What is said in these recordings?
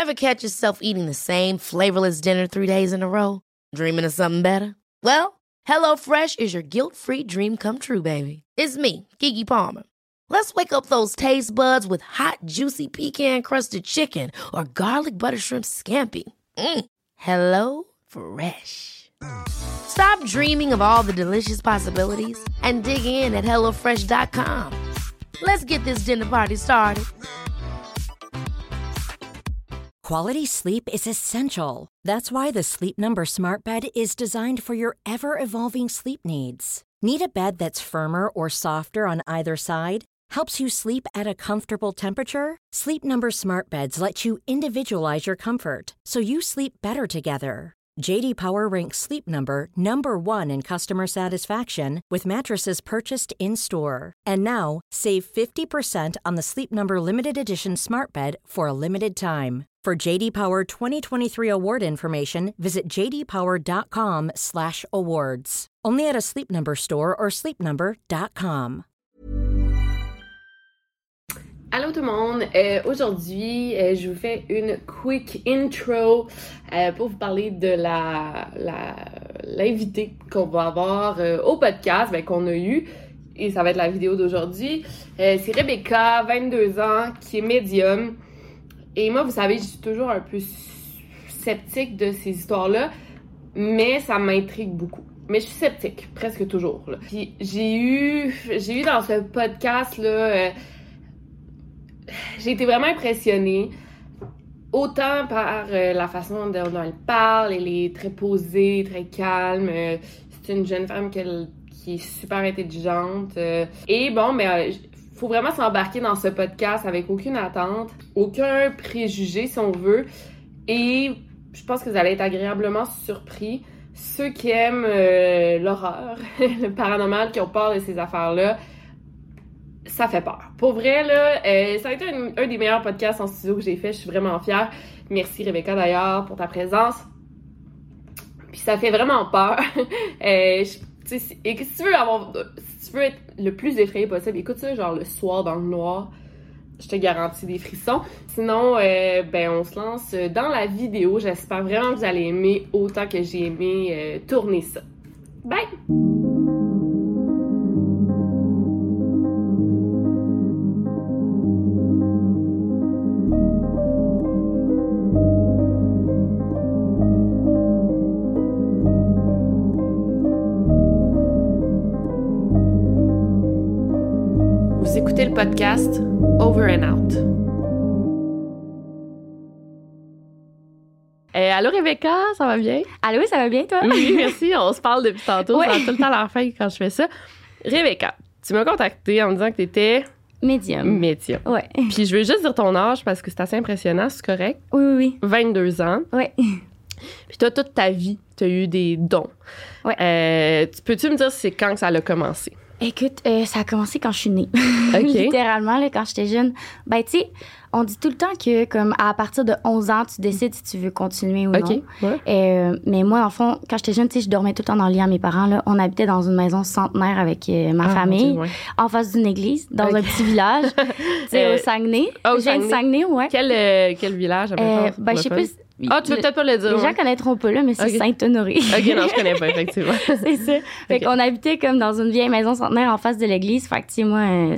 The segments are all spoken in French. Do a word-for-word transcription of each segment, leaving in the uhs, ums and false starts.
Ever catch yourself eating the same flavorless dinner three days in a row? Dreaming of something better? Well, HelloFresh is your guilt-free dream come true, baby. It's me, Keke Palmer. Let's wake up those taste buds with hot, juicy pecan-crusted chicken or garlic butter shrimp scampi. Mm. Hello Fresh. Stop dreaming of all the delicious possibilities and dig in at hello fresh dot com. Let's get this dinner party started. Quality sleep is essential. That's why the Sleep Number Smart Bed is designed for your ever-evolving sleep needs. Need a bed that's firmer or softer on either side? Helps you sleep at a comfortable temperature? Sleep Number Smart Beds let you individualize your comfort, so you sleep better together. J D Power ranks Sleep Number number one in customer satisfaction with mattresses purchased in-store. And now, save fifty percent on the Sleep Number Limited Edition Smart Bed for a limited time. For J D Power twenty twenty-three award information, visit j d power dot com slash awards. Only at a Sleep Number store or sleep number dot com. Allô tout le monde, euh, aujourd'hui euh, je vous fais une quick intro euh, pour vous parler de la, la l'invité qu'on va avoir euh, au podcast, ben, qu'on a eu, et ça va être la vidéo d'aujourd'hui. Euh, c'est Rebecca, vingt-deux ans, qui est médium, et moi vous savez je suis toujours un peu sceptique de ces histoires-là, mais ça m'intrigue beaucoup. Mais je suis sceptique, presque toujours. Là. Puis j'ai eu, j'ai eu dans ce podcast-là... Euh, j'ai été vraiment impressionnée, autant par euh, la façon dont elle parle, elle est très posée, très calme, euh, c'est une jeune femme qu'elle, qui est super intelligente, euh, et bon, mais euh, faut vraiment s'embarquer dans ce podcast avec aucune attente, aucun préjugé si on veut, et je pense que vous allez être agréablement surpris. Ceux qui aiment euh, l'horreur, le paranormal, qui ont peur de ces affaires-là, ça fait peur. Pour vrai, là, euh, ça a été un, un des meilleurs podcasts en studio que j'ai fait. Je suis vraiment fière. Merci, Rebecca, d'ailleurs, pour ta présence. Puis ça fait vraiment peur. euh, je, si, et si tu veux avoir, si tu veux être le plus effrayé possible, écoute ça, genre le soir dans le noir. Je te garantis des frissons. Sinon, euh, ben, on se lance dans la vidéo. J'espère vraiment que vous allez aimer autant que j'ai aimé euh, tourner ça. Bye! Écoutez le podcast Over and Out. Euh, allô Rebecca, ça va bien? Allô, ça va bien toi? Oui, merci, on se parle depuis tantôt, ouais. Ça a tout le temps l'air fin quand je fais ça. Rebecca, tu m'as contactée en me disant que t'étais... Médium. Médium. Ouais. Puis je veux juste dire ton âge parce que c'est assez impressionnant, c'est correct? Oui, oui, oui. vingt-deux ans. Ouais. Puis toi, toute ta vie, t'as eu des dons. Ouais. Euh, tu peux-tu me dire c'est quand que ça a commencé? Écoute, euh, ça a commencé quand je suis née. Okay. Littéralement, là, quand j'étais jeune. Ben, tu sais, on dit tout le temps que, comme, à partir de onze ans, tu décides si tu veux continuer ou non. OK, ouais. Euh, mais moi, en fond, quand j'étais jeune, tu sais, je dormais tout le temps dans le lit à mes parents, là. On habitait dans une maison centenaire avec euh, ma ah, famille, Dieu, ouais. en face d'une église, dans okay. un petit village, tu sais, euh, au Saguenay. Oh, Je viens de Saguenay, ouais. Quel, euh, quel village? À euh, ben, je sais plus... Ah, tu veux peut-être pas le dire. Les ouais. gens connaîtront pas, là, mais c'est okay. Saint-Honoré. OK, non, je connais pas, effectivement. C'est ça. Fait okay. qu'on habitait comme dans une vieille maison centenaire en face de l'église. Fait que, tu sais, moi, euh,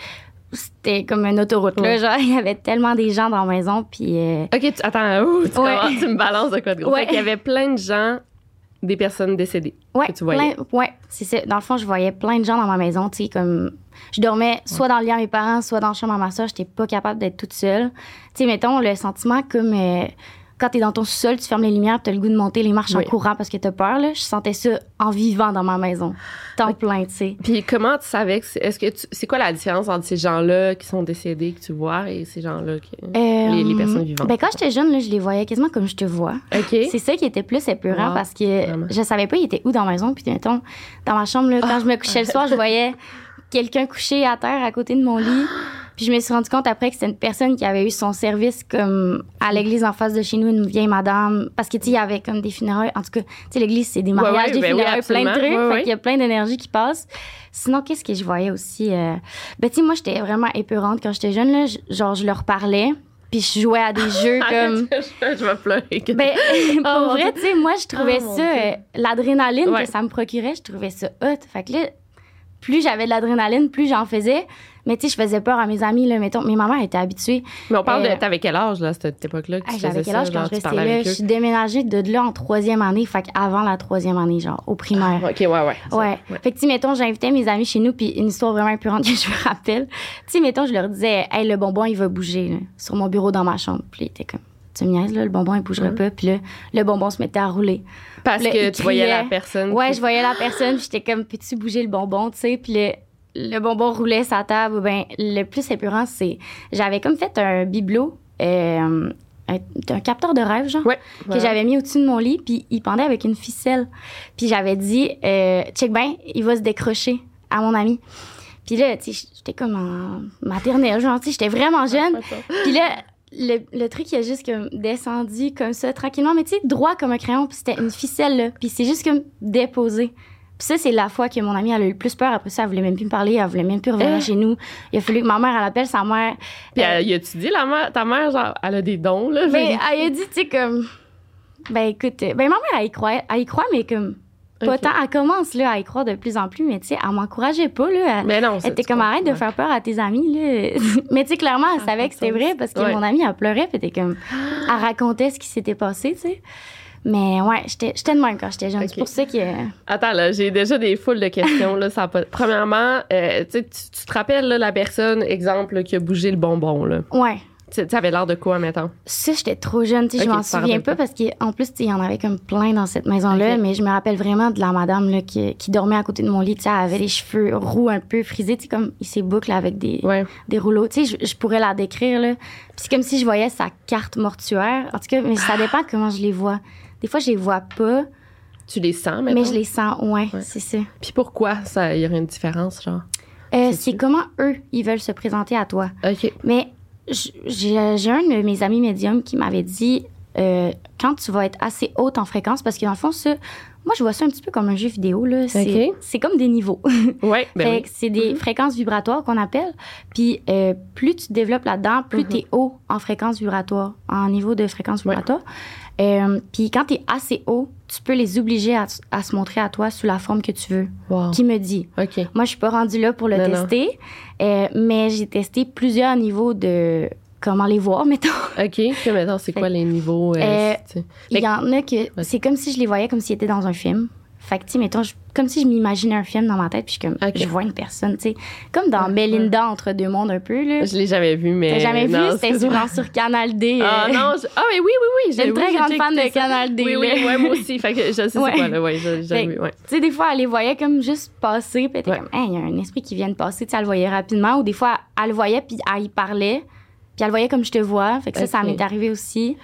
c'était comme une autoroute, ouais. là. Genre, il y avait tellement des gens dans la maison, puis... Euh... OK, tu, attends, ouh, tu, ouais. tu me balances de quoi de gros. Ouais. Fait qu'il y avait plein de gens, des personnes décédées, ouais, que tu voyais. Plein, ouais, c'est ça. Dans le fond, je voyais plein de gens dans ma maison, tu sais, comme... Je dormais soit dans le lit à mes parents, soit dans la chambre à ma soeur. J'étais pas capable d'être toute seule. Tu sais, mettons, le sentiment comme... Euh, quand t'es dans ton sous-sol, tu fermes les lumières, t'as le goût de monter les marches oui. en courant parce que t'as peur, là. Je sentais ça en vivant dans ma maison. Temps okay. plein, tu sais. Puis comment tu savais que... C'est, est-ce que tu, c'est quoi la différence entre ces gens-là qui sont décédés, que tu vois, et ces gens-là, qui, euh, les, les personnes vivantes? Ben quand j'étais jeune, là, je les voyais quasiment comme je te vois. OK. C'est ça qui était plus épeurant wow. parce que Vraiment. Je savais pas, il était où dans la maison. Puis mettons, dans ma chambre, là, quand oh. je me couchais le soir, je voyais quelqu'un couché à terre à côté de mon lit. Puis je me suis rendu compte après que c'était une personne qui avait eu son service comme à l'église en face de chez nous, une vieille madame. Parce que, tu sais, il y avait comme des funérailles. En tout cas, tu sais, l'église, c'est des mariages, ouais, ouais, des ben funérailles, oui, plein de trucs. ouais, fait ouais. qu'il y a plein d'énergie qui passe. Sinon, qu'est-ce que je voyais aussi? Euh... Ben, tu sais, moi, j'étais vraiment épeurante quand j'étais jeune, là. Genre, je leur parlais. puis je jouais à des jeux comme... je vais pleurer. Ben, pour oh, vrai, tu sais, moi, je trouvais oh, ça... Euh, l'adrénaline ouais. que ça me procurait, je trouvais ça hot. Fait que là, plus j'avais de l'adrénaline, plus j'en faisais. Mais tu sais, je faisais peur à mes amis, là, mettons. Mais ma mère était habituée. Mais on parle euh, de... T'avais quel âge, là, à cette époque-là? Que hey, tu j'avais faisais quel âge ça, quand genre, je tu restais parlais là? avec Je eux? suis déménagée de là en troisième année. Fait qu'avant la troisième année, genre, au primaire. Ah, OK, ouais, ouais. Ça, Ouais. ouais. Fait que, tu sais, mettons, j'invitais mes amis chez nous, puis une histoire vraiment impurante que je me rappelle. Tu sais, mettons, je leur disais, hey, le bonbon, il va bouger, là, sur mon bureau dans ma chambre. Puis ils étaient comme, tu me niaises, là, le bonbon, il bougera Mm. pas. Puis là, le bonbon se mettait à rouler. Parce Là, que il tu voyais criait. la personne. Ouais, qui- je voyais la personne, puis j'étais comme, peux-tu bouger le bonbon, tu sais? Puis le, le bonbon roulait sa table. Ben, le plus épurant, c'est. J'avais comme fait un bibelot, euh, un, un capteur de rêve, genre, Ouais. que j'avais mis au-dessus de mon lit, puis il pendait avec une ficelle. Puis j'avais dit, euh, check ben, il va se décrocher à mon ami. Puis là, tu sais, j'étais comme en maternelle, genre, tu sais, j'étais vraiment jeune. Puis là, le, le truc, il a juste comme descendu comme ça, tranquillement, mais tu sais, droit comme un crayon, puis c'était une ficelle, là. Puis c'est juste comme déposé. Puis ça, c'est la fois que mon amie, elle a eu le plus peur. Après ça, elle voulait même plus me parler, elle voulait même plus revenir Hein? chez nous. Il a fallu que ma mère, elle appelle sa mère. Puis, Euh, euh, y a-tu dit, la mère, ta mère, genre, elle a des dons, là? ben, genre? elle a dit, tu sais, comme... Ben, écoute, euh, ben, ma mère, elle y croit, elle y croit mais comme... Pas Ok. tant. Elle commence, là, à y croire de plus en plus, mais tu sais, elle m'encourageait pas, là. Elle, Mais non, elle était comme, arrête de faire peur à tes amis, là. Mais tu sais, clairement, elle Ça savait fait que c'était sens. vrai parce que Ouais. mon amie, elle pleurait, puis elle était comme... Elle racontait ce qui s'était passé, tu sais. Mais ouais, j'étais j'étais de même quand j'étais jeune. Ok. C'est pour ça que... Attends, là, j'ai déjà des foules de questions, là. Ça a pas... Premièrement, euh, tu sais, tu tu te rappelles, là, la personne, exemple, là, qui a bougé le bonbon, là. Ouais. Tu tu avais l'air de quoi, mettons? Ça, j'étais trop jeune, tu sais, Ok, je m'en tu t'en souviens rappelles pas parce qu'en plus, tu sais, il y en avait comme plein dans cette maison-là, Ok. mais je me rappelle vraiment de la madame là, qui, qui dormait à côté de mon lit, tu sais, elle avait les cheveux roux un peu frisés, tu sais, comme ses boucles avec des, Ouais. des rouleaux, tu sais, je, je pourrais la décrire, là. Puis c'est comme si je voyais sa carte mortuaire. En tout cas, mais ça dépend comment je les vois. Des fois, je les vois pas, Tu les sens, mettons? mais je les sens, ouais, Ouais. c'est ça. Puis pourquoi ça y aurait une différence, genre? Euh, Sais-tu? c'est comment eux, ils veulent se présenter à toi. OK. Mais j- j'ai j'ai un de mes amis médiums qui m'avait dit euh, quand tu vas être assez haute en fréquence, parce que dans le fond, ça, moi, je vois ça un petit peu comme un jeu vidéo. Là. C'est, Ok. c'est comme des niveaux. Ouais, ben Fait oui. que c'est des Mhm. fréquences vibratoires qu'on appelle. Puis euh, plus tu te développes là-dedans, plus Mhm. tu es haut en fréquence vibratoire, en niveau de fréquence Ouais. vibratoire. Euh, puis quand tu es assez haut, tu peux les obliger à, à se montrer à toi sous la forme que tu veux. Wow. Qui me dit? OK. Moi, je suis pas rendue là pour le Non, non. tester, euh, mais j'ai testé plusieurs niveaux de comment les voir, mettons. OK. Puis, mettons, c'est quoi les niveaux? euh, Euh, tu sais? Il Mais- y en a que Ouais. c'est comme si je les voyais comme s'ils étaient dans un film. Fait que, tu sais, mettons, je- comme si je m'imaginais un film dans ma tête, puis je, suis comme, Ok. je vois une personne, tu sais. Comme dans Ouais, Belinda, entre deux mondes, un peu, là. Je l'ai jamais vu, mais... T'as jamais non, vu? C'était excuse-moi. souvent sur Canal D. Ah euh. non, je- ah mais oui, oui, oui. J'étais une oui, très j'ai grande déjà fan écouté de ça. Canal D, Oui, oui, là. ouais, moi aussi. Fait que je sais Ouais. c'est quoi, là, ouais, j'ai déjà Fait vu, que, ouais. Tu sais, des fois, elle les voyait comme juste passer, puis elle était Ouais. comme, hey, il y a un esprit qui vient de passer, tu sais, elle le voyait rapidement. Ou des fois, elle le voyait, puis elle y parlait, puis elle le voyait comme je te vois. Fait que ça, ça Ok. m'est arrivé aussi.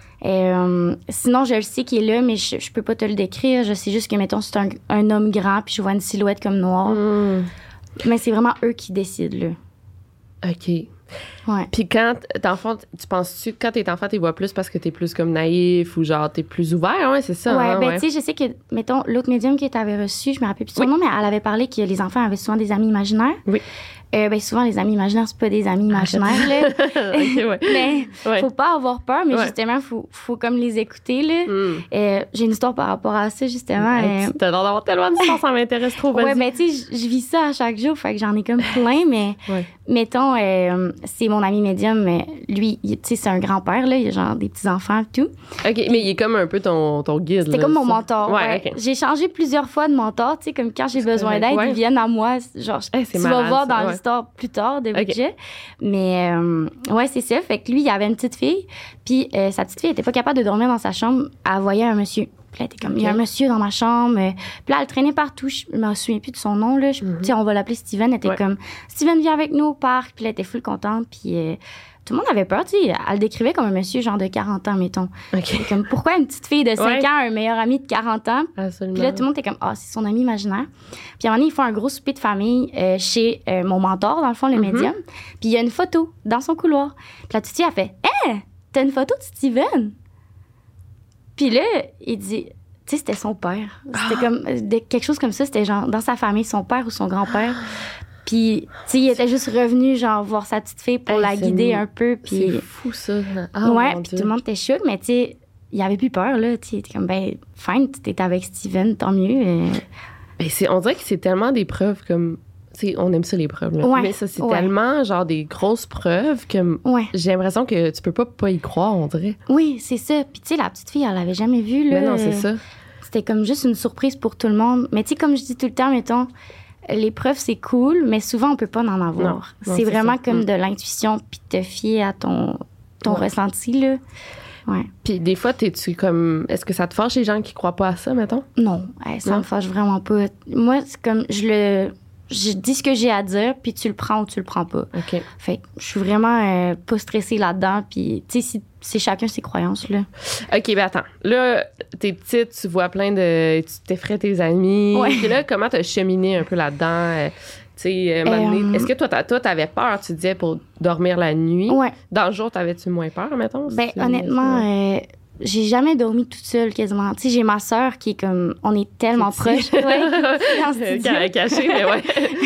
Euh, sinon, je le sais qu'il est là, mais je, je peux pas te le décrire. Je sais juste que, mettons, c'est un, un homme grand, puis je vois une silhouette comme noire. Hmm. Mais c'est vraiment eux qui décident, là. OK. Ouais. Puis quand t'es enfant, tu penses-tu que quand t'es enfant, t'es vois plus parce que t'es plus comme naïf ou genre t'es plus ouvert? Ouais, c'est ça. ouais, hein, ben, ouais. tu sais, je sais que, mettons, l'autre médium que tu avais reçu, je me rappelle plus son Oui. nom, mais elle avait parlé que les enfants avaient souvent des amis imaginaires. Oui. Euh, ben, souvent, les amis imaginaires, c'est pas des amis imaginaires, là. OK, ouais. Mais Ouais. faut pas avoir peur, mais Ouais. justement, faut, faut comme les écouter, là. Hmm. Euh, j'ai une histoire par rapport à ça, justement. Hey, euh, tu- T'as l'air d'avoir tellement d'histoires, ça m'intéresse trop. Ouais, Vas-y. ben, tu sais, je je vis ça à chaque jour, fait que j'en ai comme plein, mais Ouais. mettons, euh, c'est mon ami médium, mais lui, il- tu sais, c'est un grand-père, là, il a genre des petits-enfants et tout. OK, mais il est comme un peu ton, ton guide. C'était là, comme mon ça. mentor. Ouais, Ouais. OK. J'ai changé plusieurs fois de mentor, tu sais, comme quand j'ai besoin correct, d'aide, ouais. ils viennent à moi. Genre, Hey, c'est tu malade, vas voir ça, dans ouais. l'histoire plus tard de OK. budget. Mais euh, ouais, c'est ça. Fait que lui, il avait une petite fille, puis euh, sa petite fille était pas capable de dormir dans sa chambre. Elle voyait un monsieur. Puis là, elle était comme, il y a un OK. monsieur dans ma chambre. Euh, Puis là, elle traînait partout. Je me souviens plus de son nom, là. Je- Tu sais, on va l'appeler Steven. Elle était Mm-hmm. Ouais. comme, Steven, viens avec nous au parc. Puis là, elle était full contente. Puis euh, tout le monde avait peur, tu sais. Elle le décrivait comme un monsieur genre de quarante ans, mettons. OK. C'est comme, pourquoi une petite fille de cinq Ouais. ans a un meilleur ami de quarante ans? Absolument. Puis là, tout le monde était comme, ah, c'est son ami imaginaire. Puis à un moment donné, ils font un gros souper de famille euh, chez euh, mon mentor, dans le fond, le Mhm. médium. Puis il y a une photo dans son couloir. Puis la petite fille, elle fait, hé, t'as une photo de Steven? Puis là, il dit, tu sais, c'était son père. C'était Ah. comme, euh, de- quelque chose comme ça, c'était genre, dans sa famille, son père ou son grand-père. Puis, tu sais, il était juste revenu, genre, voir sa petite fille pour Hey, la c'est guider m- un peu. Puis, C'est fou, ça. Ah, ouais, mon puis Dieu. tout le monde était choqué, mais tu sais, il avait plus peur, là. Tu sais, il était comme, ben, fine, tu étais avec Steven, tant mieux. euh. Ben, c'est, on dirait que c'est tellement des preuves comme... Tu sais, on aime ça, les preuves. Là. Ouais, Mais ça, c'est ouais. tellement, genre, des grosses preuves que Ouais. j'ai l'impression que tu peux pas pas y croire, on dirait. Oui, c'est ça. Puis, tu sais, la petite fille, elle l'avait jamais vue, là. Mais non, c'est Euh, ça. C'était comme juste une surprise pour tout le monde. Mais tu sais, comme je dis tout le temps, mettons, les preuves, c'est cool, mais souvent, on peut pas en avoir. Non, non, c'est c'est vraiment ça. comme Mm. de l'intuition, puis te fier à ton, ton Ouais. ressenti, là. Ouais. Puis des fois, t'es-tu comme... Est-ce que ça te fâche les gens qui croient pas à ça, mettons? Non, hey, ça Non? me fâche vraiment pas. Moi, c'est comme, je le... Je dis ce que j'ai à dire, puis tu le prends ou tu le prends pas. OK. Fait que je suis vraiment euh, pas stressée là-dedans, puis tu sais, si, c'est chacun ses croyances, là. OK, ben attends. Là, t'es petite, tu vois plein de... Tu t'effraies tes amis. Ouais. Puis là, comment t'as cheminé un peu là-dedans? euh, tu sais, euh, un moment donné, Euh, est-ce que toi, t'as- toi, t'avais peur, tu disais, pour dormir la nuit? Ouais. Dans le jour, t'avais-tu moins peur, mettons? Ben, Si tu- honnêtement, euh, j'ai jamais dormi toute seule quasiment. Tu sais, j'ai ma sœur qui est comme. On est tellement C'est proches. petit. Ouais, dans le studio. Ca- Caché, mais ouais.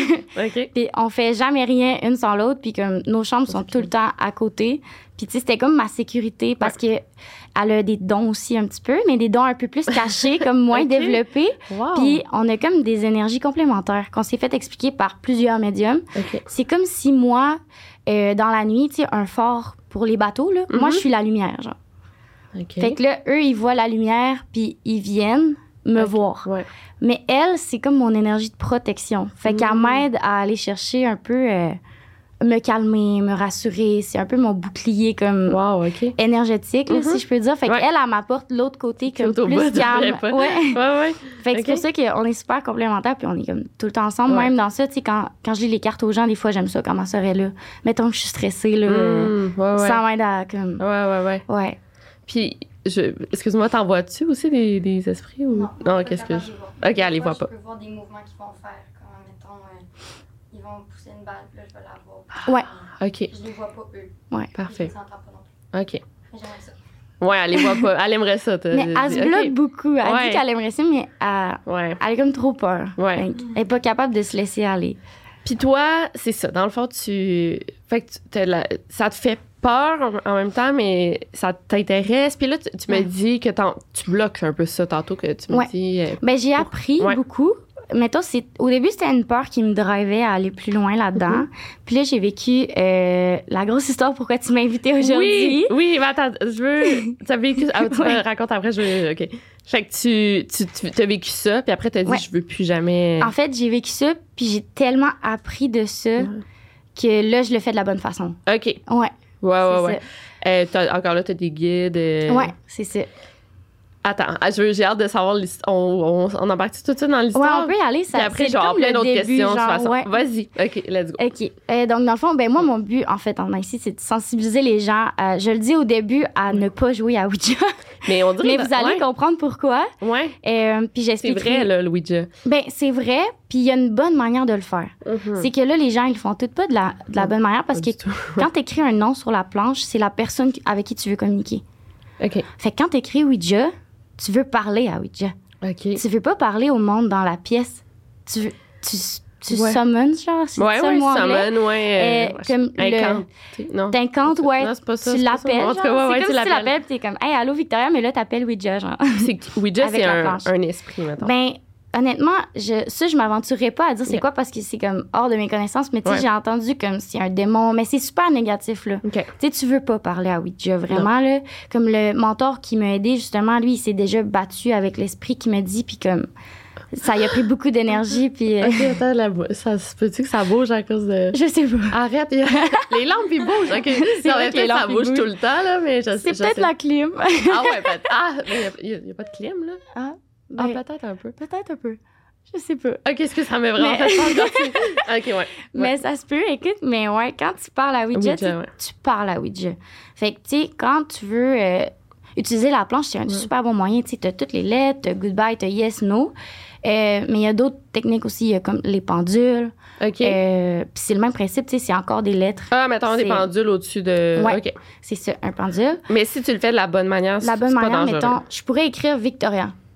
OK. Puis on fait jamais rien une sans l'autre, puis comme nos chambres sont tout le temps à côté. Puis tu sais, c'était comme ma sécurité parce que elle a des dons aussi un petit peu, mais des dons un peu plus cachés, comme moins Ok. développés. Wow. Puis on a comme des énergies complémentaires qu'on s'est fait expliquer par plusieurs médiums. OK. C'est comme si moi, euh, dans la nuit, tu sais, un phare pour les bateaux, là, moi, Mhm. je suis la lumière, genre. OK. Fait que là, eux, ils voient la lumière, puis ils viennent me Ok. voir. Ouais. Mais elle, c'est comme mon énergie de protection. Fait qu'elle Mm. m'aide à aller chercher un peu, euh, me calmer, me rassurer. C'est un peu mon bouclier comme Wow, OK. énergétique, là, Mhm. si je peux dire. Fait Ouais. qu'elle, elle m'apporte l'autre côté comme Tout au bout, plus tu calme. dirais pas. Ouais. Ouais, ouais. Fait que Ok. c'est pour ça qu'on est super complémentaires, puis on est comme tout le temps ensemble. Ouais. Même dans ça, tu sais, quand, quand je lis les cartes aux gens, des fois, j'aime ça quand ma soeur est là. Mettons que je suis stressée, là. Mm, ouais, ouais. Ça m'aide à comme. Ouais, ouais, ouais. Ouais. Puis, je... excuse-moi, t'en vois-tu aussi des, des esprits? Ou... Non, qu'est-ce que je... OK, elle les voit pas. Je peux voir des mouvements qu'ils vont faire. Comme, mettons, euh, ils vont pousser une balle, puis là, je vais la voir. Ouais. OK, Je les vois pas, eux. ouais, parfait. Je les entends pas non plus. OK. Mais j'aimerais ça. Ouais, elle les voit pas. Elle aimerait ça. t'as Mais dit. elle se OK. bloque beaucoup. Elle Ouais. dit qu'elle aimerait ça, mais elle, Ouais. elle a comme trop peur. Ouais. Fait qu'elle est pas capable de se laisser aller. Puis toi, c'est ça. Dans le fond, tu... Fait que tu- t'as la- ça te fait peur en en même temps, mais ça t'intéresse. Puis là, tu, tu me Ouais. dis que t'en- tu bloques un peu ça tantôt, que tu me Ouais. dis... euh, Ben, j'ai appris Ouais. beaucoup. Mettons, c'est, au début, c'était une peur qui me drivait à aller plus loin là-dedans. Mhm. Puis là, j'ai vécu euh, la grosse histoire pourquoi tu m'as invitée aujourd'hui. Oui, oui, mais attends, je veux... Tu as vécu... Ah, tu Ouais. me racontes après, je veux... OK. Fait que tu, tu, tu as vécu ça, puis après, tu as dit, Ouais. je veux plus jamais... En fait, j'ai vécu ça, puis j'ai tellement appris de ça Ouais. que là, je le fais de la bonne façon. OK. Ouais, Ouais, ouais, c'est ouais. Euh, t'as- encore là, tu as des guides. euh, ça. Ouais, c'est ça. Attends, ah, je veux- j'ai hâte de savoir l'histoire. On, on, on embarque tout de suite dans Ouais, l'histoire? on peut y aller. Ça, Puis après, c'est je vais avoir comme plein le d'autres début, questions de toute genre, façon. ouais. Vas-y. OK, let's go. OK. Euh, donc, dans le fond, ben moi, mon but, en fait, en ici, c'est de sensibiliser les gens. euh, je le dis au début, à ne pas jouer à Ouija. Mais on dirait... Mais vous allez ouais. comprendre pourquoi. Ouais, Euh, puis c'est j'expliquerai. vrai, là, le Ouija. Ben, c'est vrai, puis il y a une bonne manière de le faire. Mhm. C'est que là, les gens, ils le font tout pas de la, de la Non, bonne manière parce Pas que du tout. quand tu écris un nom sur la planche, c'est la personne qui- avec qui tu veux communiquer. OK, Fait que quand tu écris Ouija, tu veux parler à Ouija. OK. Tu veux pas parler au monde dans la pièce. Tu veux, tu, tu Ouais. summons, genre, c'est Ouais, ça ouais, le mot anglais? summon, ouais. Euh, euh, comme le- incante, non. T'incantes, ouais. Non, c'est pas ça, tu c'est pas ça. l'appelles. En tout genre. cas, ouais, ouais, c'est tu comme si tu l'appelles. l'appelles, puis t'es comme, hey, allô Victoria, mais là, t'appelles Ouija, genre. C'est que Ouija, Avec c'est la un, planche. un esprit, mettons. Ben, honnêtement, je, ça, je m'aventurerais pas à dire c'est Yeah. quoi parce que c'est comme hors de mes connaissances, mais tu sais, Ouais. j'ai entendu comme c'est un démon, mais c'est super négatif, là. OK. Tu sais, tu veux pas parler à Ouija, vraiment, là. Comme le mentor qui m'a aidé, justement, lui, il s'est déjà battu avec l'esprit qui me dit, puis comme, ça y a pris beaucoup d'énergie, puis euh, OK, attends, la bou- ça se peut-tu que ça bouge à cause de... je sais pas. Arrête, il y a- les lampes, ils bougent. OK. C'est Non, vrai mais que les peut-être ça lampes, ils bouge bougent. tout le temps, là, mais je C'est je peut-être sais- la clim. Ah ouais, peut-être. Ah, mais il n'y a, pas de clim, là? Ah, Ah, ben, peut-être un peu. peut-être un peu. Je sais pas. OK, est-ce que ça m'a vraiment Mais- fait peur? OK, ouais. ouais. Mais ça se peut, écoute, mais ouais, quand tu parles à Ouija, Ouija, tu, ouais. tu parles à Ouija. Fait que, tu sais, quand tu veux euh, utiliser la planche, c'est un super bon moyen. Tu sais, t'as toutes les lettres, t'as goodbye, t'as yes, no. Euh, mais il y a d'autres techniques aussi, il y a comme les pendules. OK. Euh, Puis c'est le même principe, tu sais, c'est encore des lettres. Ah, mettons des c'est- pendules au-dessus de... Ouais. OK. C'est ça, un pendule. Mais si tu le fais de la bonne manière, La c'est bonne c'est pas manière, dangereux. mettons, je pourrais écrire Victoria.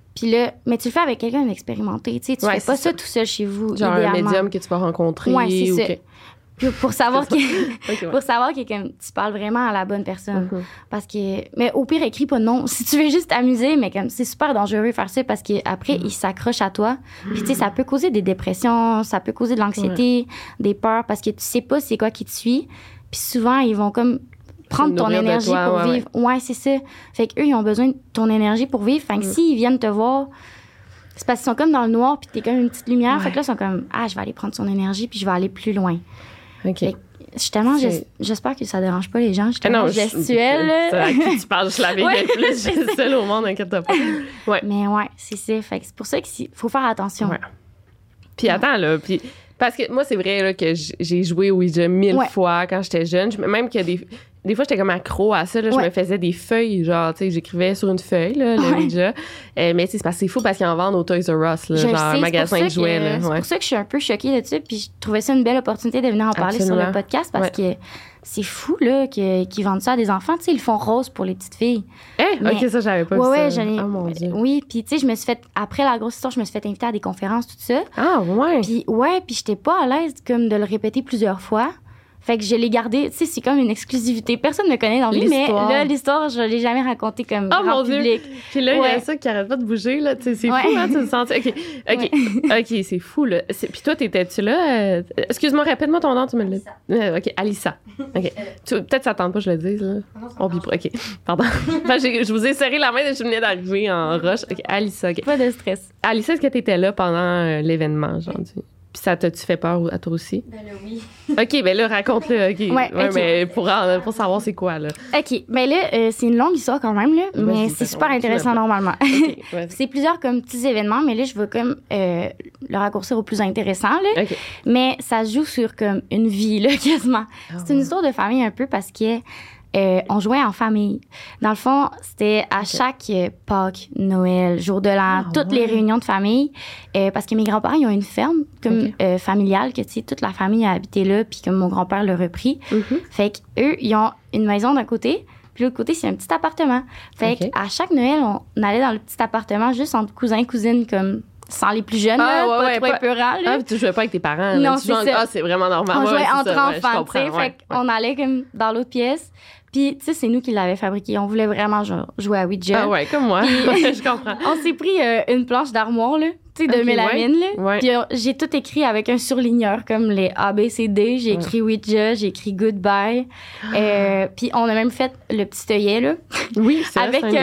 Puis là, mais tu le fais avec quelqu'un d'expérimenté. Tu sais, tu Ouais, fais pas ça ça tout seul chez vous, Genre idéalement. un médium que tu vas rencontrer. Ouais, c'est ou ça. que... Puis pour savoir que, okay, ouais. pour savoir que comme, tu parles vraiment à la bonne personne. Mm-hmm. Parce que, mais au pire, écris pas non. Si tu veux juste t'amuser, mais comme c'est super dangereux de faire ça parce qu'après, mm-hmm. ils s'accrochent à toi. Puis tu sais, ça peut causer des dépressions, ça peut causer de l'anxiété, ouais. des peurs parce que tu sais pas c'est quoi qui te suit. Puis souvent, ils vont comme prendre ton énergie toi, pour ouais, vivre. Ouais, ouais c'est ça. Fait qu'eux, ils ont besoin de ton énergie pour vivre. Fait que mm. s'ils viennent te voir, c'est parce qu'ils sont comme dans le noir puis t'es comme une petite lumière. Ouais. Fait que là, ils sont comme, ah, je vais aller prendre son énergie puis je vais aller plus loin. OK. Fait que, justement, j'espère que ça dérange pas les gens. Je suis tellement gestuelle. C'est à qui tu parles, je l'avais ouais, plus. Je suis seule au monde, inquiète-toi pas. Ouais. Mais ouais, c'est ça. Fait que c'est pour ça qu'il faut faire attention. Ouais. Puis attends, là, puis... Parce que moi, c'est vrai là, que j'ai joué au Ouija mille ouais. fois quand j'étais jeune. Même que des... Des fois, j'étais comme accro à ça. Là, ouais. Je me faisais des feuilles, genre, tu sais, j'écrivais sur une feuille, là, le ouais. Ouija. Euh, mais c'est parce que c'est fou parce qu'ils en vendent au Toys R Us, là, genre un magasin de jouets. Là, c'est ouais. pour ça que je suis un peu choquée de ça. Puis je trouvais ça une belle opportunité de venir en parler Absolument. Sur le podcast parce ouais. que c'est fou, là, que, qu'ils vendent ça à des enfants. Tu sais, ils le font rose pour les petites filles. Eh, hey, mais... OK, ça, j'avais pas ouais, vu ça. Ouais, j'en ai... Oh mon Dieu. Oui, puis tu sais, je me suis fait... Après la grosse histoire, je me suis fait inviter à des conférences, tout ça. Ah, ouais. Puis ouais, puis j'étais pas à l'aise comme de le répéter plusieurs fois. Fait que je l'ai gardé, tu sais, c'est comme une exclusivité. Personne ne me connaît dans le vie, mais là, l'histoire, je l'ai jamais racontée comme oh, grand mon public. Dieu. Puis là, il ouais. y a ça qui arrête pas de bouger, là. Tu sais, c'est ouais. fou, hein, tu le sens. OK, OK, ouais. OK, c'est fou, là. C'est... Puis toi, t'étais-tu là? Euh... Excuse-moi, répète-moi ton nom, tu me l'as dit. Euh, OK, Alissa. OK. tu... Peut-être ça tente pas, je le dise, là. Non, on vit pas. OK, pardon. Enfin, je vous ai serré la main et je venais d'arriver en rush. OK, Alissa, OK. Pas de stress. Alissa, est-ce que t'étais là pendant euh, l'événement, genre? Du... Puis ça t'a-tu fait peur à toi aussi? Ben là, oui. OK, ben là, raconte-le. OK, ouais, ouais, okay. mais pour, pour savoir c'est quoi, là. OK, ben là, euh, c'est une longue histoire quand même, là, ouais, mais c'est, c'est super intéressant normalement. Okay, c'est plusieurs comme petits événements, mais là, je vais comme euh, le raccourcir au plus intéressant, là. Okay. Mais ça se joue sur comme une vie, là, quasiment. Oh, c'est une histoire de famille un peu parce que Euh, on jouait en famille. Dans le fond, c'était à okay. chaque euh, Pâques, Noël, jour de l'an, oh, toutes ouais. les réunions de famille. Euh, parce que mes grands-parents, ils ont une ferme comme okay. euh, familiale, que tu sais, toute la famille a habité là, puis comme mon grand-père l'a repris. Mm-hmm. Fait qu'eux, ils ont une maison d'un côté, puis l'autre côté, c'est un petit appartement. Fait okay. qu'à chaque Noël, on, on allait dans le petit appartement juste entre cousins, cousines, comme... sans les plus jeunes, ah, là, ouais, pas ouais, trop épeurants. Ah, tu jouais pas avec tes parents. Non, là. c'est jouais, ça. Ah, c'est vraiment normal. On ouais, jouait ouais, entre ça, enfants, tu sais. Ouais, fait qu'on ouais. allait comme dans l'autre pièce. Puis, tu sais, c'est nous qui l'avons fabriqué. On voulait vraiment genre, jouer à Ouija. Ah ouais, comme moi. Puis, je comprends. On s'est pris euh, une planche d'armoire, là, tu sais, de okay, mélamine, ouais. là. Ouais. Puis euh, j'ai tout écrit avec un surligneur, comme les A, B, C, D. J'ai écrit ouais. Ouija, j'ai écrit Goodbye. Euh, puis on a même fait le petit œillet, là. Oui, c'est avec euh,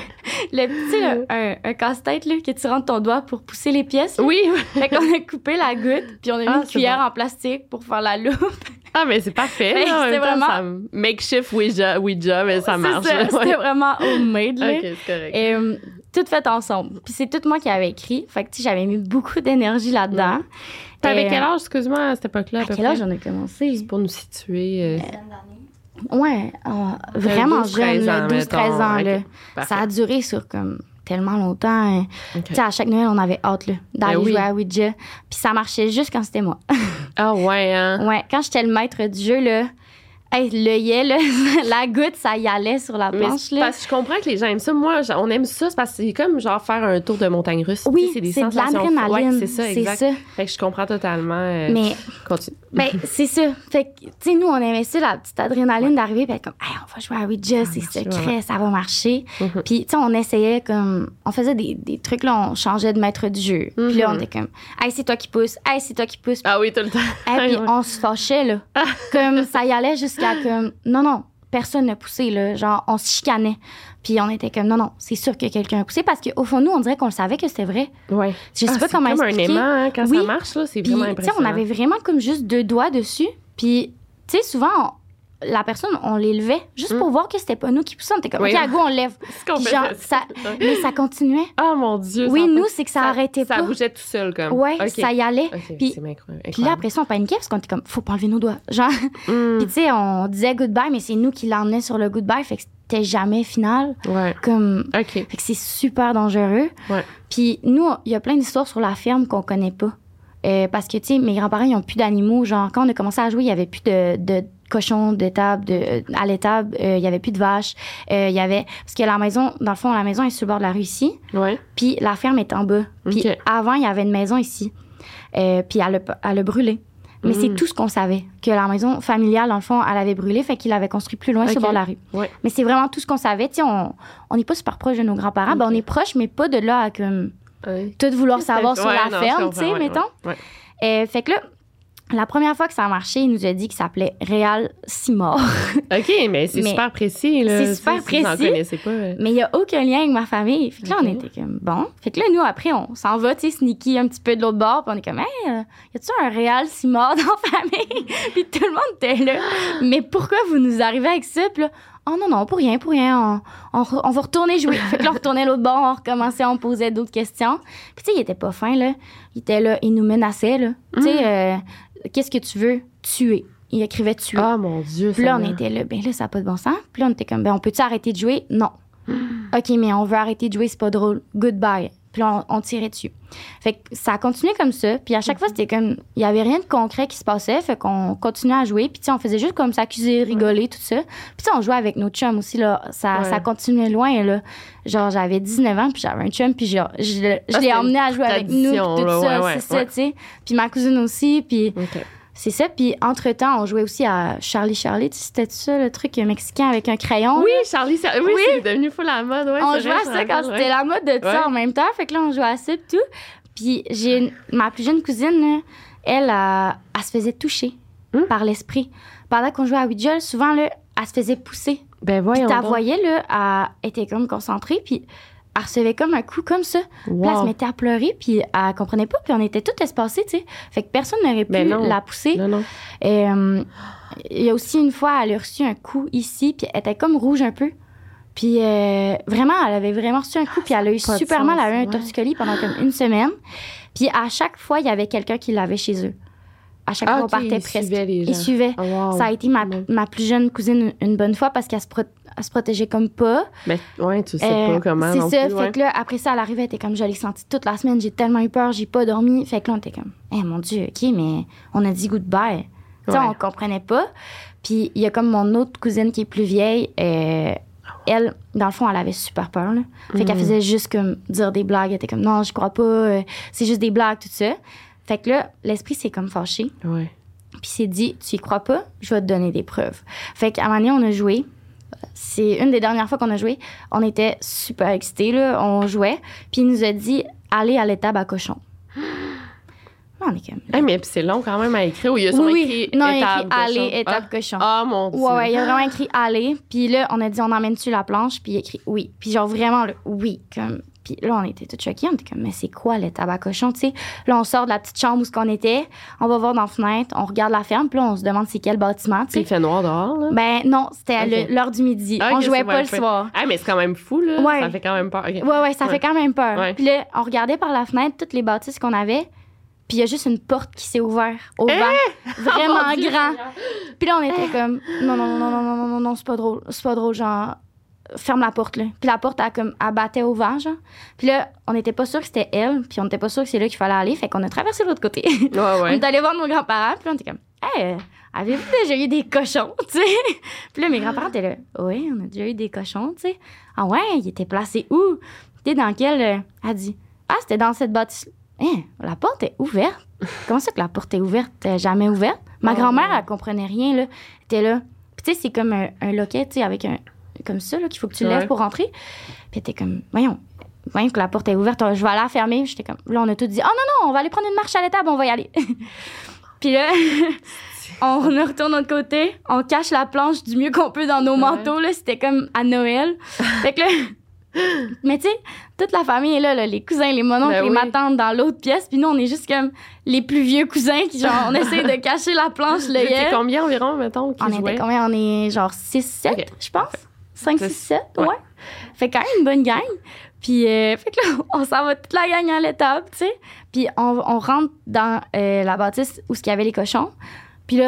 le petit, là, un, un casse-tête, là, que tu rentres ton doigt pour pousser les pièces. Là. Oui. Fait qu'on a coupé la goutte, puis on a mis ah, une cuillère bon. En plastique pour faire la loupe. Ah, mais c'est parfait. Là, c'était vraiment... ça makeshift Ouija, Ouija, mais ça marche. Ça, ouais. C'était vraiment homemade, là. OK, c'est correct. Et, euh, tout fait ensemble. Puis c'est tout moi qui avais écrit. Fait que, tu sais, j'avais mis beaucoup d'énergie là-dedans. Ouais. T'avais quel âge, excuse-moi, à cette époque-là? À, à quel âge j'en ai commencé? C'est pour nous situer. Euh... Euh, ouais, oh, vraiment jeune, douze treize ans. Okay. Là. Ça a duré sur comme tellement longtemps. Okay. Tu sais, à chaque Noël, on avait hâte là, d'aller ben oui. jouer à Ouija. Puis ça marchait juste quand c'était moi. Ah ouais, hein? Ouais, quand j'étais le maître du jeu, là, hey, l'œillet, là, la goutte, ça y allait sur la planche. Là. Parce que je comprends que les gens aiment ça. Moi, on aime ça, c'est parce que c'est comme genre faire un tour de montagne russe. Oui, c'est, des c'est de l'adrénaline. Ouais, c'est ça, exact. C'est ça. Fait que je comprends totalement. Euh, Mais, continue. Ben, c'est ça. Fait que, tu sais, nous, on aimait ça, la petite adrénaline ouais. d'arriver, puis être comme, hey, on va jouer à Ouija, c'est secret, ouais. ça va marcher. Mm-hmm. Puis, tu sais, on essayait comme, on faisait des, des trucs, là, on changeait de maître du jeu. Mm-hmm. Puis là, on était comme, hey, c'est toi qui pousse, hey, c'est toi qui pousse. Ah oui, tout le temps. Et puis, ouais. on se fâchait, là. Comme, ça y allait jusqu'à comme, non, non, personne n'a poussé, là. Genre, on se chicanait. Puis on était comme, non, non, c'est sûr que quelqu'un a poussé. Parce qu'au fond, nous, on dirait qu'on le savait que c'était vrai. Ouais. Je sais ah, pas comment expliquer. C'est comme un aimant, hein, quand oui. ça marche, là, c'est puis, vraiment impressionnant. Tu sais, on avait vraiment comme juste deux doigts dessus. Puis, tu sais, souvent, on, la personne, on l'élevait juste mm. pour voir que c'était pas nous qui poussons. On était comme, oui. OK, à go, on lève. Puis genre, ça, mais ça continuait. Oh mon Dieu. Oui, nous, c'est que ça, ça arrêtait ça pas. Ça bougeait tout seul, comme. Ouais, okay. ça y allait. Okay, puis, c'est incroyable. Puis là, après ça, on paniquait parce qu'on était comme, faut pas enlever nos doigts. Genre, mm. puis tu sais, on disait goodbye, mais c'est nous qui l'emmenait sur le goodbye. Fait que c'était jamais final. Ouais. Comme, OK. Fait que c'est super dangereux. Ouais. Puis nous, il y a plein d'histoires sur la ferme qu'on connaît pas. Euh, parce que, tu sais, mes grands-parents, ils ont plus d'animaux. Genre, quand on a commencé à jouer, il y avait plus de, de cochons de table, de, à l'étable. Il euh, y avait plus de vaches. Il euh, y avait... Parce que la maison, dans le fond, la maison est sur le bord de la rue ici. Ouais. Puis la ferme est en bas. Puis okay. avant, il y avait une maison ici. Euh, puis elle a, elle a brûlé. Mais mm. c'est tout ce qu'on savait. Que la maison familiale, dans le fond, elle avait brûlé. Fait qu'il l'avait construit plus loin okay. sur le bord de la rue. Ouais. Mais c'est vraiment tout ce qu'on savait. Tu sais, on n'est pas super proche de nos grands-parents. Okay. Ben, on est proche, mais pas de là à comme... Ouais. Tout vouloir savoir sur ouais, la non, ferme, tu sais, ouais, mettons. Ouais, ouais. Euh, fait que là, la première fois que ça a marché, il nous a dit qu'il s'appelait Réal Simard. OK, mais c'est mais super précis, là. C'est super si précis. Vous en connaissez pas. Mais il n'y a aucun lien avec ma famille. Fait que là, okay. on était comme, bon. Fait que là, nous, après, on s'en va, tu sais, sneaky un petit peu de l'autre bord. Puis on est comme, hey, euh, y a-tu un Réal Simard dans la famille? Puis tout le monde était là. Mais pourquoi vous nous arrivez avec ça? Puis là, oh non, non, pour rien, pour rien. On, on, on va retourner jouer. Fait que là, on retournait l'autre bord, on recommençait, on posait d'autres questions. Puis tu sais, il était pas fin, là. Il était là, il nous menaçait, là. Mm. Tu sais, euh, qu'est-ce que tu veux? Tuer. Il écrivait tuer. Ah, mon Dieu. Puis là, on était là, ben là, ça n'a pas de bon sens. Puis là, on était comme, ben on peut-tu arrêter de jouer? Non. Mm. OK, mais on veut arrêter de jouer, c'est pas drôle. Goodbye. Puis là, on, on tirait dessus. Fait que ça a continué comme ça. Puis à chaque fois, c'était comme... Il n'y avait rien de concret qui se passait. Fait qu'on continuait à jouer. Puis tu sais, on faisait juste comme s'accuser, rigoler, tout ça. Puis tu sais, on jouait avec nos chums aussi, là. Ça, ouais. ça continuait loin, là. Genre, j'avais dix-neuf ans, puis j'avais un chum. Puis genre, je, je ah, l'ai emmené à jouer avec nous, puis tout là, ça. Ouais, ouais, c'est ouais. ça, tu sais. Puis ma cousine aussi, puis... Okay. C'est ça. Puis, entre-temps, on jouait aussi à Charlie Charlie. C'était ça, le truc mexicain avec un crayon? Oui, là? Charlie Charlie. Oui, oui. C'est devenu full la mode. Ouais, on jouait à ça quand c'était ouais. la mode de ça ouais. en même temps. Fait que là, on jouait à ça et tout. Puis, j'ai une... ma plus jeune cousine, là, elle, elle, elle se faisait toucher hum? par l'esprit. Pendant qu'on jouait à Ouija, souvent, là, elle se faisait pousser. Ben voyons. Puis, tu la voyais, là, elle était comme concentrée. Puis, elle recevait comme un coup comme ça. Wow. Puis elle se mettait à pleurer, puis elle comprenait pas, puis on était toutes espacées, tu sais. Fait que personne n'aurait pu ben la pousser. Non, non. Et, euh, il y a aussi une fois, elle a reçu un coup ici, puis elle était comme rouge un peu. Puis euh, vraiment, elle avait vraiment reçu un coup, puis elle a eu super mal, elle a eu un torticolis pendant comme une semaine. Puis à chaque fois, il y avait quelqu'un qui l'avait chez eux. À chaque ah, fois, okay, on partait il presque. Suivait les gens. Il suivait. Oh, wow. Ça a été ma, ma plus jeune cousine une bonne fois parce qu'elle se, pro- elle se protégeait comme pas. Mais ouais, tu sais euh, pas comment. C'est non ça. Plus, fait ouais. que là, après ça, elle arrivait, elle était comme, je l'ai senti toute la semaine, j'ai tellement eu peur, j'ai pas dormi. Fait que là, on était comme, eh hey, mon Dieu, OK, mais on a dit goodbye. Ouais. Tu sais, on comprenait pas. Puis il y a comme mon autre cousine qui est plus vieille. Euh, elle, dans le fond, elle avait super peur. Là. Fait mm. qu'elle faisait juste comme dire des blagues. Elle était comme, non, je crois pas, euh, c'est juste des blagues, tout ça. Fait que là, l'esprit s'est comme fâché. Ouais. Puis s'est dit, tu y crois pas, je vais te donner des preuves. Fait qu'à un moment donné, on a joué. C'est une des dernières fois qu'on a joué. On était super excités, là. On jouait. Puis il nous a dit, allez à l'étable à cochon. On est comme... Hey, mais c'est long quand même à écrire. Ou il y a sûrement oui, écrit non, étable il a écrit cochon. aller, étape ah. cochon. Ah, mon Dieu. Ouais, ouais, il a vraiment écrit aller. Puis là, on a dit, on emmène-tu la planche? Puis il a écrit oui. Puis genre vraiment, le oui. Comme... Puis là, on était tous choqués. On était comme, mais c'est quoi l'étable à cochon, tu sais? Là, on sort de la petite chambre où ce qu'on était. On va voir dans la fenêtre. On regarde la ferme. Puis là, on se demande c'est quel bâtiment, tu sais. Puis il fait noir dehors, là? Ben non, c'était à okay. l'heure du midi. Okay, on jouait pas le fait. soir. Ah, mais c'est quand même fou, là. Ouais. Ça fait quand même peur. Okay. Ouais, ouais, ça ouais. fait quand même peur. Ouais. Puis là, on regardait par la fenêtre toutes les bâtisses qu'on avait. Puis il y a juste une porte qui s'est ouverte au vent. Eh! Vraiment oh, grand. Puis là, on était comme, non, non, non, non, non, non, non, non, c'est pas drôle. C'est pas drôle, genre, ferme la porte, là. Puis la porte, elle, comme, elle battait au vent, genre. Puis là, on n'était pas sûr que c'était elle. Puis on n'était pas sûr que c'est là qu'il fallait aller. Fait qu'on a traversé l'autre côté. Ouais, ouais. On est allé voir nos grands-parents. Puis là, on était comme, hey, avez-vous déjà eu des cochons, tu sais? Puis là, mes grands-parents étaient là, oui, on a déjà eu des cochons, tu sais. Ah ouais, ils étaient placés où? Tu sais, dans quel. Euh, elle dit, ah, c'était dans cette bâtisse. Hein, la porte est ouverte. Comment ça que la porte est ouverte? Elle est jamais ouverte? Ma oh, grand-mère, ouais. elle comprenait rien, là. Elle était là. Puis tu sais, c'est comme un, un loquet, tu sais, avec un... Comme ça, là, qu'il faut que tu ouais. lèves pour rentrer. Puis elle était comme, voyons, voyons que la porte est ouverte. Je vais aller la fermer. J'étais comme... Là, on a tout dit, oh non, non, on va aller prendre une marche à l'étable, on va y aller. Puis là... on retourne de l'autre côté. On cache la planche du mieux qu'on peut dans nos ouais. manteaux, là. C'était comme à Noël. Fait que là... Mais tu sais, toute la famille est là, là, les cousins, les mononcles, ben les oui. matantes dans l'autre pièce, puis nous on est juste comme les plus vieux cousins qui genre on essaie de cacher la planche, le C'était combien environ, mettons, qui on jouait? était combien? On est genre six sept, okay. je pense. cinq six sept, ouais. ouais. Fait quand même une bonne gang. Puis euh, fait que là, on s'en va toute la gang à l'étable, tu sais. Puis on, on rentre dans euh, la bâtisse où il y avait les cochons. Puis là,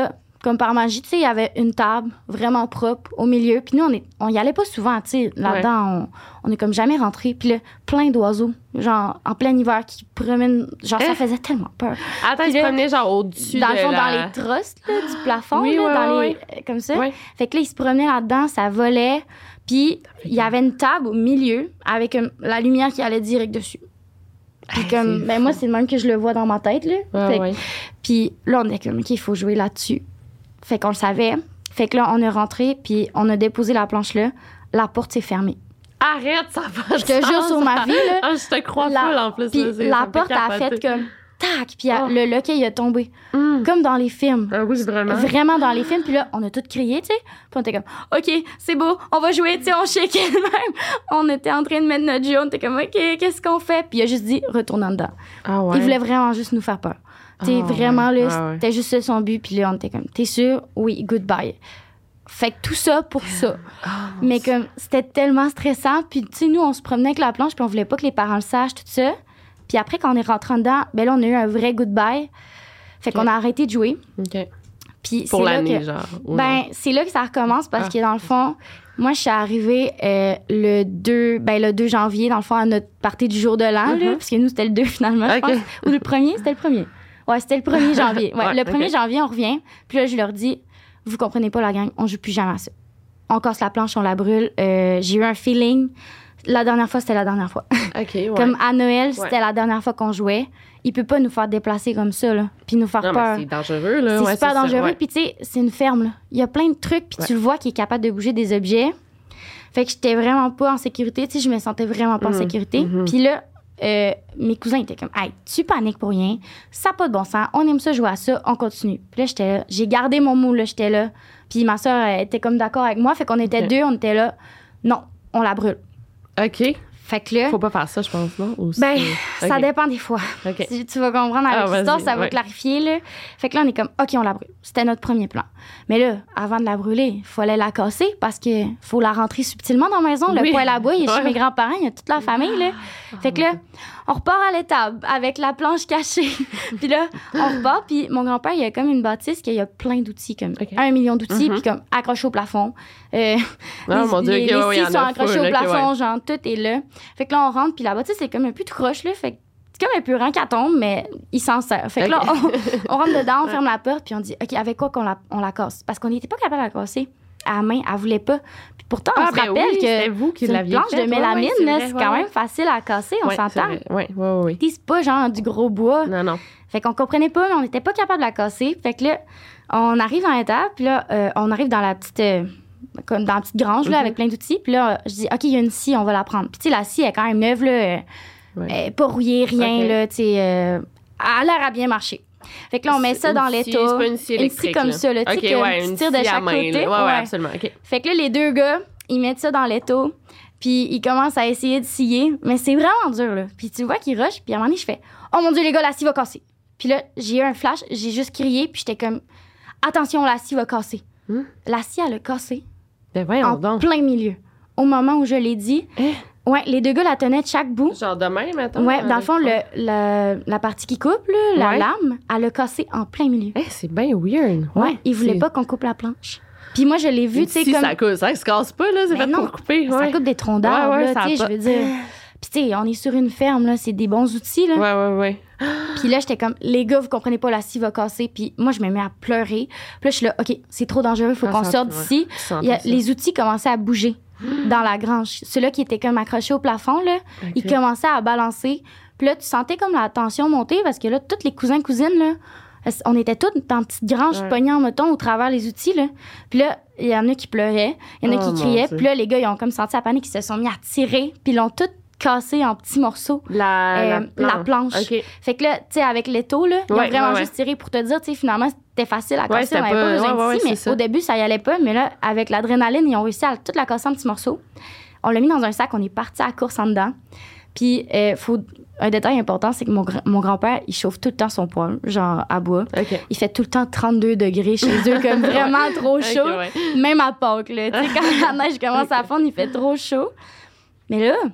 comme par magie, tu sais, il y avait une table vraiment propre au milieu. Puis nous, on, est, on y allait pas souvent, tu sais. Là-dedans, ouais. on, on est comme jamais rentré. Puis là, plein d'oiseaux, genre en plein hiver, qui promènent. Genre, hein? Ça faisait tellement peur. Attends, ils se promenaient genre au-dessus dans de le fond, la... dans les trosses là, du plafond, oui, là, ouais, dans ouais, les, comme ça. Ouais. Fait que là, ils se promenaient là-dedans, ça volait. Puis il y avait une table au milieu avec um, la lumière qui allait direct dessus. Puis comme, ben moi, c'est le même que je le vois dans ma tête, là. Ouais, fait, ouais. Puis là, on est comme, OK, il faut jouer là-dessus. Fait qu'on le savait. Fait que là, on est rentré, puis on a déposé la planche là. La porte s'est fermée. Arrête, ça va. Je te jure sur ma vie, là. Ah, je te crois la, full en plus. Puis là, la porte a fait comme tac, puis oh. le loquet, il a tombé. Mm. Comme dans les films. Ah oui, vraiment. Vraiment dans les films. Puis là, on a tous crié, tu sais. Puis on était comme, OK, c'est beau, on va jouer, tu sais, on shakeait même. On était en train de mettre notre jeu, on était comme, OK, qu'est-ce qu'on fait? Puis il a juste dit, retourne en dedans. Ah ouais. Il voulait vraiment juste nous faire peur. Tu sais, oh, vraiment, ouais. là, ah ouais. c'était juste ça son but. Puis là, on était comme, t'es sûr? Oui, goodbye. Fait que tout ça pour ça. Oh, mais comme, c'était tellement stressant. Puis, tu sais, nous, on se promenait avec la planche, puis on voulait pas que les parents le sachent, tout ça. Puis après, quand on est rentré dedans, ben là, on a eu un vrai goodbye. Fait okay. qu'on a arrêté de jouer. OK. Puis pour c'est l'année, là que, genre. Ben, non? C'est là que ça recommence parce ah. que, dans le fond, moi, je suis arrivée euh, le deux, ben, le deux janvier, dans le fond, à notre party du jour de l'an, mm-hmm. là, parce que nous, c'était le deux finalement, okay. je pense. Ou le premier, c'était le premier. Ouais, c'était le premier janvier. Ouais, ouais, le premier okay. janvier, on revient. Puis là, je leur dis, vous comprenez pas, la gang, on joue plus jamais à ça. On casse la planche, on la brûle. Euh, j'ai eu un feeling. La dernière fois, c'était la dernière fois. OK, ouais. Comme à Noël, ouais. c'était la dernière fois qu'on jouait. Il peut pas nous faire déplacer comme ça, là, puis nous faire non, peur. C'est dangereux, là. C'est ouais, super c'est dangereux. Ouais. Puis, tu sais, c'est une ferme, là. Il y a plein de trucs, puis ouais. tu le vois qui est capable de bouger des objets. Fait que j'étais vraiment pas en sécurité. Tu sais, je me sentais vraiment pas mmh. en sécurité. Mmh. Puis là, euh, mes cousins étaient comme, hey, tu paniques pour rien. Ça n'a pas de bon sens. On aime ça jouer à ça. On continue. Puis là, j'étais là. J'ai gardé mon mot, là. J'étais là. Puis ma soeur elle était comme d'accord avec moi. Fait qu'on était okay. deux. On était là. Non, on la brûle. OK. Fait que là. Faut pas faire ça, je pense, non? Ou ben, okay. ça dépend des fois. Okay. Si tu vas comprendre avec ah, l'histoire, ça va ouais. clarifier, là. Fait que là, on est comme, OK, on la brûle. C'était notre premier plan. Mais là, avant de la brûler, il fallait la casser parce que faut la rentrer subtilement dans la maison. Le oui. poêle à bois, il est ouais. chez mes grands-parents, il y a toute la famille, là. Fait que là, on repart à l'étable avec la planche cachée. Puis là, on repart. Puis mon grand-père, il a comme une bâtisse qu'il y a plein d'outils, comme okay. un million d'outils, mm-hmm. puis comme accrochés au plafond. Euh, oh, les mon Dieu, les, okay, les scies sont accrochés au plafond, ouais. genre, tout est là. Fait que là, on rentre, puis la bâtisse, c'est comme un peu tout croche, là. Fait que c'est comme un peu rancatombe, mais il s'en sert. Fait que okay. là, on, on rentre dedans, on ferme la porte, puis on dit, OK, avec quoi qu'on la, on la casse? Parce qu'on n'était pas capable de la casser à la main, elle voulait pas. Puis pourtant, on ah, se ben rappelle oui, que vous qui c'est une planche fait. de mélamine, ouais, là, c'est, c'est vrai, quand ouais. même facile à casser, on ouais, s'entend. Oui, oui, oui. Puis c'est pas genre du gros bois. Non, non. Fait qu'on comprenait pas, mais on n'était pas capable de la casser. Fait que là, on arrive dans l'étape, puis là, euh, on arrive dans la petite... Euh, comme dans la petite grange, là, mm-hmm. avec plein d'outils. Puis là, je dis, OK, il y a une scie, on va la prendre. Puis tu sais, la scie, elle est quand même neuve, là. Ouais. Elle est pas rouillée, rien, okay. là, tu sais. Euh, elle a l'air à bien marcher. Fait que là, on met ça dans l'état. C'est pas une scie électrique, une scie comme là. ça, là, tu sais, okay, ouais, tu tires de chaque main, côté. Ouais, ouais, ouais, absolument, OK. Fait que là, les deux gars, ils mettent ça dans l'étau, puis ils commencent à essayer de scier, mais c'est vraiment dur, là. Puis tu vois qu'ils rushent, puis à un moment donné, je fais « Oh mon Dieu, les gars, la scie va casser! » Puis là, j'ai eu un flash, j'ai juste crié, puis j'étais comme « Attention, la scie va casser! Hmm? » La scie, elle a cassé. Ben voyons en donc. Plein milieu. Au moment où je l'ai dit, eh? ouais, les deux gars la tenaient de chaque bout. Genre de même, maintenant? Ouais, dans le fond, le, la, la partie qui coupe, là, la ouais. lame, elle a cassé en plein milieu. Eh, c'est bien weird. Ouais, ouais ils voulaient pas qu'on coupe la planche. Puis moi, je l'ai vu, tu sais, si comme... ça coupe, ça se casse pas, là, c'est ben fait non, pour couper. Ouais. Ça coupe des troncs d'arbres, ouais, ouais, là, tu sais, je veux dire... Puis tu sais, on est sur une ferme, là, c'est des bons outils, là. Ouais, ouais, ouais. Puis là, j'étais comme, les gars, vous comprenez pas, la scie va casser. Puis moi, je me mets à pleurer. Puis là, je suis là, OK, c'est trop dangereux, il faut ah, qu'on sorte d'ici. Ouais. Les outils commençaient à bouger dans la grange. Ceux-là qui étaient comme accrochés au plafond, là, okay. ils commençaient à balancer. Puis là, tu sentais comme la tension monter parce que là, tous les cousins, cousines, là, on était toutes dans une petite grange ouais. pognée en meton au travers les outils, là. Puis là, il y en a qui pleuraient, il y en a oh, qui criaient. Puis là, les gars, ils ont comme senti la panique, ils se sont mis à tirer. Puis ils l'ont toutes cassé en petits morceaux. La, euh, la, la planche. Okay. Fait que là, tu sais, avec l'étau, là, ils ouais, ont vraiment ouais, juste tiré pour te dire, tu sais, finalement, c'était facile à casser. Ouais, on n'avait pas besoin ouais, d'ici, ouais, mais ça. Au début, ça y allait pas. Mais là, avec l'adrénaline, ils ont réussi à toute la casser en petits morceaux. On l'a mis dans un sac, on est parti à la course en dedans. Puis, euh, faut... un détail important, c'est que mon, gra- mon grand-père, il chauffe tout le temps son poêle, genre à bois. Okay. Il fait tout le temps trente-deux degrés chez eux, comme vraiment trop chaud. Okay, ouais. Même à Pâques, là. Tu sais, quand la neige commence à fondre, il fait trop chaud. Mais là,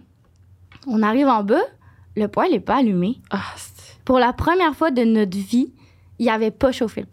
on arrive en bas, le poêle n'est pas allumé. Ah, pour la première fois de notre vie, il n'avait pas chauffé le poêle.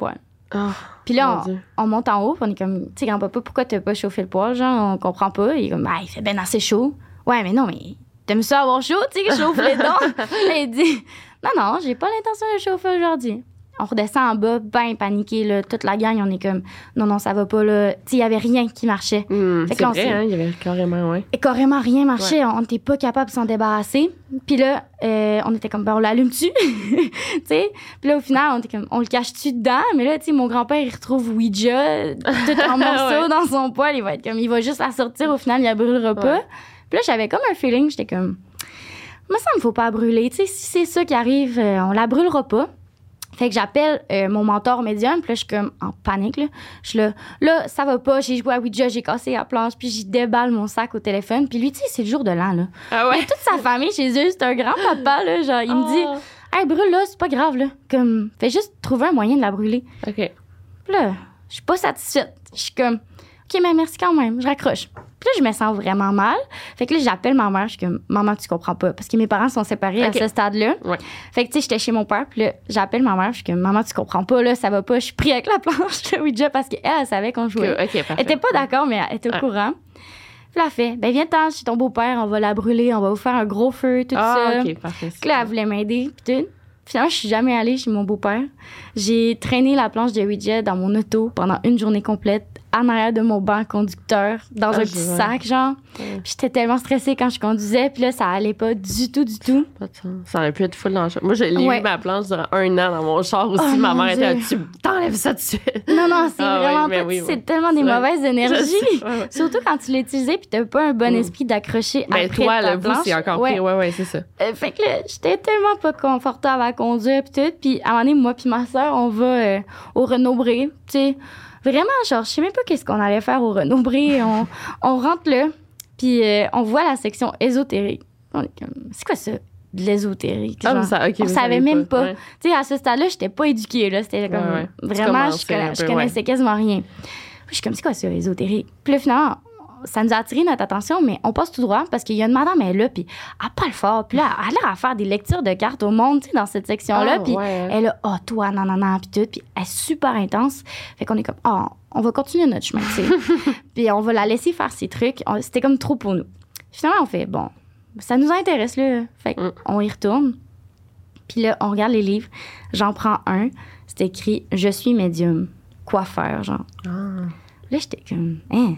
Oh, Puis là, mon Dieu. on, on monte en haut, puis on est comme, tu sais, grand-papa, pourquoi t'as pas chauffé le poêle? Genre, on comprend pas. Il est comme, ah, il fait ben assez chaud. Ouais, mais non, mais t'aimes ça avoir chaud, tu sais, que je chauffe les dents? Là, il dit, non, non, j'ai pas l'intention de chauffer aujourd'hui. On redescend en bas, ben paniqué, là. Toute la gang, on est comme, non, non, ça va pas, là. Tu sais, il y avait rien qui marchait. Hum, Fait que c'est là, on vrai, s'est- hein, il y avait carrément, ouais. Et carrément rien marchait. On n'était pas capable de s'en débarrasser. Puis là, euh, on était comme, ben, on l'allume-tu? Tu sais? Puis là, au final, on était comme, on le cache-tu dedans? Mais là, tu sais, mon grand-père, il retrouve Ouija, tout en morceaux Ouais. dans son poêle. Il va être comme, il va juste la sortir. Au final, il la brûlera pas. Ouais. Puis là, j'avais comme un feeling. J'étais comme, moi, ça me faut pas brûler. Tu sais, si c'est ça qui arrive, euh, on la brûlera pas. Fait que j'appelle euh, mon mentor médium, puis là, je suis comme en panique, là. Je suis là, là, ça va pas, j'ai joué à Ouija, j'ai cassé la planche, puis j'y déballe mon sac au téléphone. Puis lui, tu sais, c'est le jour de l'an, là. Ah ouais? Et toute sa famille chez eux, c'est un grand-papa, là. Genre, il me dit, hey, brûle-la, c'est pas grave, là. Comme, fais juste trouver un moyen de la brûler. OK. Puis là, je suis pas satisfaite. Je suis comme, OK, mais merci quand même, je raccroche. Puis là, je me sens vraiment mal. Fait que là, j'appelle ma mère. Je suis comme, maman, tu comprends pas. Parce que mes parents sont séparés OK. à ce stade-là. Ouais. Fait que, tu sais, j'étais chez mon père. Puis là, j'appelle ma mère. Je suis comme, maman, tu comprends pas, là, ça va pas. Je suis pris avec la planche de Ouija parce qu'elle, elle savait qu'on jouait. OK, parfait. Elle était pas d'accord, mais elle était au Ouais. courant. Puis là, elle fait, ben, viens-t'en chez ton beau-père, on va la brûler, on va vous faire un gros feu, tout Ah, ça. OK, parfait. Puis là, elle voulait m'aider, puis tout. Finalement, je suis jamais allée chez mon beau-père. J'ai traîné la planche de Ouija dans mon auto pendant une journée complète, en arrière de mon banc conducteur, dans Ah, un je petit vois. sac, genre. Ouais. Puis j'étais tellement stressée quand je conduisais, puis là, ça allait pas du tout, du tout. Pas de sens. Ça aurait pu être full dans le char. Moi, j'ai lu Ouais. ma planche durant un an dans mon char aussi. Oh, ma mon mère était Dieu. là-dessus. T'enlèves ça tout de suite. Non, non, c'est Ah, vraiment oui, mais pas... oui, c'est oui. tellement des Ouais. mauvaises Je énergies. sais, ouais, ouais. Surtout quand tu l'as utilisé, puis t'as pas un bon Mm. esprit d'accrocher Ben, après toi, ta là, vous, planche. c'est encore Ouais. pire. Ouais, ouais, c'est ça. Euh, fait que là, j'étais tellement pas confortable à conduire pis tout. Puis à un moment donné, moi puis ma soeur, on va euh, au Renaud-Bré. Tu sais, vraiment, genre, je sais même pas qu'est-ce qu'on allait faire au Renaud-Bré. on, on rentre là, puis euh, on voit la section ésotérique. On est comme, c'est quoi ça, de l'ésotérique? Ah, genre? mais ça, OK. On vous savait savez même pas. Ouais. Tu sais, à ce stade-là, j'étais pas éduquée, là. C'était comme, Ouais, ouais. Tu vraiment, commençais je, conna- un je peu, connaissais quasiment rien. Puis je suis comme, c'est quoi ça, ésotérique? Puis là, finalement, ça nous a attiré notre attention, mais on passe tout droit parce qu'il y a une madame, elle est là, puis elle parle fort. Puis là, elle a l'air à faire des lectures de cartes au monde, tu sais, dans cette section-là. Ah, Puis ouais. elle a, oh, toi, non, non, non, puis tout. Puis elle est super intense. Fait qu'on est comme, oh, on va continuer notre chemin, tu sais. Puis on va la laisser faire ses trucs. On- C'était comme trop pour nous. Finalement, on fait, bon, ça nous intéresse, là. Fait Mm. qu'on y retourne. Puis là, on regarde les livres. J'en prends un. C'est écrit, je suis médium. Quoi faire, genre. Ah. Là, j'étais comme, hein,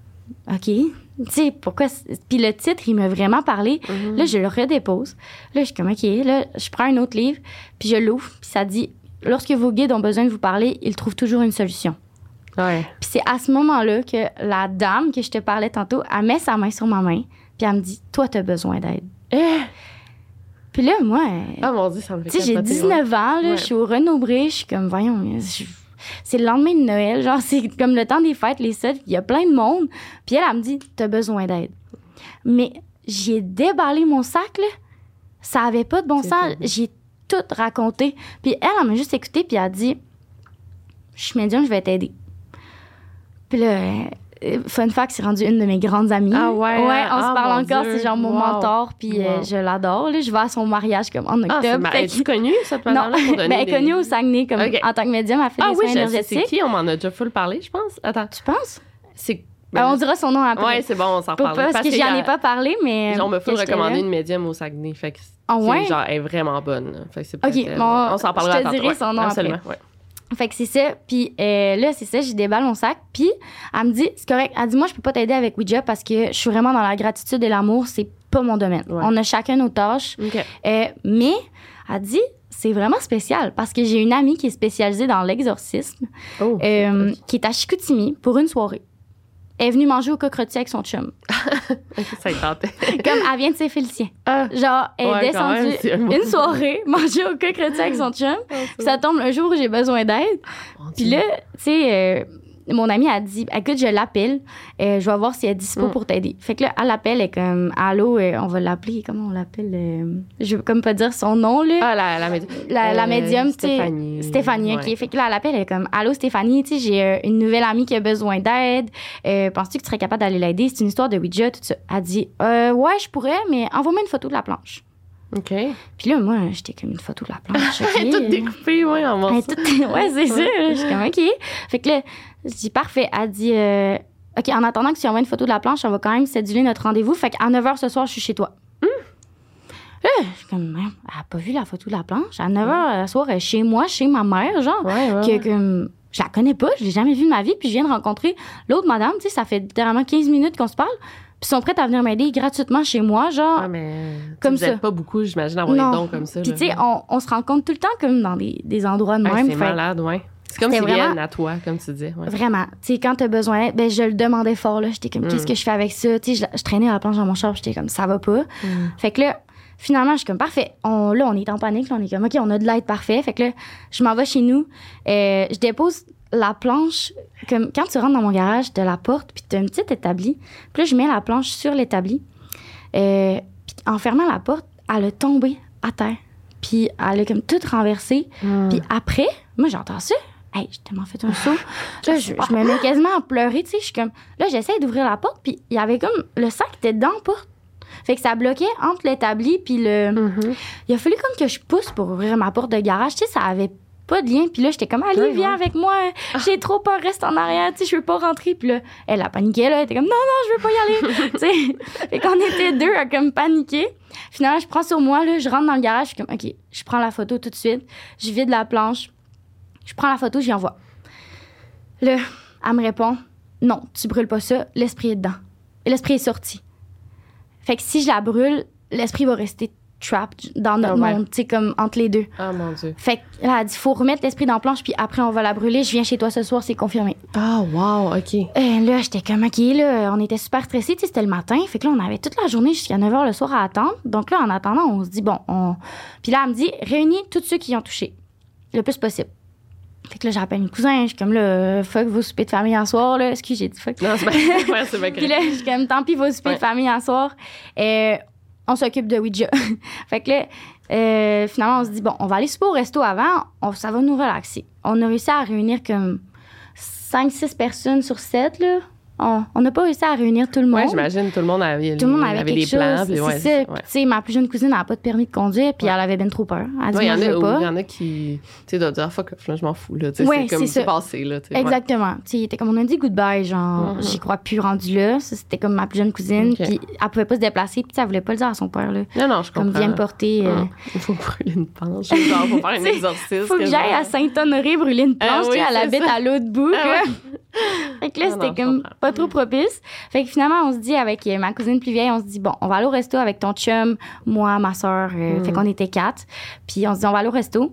OK. Tu sais, pourquoi. c'est- Puis le titre, il m'a vraiment parlé. Mhm. Là, je le redépose. Là, je suis comme, OK. Là, je prends un autre livre, puis je l'ouvre, puis ça dit, lorsque vos guides ont besoin de vous parler, ils trouvent toujours une solution. Ouais. Puis c'est à ce moment-là que la dame que je te parlais tantôt, elle met sa main sur ma main, puis elle me dit, toi, t'as besoin d'aide. Puis là, moi, Ah, mon Dieu, ça me fait tu sais, j'ai capoter, ouais. dix-neuf ans, là, Ouais. je suis au Renaud-Bré, je suis comme, voyons, je- c'est le lendemain de Noël, genre, c'est comme le temps des fêtes, les seuls, il y a plein de monde. Puis elle, elle me dit, t'as besoin d'aide. Mais j'ai déballé mon sac, là, ça avait pas de bon C'est sens, terrible. j'ai tout raconté. Puis elle, elle m'a juste écouté, puis elle a dit, je suis médium, je vais t'aider. Puis là, euh, fun fact, c'est rendu une de mes grandes amies. Ah ouais, Ouais, on ah, se parle mon encore, Dieu. c'est genre mon Wow. mentor, puis euh, Wow. je l'adore, là. Je vais à son mariage comme en octobre. Ah, c'est ma... Fait Es-tu que- connue, cette non, madame-là, pour donner ben, elle est des- connue au Saguenay comme, Ok. en tant que médium, elle fait Ah des oui, soins je sais c'est énergétiques. qui. On m'en a déjà full parlé, je pense. Attends. Tu penses? C'est... Euh, on dira son nom après. Ouais, c'est bon, on s'en Pas- reparle. parce que j'y en ai pas parlé, mais. On me fait que j'étais recommander là. une médium au Saguenay. Fait que Ah ouais? c'est genre, elle est vraiment bonne. là. Fait que c'est Ok, peut-être elle. bon, on s'en parlera je te tantôt. dirai Ouais, son nom absolument, ouais. Fait que c'est ça. Puis euh, là, c'est ça, j'ai déballe mon sac. Puis elle me dit, c'est correct. Elle dit, moi, je peux pas t'aider avec Ouija parce que je suis vraiment dans la gratitude et l'amour. C'est pas mon domaine. Ouais. On a chacun nos tâches. OK. Euh, mais elle dit, c'est vraiment spécial parce que j'ai une amie qui est spécialisée dans l'exorcisme, Oh, euh, qui est à Chicoutimi pour une soirée. Elle est venue manger au coq-rôti avec son chum. ça y tentait. Comme elle vient de Saint-Félicien. Ah, Genre, elle est Ouais, quand même, descendue c'est un bon- une soirée manger au coq-rôti avec son chum. Puis ça tombe le jour où j'ai besoin d'aide. mon Puis Dieu. là, tu sais, euh, mon amie a dit, écoute, je l'appelle, euh, je vais voir si elle est dispo Mm. pour t'aider. Fait que là, elle l'appelle, elle est comme, allô, euh, on va l'appeler, comment on l'appelle? euh, je veux comme pas dire son nom, là. Ah, la, la, médi- La, la euh, médium, tu sais. Stéphanie. Stéphanie, OK. Ouais. Fait que là, elle appelle, elle est comme, allô, Stéphanie, tu sais, j'ai euh, une nouvelle amie qui a besoin d'aide. Euh, penses-tu que tu serais capable d'aller l'aider? C'est une histoire de Ouija, tout ça. Elle dit, euh, ouais, je pourrais, mais envoie-moi une photo de la planche. OK. Puis là, moi, j'étais comme une photo de la planche. Okay. Tout découpé, oui, en morceaux. Tout... Ouais, c'est ça. Je suis comme, OK. Fait que là, je dis, parfait. Elle dit, euh, OK, en attendant que tu envoies une photo de la planche, on va quand même céduler notre rendez-vous. Fait qu'à neuf heures ce soir, je suis chez toi. Mm. Là, je suis comme, elle n'a pas vu la photo de la planche. À neuf heures ce soir, elle est chez moi, chez ma mère, genre. Ouais, ouais, que, ouais. Comme, je la connais pas, je l'ai jamais vue de ma vie. Puis je viens de rencontrer l'autre madame, tu sais, ça fait littéralement quinze minutes qu'on se parle. Puis ils sont prêts à venir m'aider gratuitement chez moi, genre. Ah, mais comme vous ça. Vous pas beaucoup, j'imagine, avoir des dons comme ça. Puis, tu sais, on, on se rencontre tout le temps comme dans des, des endroits de ah, même. C'est fait... malade, oui. C'est comme s'ils vraiment... viennent à toi, comme tu dis. Ouais. Vraiment. Tu sais, quand t'as besoin, ben, je le demandais fort, là. J'étais comme, mm. qu'est-ce que je fais avec ça? Tu sais, je, je traînais à la planche dans mon char, j'étais comme, ça va pas. Mm. Fait que là, finalement, je suis comme, parfait. On, là, on est en panique, là, on est comme, OK, on a de l'aide, parfait. Fait que là, je m'en vais chez nous. Euh, je dépose la planche, comme quand tu rentres dans mon garage, t'as la porte, puis t'as un petit établi. Puis là, je mets la planche sur l'établi. Euh, puis en fermant la porte, elle a tombé à terre. Puis elle a comme tout renversé. Mm. Puis après, moi, j'entends ça. Hey, j'ai tellement fait un saut. Là, je, je me mets quasiment à pleurer, tu sais. Je suis comme, là, j'essaie d'ouvrir la porte, puis il y avait comme, le sac était dans la porte. Fait que ça bloquait entre l'établi, puis le... Mm-hmm. Il a fallu comme que je pousse pour ouvrir ma porte de garage. Tu sais, ça avait pas de lien. Puis là, j'étais comme, allez, ouais, viens ouais. avec moi. J'ai trop peur, reste en arrière. Tu sais, je veux pas rentrer. Puis là, elle a paniqué, là. Elle était comme, non, non, je veux pas y aller. Tu sais, fait qu'on était deux à comme paniquer. Finalement, je prends sur moi, là, je rentre dans le garage. Je suis comme, OK, je prends la photo tout de suite. Je vide la planche. Je prends la photo, j'y envoie. Là, elle me répond, non, tu brûles pas ça. L'esprit est dedans. Et l'esprit est sorti. Fait que si je la brûle, l'esprit va rester trapped dans notre oh, ouais. monde, tu sais, comme entre les deux. Ah, oh, mon Dieu. Fait que là, elle dit, faut remettre l'esprit dans la planche, puis après, on va la brûler. Je viens chez toi ce soir, c'est confirmé. Ah, oh, wow, OK. Euh, là, j'étais comme, OK, là, on était super stressés, tu sais, c'était le matin. Fait que là, on avait toute la journée jusqu'à neuf heures le soir à attendre. Donc là, en attendant, on se dit, bon, on... Puis là, elle me dit, réunis tous ceux qui y ont touché, le plus possible. Fait que là, j'appelle mes cousins, je suis comme, là, fuck vos soupers de famille en soir, là. Excuse, j'ai dit fuck. Non, c'est pas ouais, c'est pas Puis là, je suis comme, tant pis vos soupers ouais. de famille en soir. Euh, on s'occupe de Ouija. Fait que là, euh, finalement, on se dit, bon, on va aller souper au resto avant, on, ça va nous relaxer. On a réussi à réunir comme cinq six personnes sur sept, là. On n'a pas réussi à réunir tout le monde. Oui, j'imagine, tout le monde avait, tout le monde avait, avait quelque des plans. chose, puis ouais, c'est ça. Ouais. Puis, tu sais, ma plus jeune cousine n'a pas de permis de conduire, puis ouais. elle avait bien trop peur. Elle dit, il y, y en a qui, tu sais, doivent dire, fuck off, là, je m'en fous, là. Ouais, c'est comme c'est passé, là. Exactement. Tu sais, il était comme, on a dit goodbye, genre, mm-hmm. j'y crois plus rendu là. Ça, c'était comme ma plus jeune cousine, okay. puis elle pouvait pas se déplacer, puis elle voulait pas le dire à son père, là. Non, non, je comprends. Comme, viens me porter. Euh... Il faut brûler une planche. Genre, faut faire un exorcisme. Faut que j'aille à Saint-Honoré brûler une planche, tu sais, elle habite à l'autre bout, là. Fait que là, c'était comme pas trop propice. Fait que finalement, on se dit avec ma cousine plus vieille, on se dit, bon, on va aller au resto avec ton chum, moi, ma soeur. Euh, mm. Fait qu'on était quatre. Puis on se dit, on va aller au resto.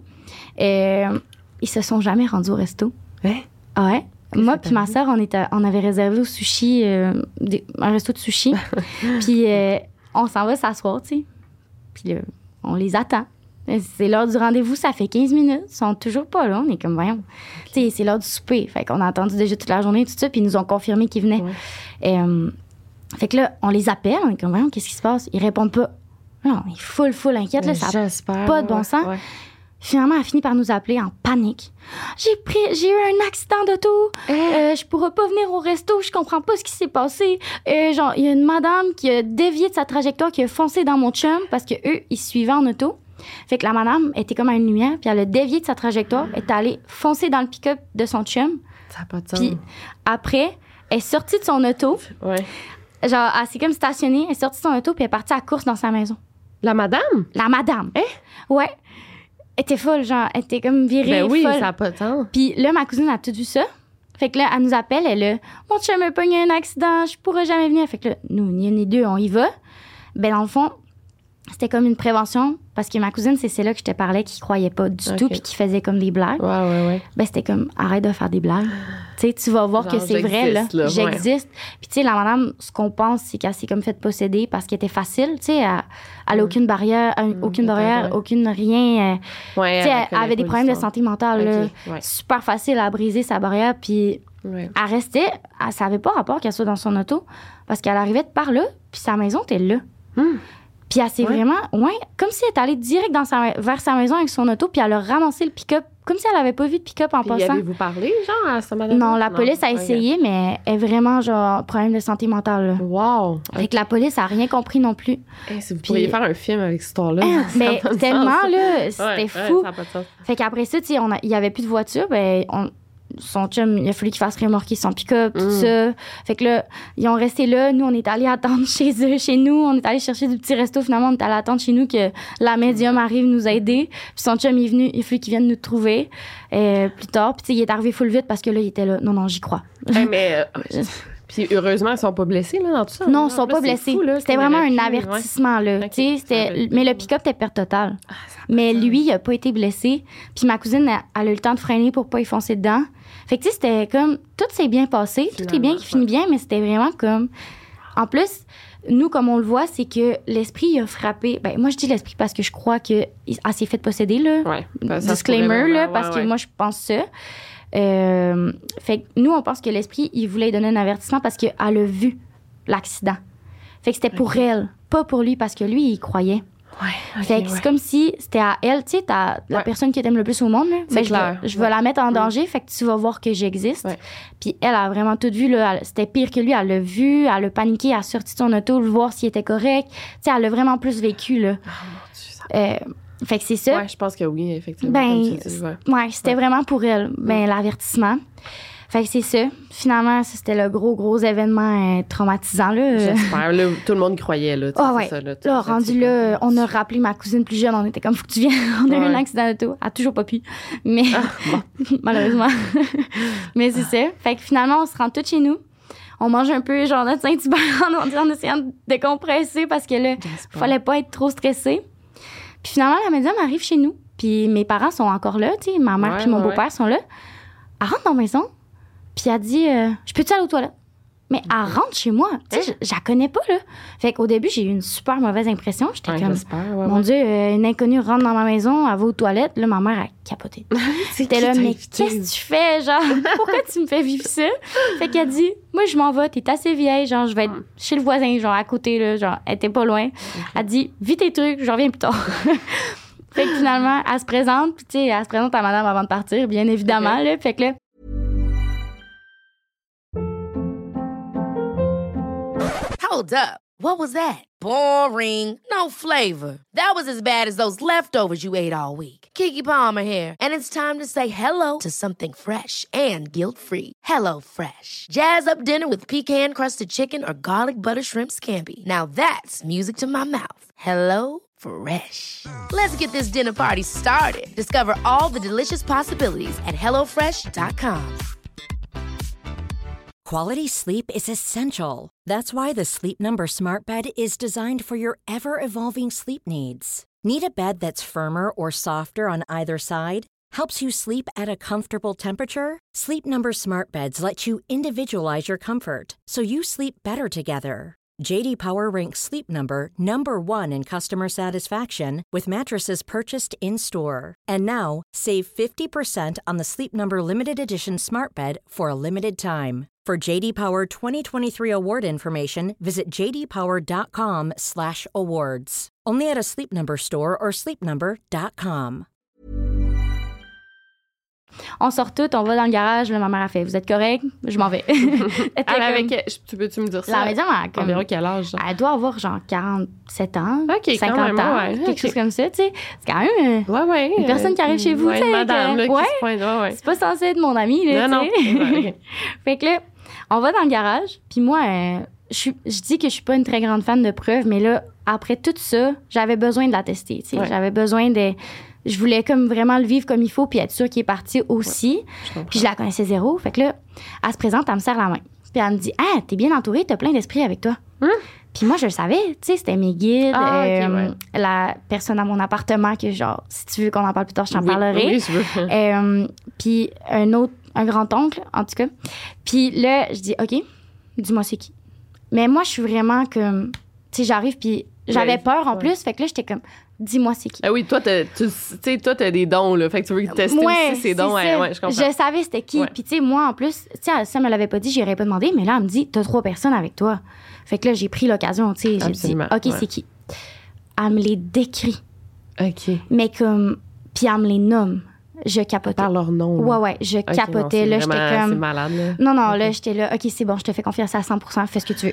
Euh, ils se sont jamais rendus au resto. Hein? Ah ouais. Qu'est-ce moi puis ma soeur, on, était, on avait réservé au sushi, euh, des, un resto de sushi. Puis euh, on s'en va s'asseoir, tu sais. Puis là, on les attend. C'est l'heure du rendez-vous, ça fait quinze minutes. Ils sont toujours pas là. On est comme, voyons. Tu sais, c'est l'heure du souper. Fait qu'on a attendu déjà toute la journée, tout ça, puis ils nous ont confirmé qu'ils venaient. Ouais. Et, euh, fait que là, on les appelle. On est comme, voyons, qu'est-ce qui se passe? Ils répondent pas. Non, on est full, full inquiète. Là, ça n'a pas de bon sens. Ouais. Finalement, elle a fini par nous appeler en panique. J'ai pris, j'ai eu un accident d'auto. Euh. Euh, je pourrais pas venir au resto. Je comprends pas ce qui s'est passé. Euh, genre, il y a une madame qui a dévié de sa trajectoire, qui a foncé dans mon chum parce que eux, ils suivaient en auto. Fait que la madame était comme à une lumière, puis elle a dévié de sa trajectoire, elle est allée foncer dans le pick-up de son chum. Ça n'a pas de sens. Puis après, elle est sortie de son auto. Ouais. Genre, elle s'est comme stationnée, elle est sortie de son auto, puis elle est partie à la course dans sa maison. La madame? La madame. Hein? Ouais. Elle était folle, genre, elle était comme virée. Ben oui, folle. Ça n'a pas de sens. Puis là, ma cousine a tout vu ça. Fait que là, elle nous appelle, elle a « Mon chum a pogné un accident, je pourrais jamais venir. » Fait que là, nous, ni une ni deux, on y va. Ben dans le fond, c'était comme une prévention, parce que ma cousine, c'est celle-là que je te parlais, qui croyait pas du okay. tout, puis qui faisait comme des blagues. Ouais, ouais, ouais. Ben, c'était comme, arrête de faire des blagues. Tu sais, tu vas voir genre, que c'est vrai, là. là j'existe. Ouais. Puis, tu sais, la madame, ce qu'on pense, c'est qu'elle s'est comme fait posséder parce qu'elle était facile, tu sais, elle, elle a aucune barrière, mmh, aucune barrière, ouais. aucune rien. Euh, ouais, tu sais, elle, elle avait des problèmes de santé mentale, okay. là. Ouais. Super facile à briser sa barrière, puis ouais. elle restait, elle savait pas rapport qu'elle soit dans son auto, parce qu'elle arrivait de par là, puis sa maison était là. Mmh. Puis elle s'est ouais. vraiment, ouais, comme si elle était allée direct dans sa, vers sa maison avec son auto, puis elle a ramassé le pick-up comme si elle avait pas vu de pick-up en Puis passant. avez-vous parlé, genre, à ce madame? Non, la police a Ok. essayé, mais elle est vraiment, genre, problème de santé mentale, là. Wow! Fait que la police a rien compris non plus. Hey, si vous Puis- pourriez faire un film avec cette histoire-là. Ah, ça mais a pas de tellement, sens. là, c'était Ouais, fou. Ouais, ça a pas de sens. Fait qu'après ça, tu sais, on a- il y avait plus de voiture, ben, on- son chum, il a fallu qu'il fasse remorquer son pick-up, tout Mm. ça. Fait que là, ils ont resté là. Nous, on est allés attendre chez eux, chez nous. On est allés chercher du petit resto. Finalement, on est allés attendre chez nous que la médium arrive nous aider. Puis son chum est venu, il a fallu qu'il vienne nous trouver euh, plus tard. Puis tu sais, il est arrivé full vite parce que là, il était là. Non, non, j'y crois. Hey, mais. euh, Puis heureusement, ils sont pas blessés, là, dans tout ça. Non, hein. ils sont Là, pas c'est blessés. fou, là, C'était qu'on vraiment aurait un pu, ouais. avertissement, là. Ok, Tu sais, ça c'était- avait- mais le pick-up était perte totale. Ah, ça a pas Mais de lui, il a pas été blessé. Puis ma cousine, elle, elle a eu le temps de freiner pour pas y foncer dedans. Fait que, tu sais, c'était comme... Tout s'est bien passé. Tout est bien qui finit bien, mais c'était vraiment comme... En plus, nous, comme on le voit, c'est que l'esprit il a frappé... Ben, moi, je dis l'esprit parce que je crois qu'elle s'est fait posséder, là. Ouais. Ben, ça se Disclaimer, pourrait là, vraiment, parce ouais, que ouais. moi, je pense ça. Euh, fait que nous, on pense que l'esprit, il voulait lui donner un avertissement parce qu'elle a vu l'accident. Fait que c'était pour Ok. elle, pas pour lui, parce que lui, il croyait. Ouais, ok, Fait que ouais. c'est comme si c'était à elle, tu sais, t'as la Ouais. personne que t'aimes le plus au monde, là. C'est Ben, je clair. vais, je vais Ouais. la mettre en Mm. danger, fait que tu vas voir que j'existe. Ouais. Puis elle a vraiment tout vu, là. Elle- C'était pire que lui. Elle l'a vu, elle a paniqué, elle a sorti de son auto, le voir s'il était correct. Tu sais, elle a vraiment plus vécu, là. Ah, mon Dieu, ça- Euh, fait que c'est ça. Ouais, je pense que oui, effectivement. Ben, comme tu dis, ouais. Ouais, c'était Ouais. vraiment pour elle, ben, l'avertissement. Fait que c'est ça. Finalement, ça, c'était le gros, gros événement euh, traumatisant, là. J'espère. Là, tout le monde croyait, là. tu sais, Ah c'est ouais. ça, là, tu- Là, tu- rendu tu- là, on a rappelé ma cousine plus jeune. On était comme, faut que tu viennes. On a eu Ouais. un accident d'auto. Elle a toujours pas pu. Mais, Ah, malheureusement. Mais c'est ça. Fait que finalement, on se rend tous chez nous. On mange un peu, genre, notre Saint-Hubert en, en essayant de décompresser parce que là, J'espère. fallait pas être trop stressé. Puis finalement, la médium arrive chez nous. Puis mes parents sont encore là, tu sais. Ma mère Ouais, puis mon ouais, beau-père sont là. Elle rentre dans la maison. Puis elle dit, euh, je peux-tu aller aux toilettes? Mais elle rentre chez moi. Tu sais, je, je la connais pas, là. Fait qu'au début, j'ai eu une super mauvaise impression. J'étais Ouais, comme, j'espère, ouais, mon ouais. Dieu, euh, une inconnue rentre dans ma maison, elle va aux toilettes. Là, ma mère a capoté. J'étais qui là, t'a mais invité? qu'est-ce que tu fais, genre? Pourquoi tu me fais vivre ça? Fait qu'elle dit, moi, je m'en vais, t'es assez vieille, genre, je vais être chez le voisin, genre, à côté, là, genre, elle était pas loin. Elle dit, vis tes trucs, je reviens plus tard. Fait que finalement, elle se présente, puis tu sais, elle se présente à madame avant de partir, bien évidemment, Ok. là. Fait que là, Hold up. What was that? Boring. No flavor. That was as bad as those leftovers you ate all week. Keke Palmer here, and it's time to say hello to something fresh and guilt-free. Hello Fresh. Jazz up dinner with pecan-crusted chicken or garlic butter shrimp scampi. Now that's music to my mouth. Hello Fresh. Let's get this dinner party started. Discover all the delicious possibilities at hello fresh dot com. Quality sleep is essential. That's why the Sleep Number Smart Bed is designed for your ever-evolving sleep needs. Need a bed that's firmer or softer on either side? Helps you sleep at a comfortable temperature? Sleep Number Smart Beds let you individualize your comfort, so you sleep better together. J D Power ranks Sleep Number number one in customer satisfaction with mattresses purchased in-store. And now, save fifty percent on the Sleep Number Limited Edition Smart Bed for a limited time. For J D Power twenty twenty-three award information, visit j d power dot com slash awards. Only at a Sleep Number store or sleep number dot com. on sort toutes, on va dans le garage. Là, ma mère a fait, vous êtes correct? Je m'en vais. Elle était Elle comme- avait que- tu peux-tu me dire ça? La médium, elle, a comme- Environ quel âge? genre? elle doit avoir genre quarante-sept ans, Ok, quand cinquante même, ans, ouais, quelque ok. chose comme ça, tu sais. C'est quand même... euh, Ouais, ouais. Une personne qui arrive chez vous, ouais, tu sais, madame, que- là, qui ouais. se pointe, ouais, ouais. C'est pas censé être mon ami, là, Non, tu sais. non. Ouais, ok. Fait que là, on va dans le garage, puis moi, euh, je suis- je dis que je suis pas une très grande fan de preuves, mais là, après tout ça, j'avais besoin de la tester, tu sais. Ouais. J'avais besoin de... Je voulais comme vraiment le vivre comme il faut, puis être sûre qu'il est parti aussi. Je comprends. Puis je la connaissais zéro. Fait que là, elle se présente, elle me serre la main. Puis elle me dit, ah, t'es bien entourée, t'as plein d'esprit avec toi. Hum? Puis moi, je le savais, tu sais, c'était mes guides, Ah, ok, euh, ouais. la personne à mon appartement que, genre, si tu veux qu'on en parle plus tard, je t'en Oui, parlerai. Oui, je veux. Euh, puis un autre, un grand-oncle, en tout cas. Puis là, je dis, OK, dis-moi c'est qui. Mais moi, je suis vraiment comme, tu sais, j'arrive, puis j'avais Ouais, peur en ouais. plus. Fait que là, j'étais comme, dis-moi c'est qui. Ah oui, toi, t'as, tu sais, toi, t'as des dons, là. Fait que tu veux tester Ouais, aussi ces c'est dons. Ouais, ça. ouais, je comprends. Je savais c'était qui. Ouais. Puis, tu sais, moi, en plus, tu sais, ça me l'avait pas dit, j'aurais pas demandé, mais là, elle me dit, t'as trois personnes avec toi. Fait que là, j'ai pris l'occasion, tu sais, j'ai dit, Absolument, OK, ouais. c'est qui? Elle me les décrit, OK. mais comme, puis elle me les nomme. je capotais. Par leur nom. Ouais, ouais, je okay, capotais. Non, là, j'étais vraiment, comme. C'est malade, là. Non, non, okay. là, j'étais là. OK, c'est bon, je te fais confiance à cent pour cent, fais ce que tu veux.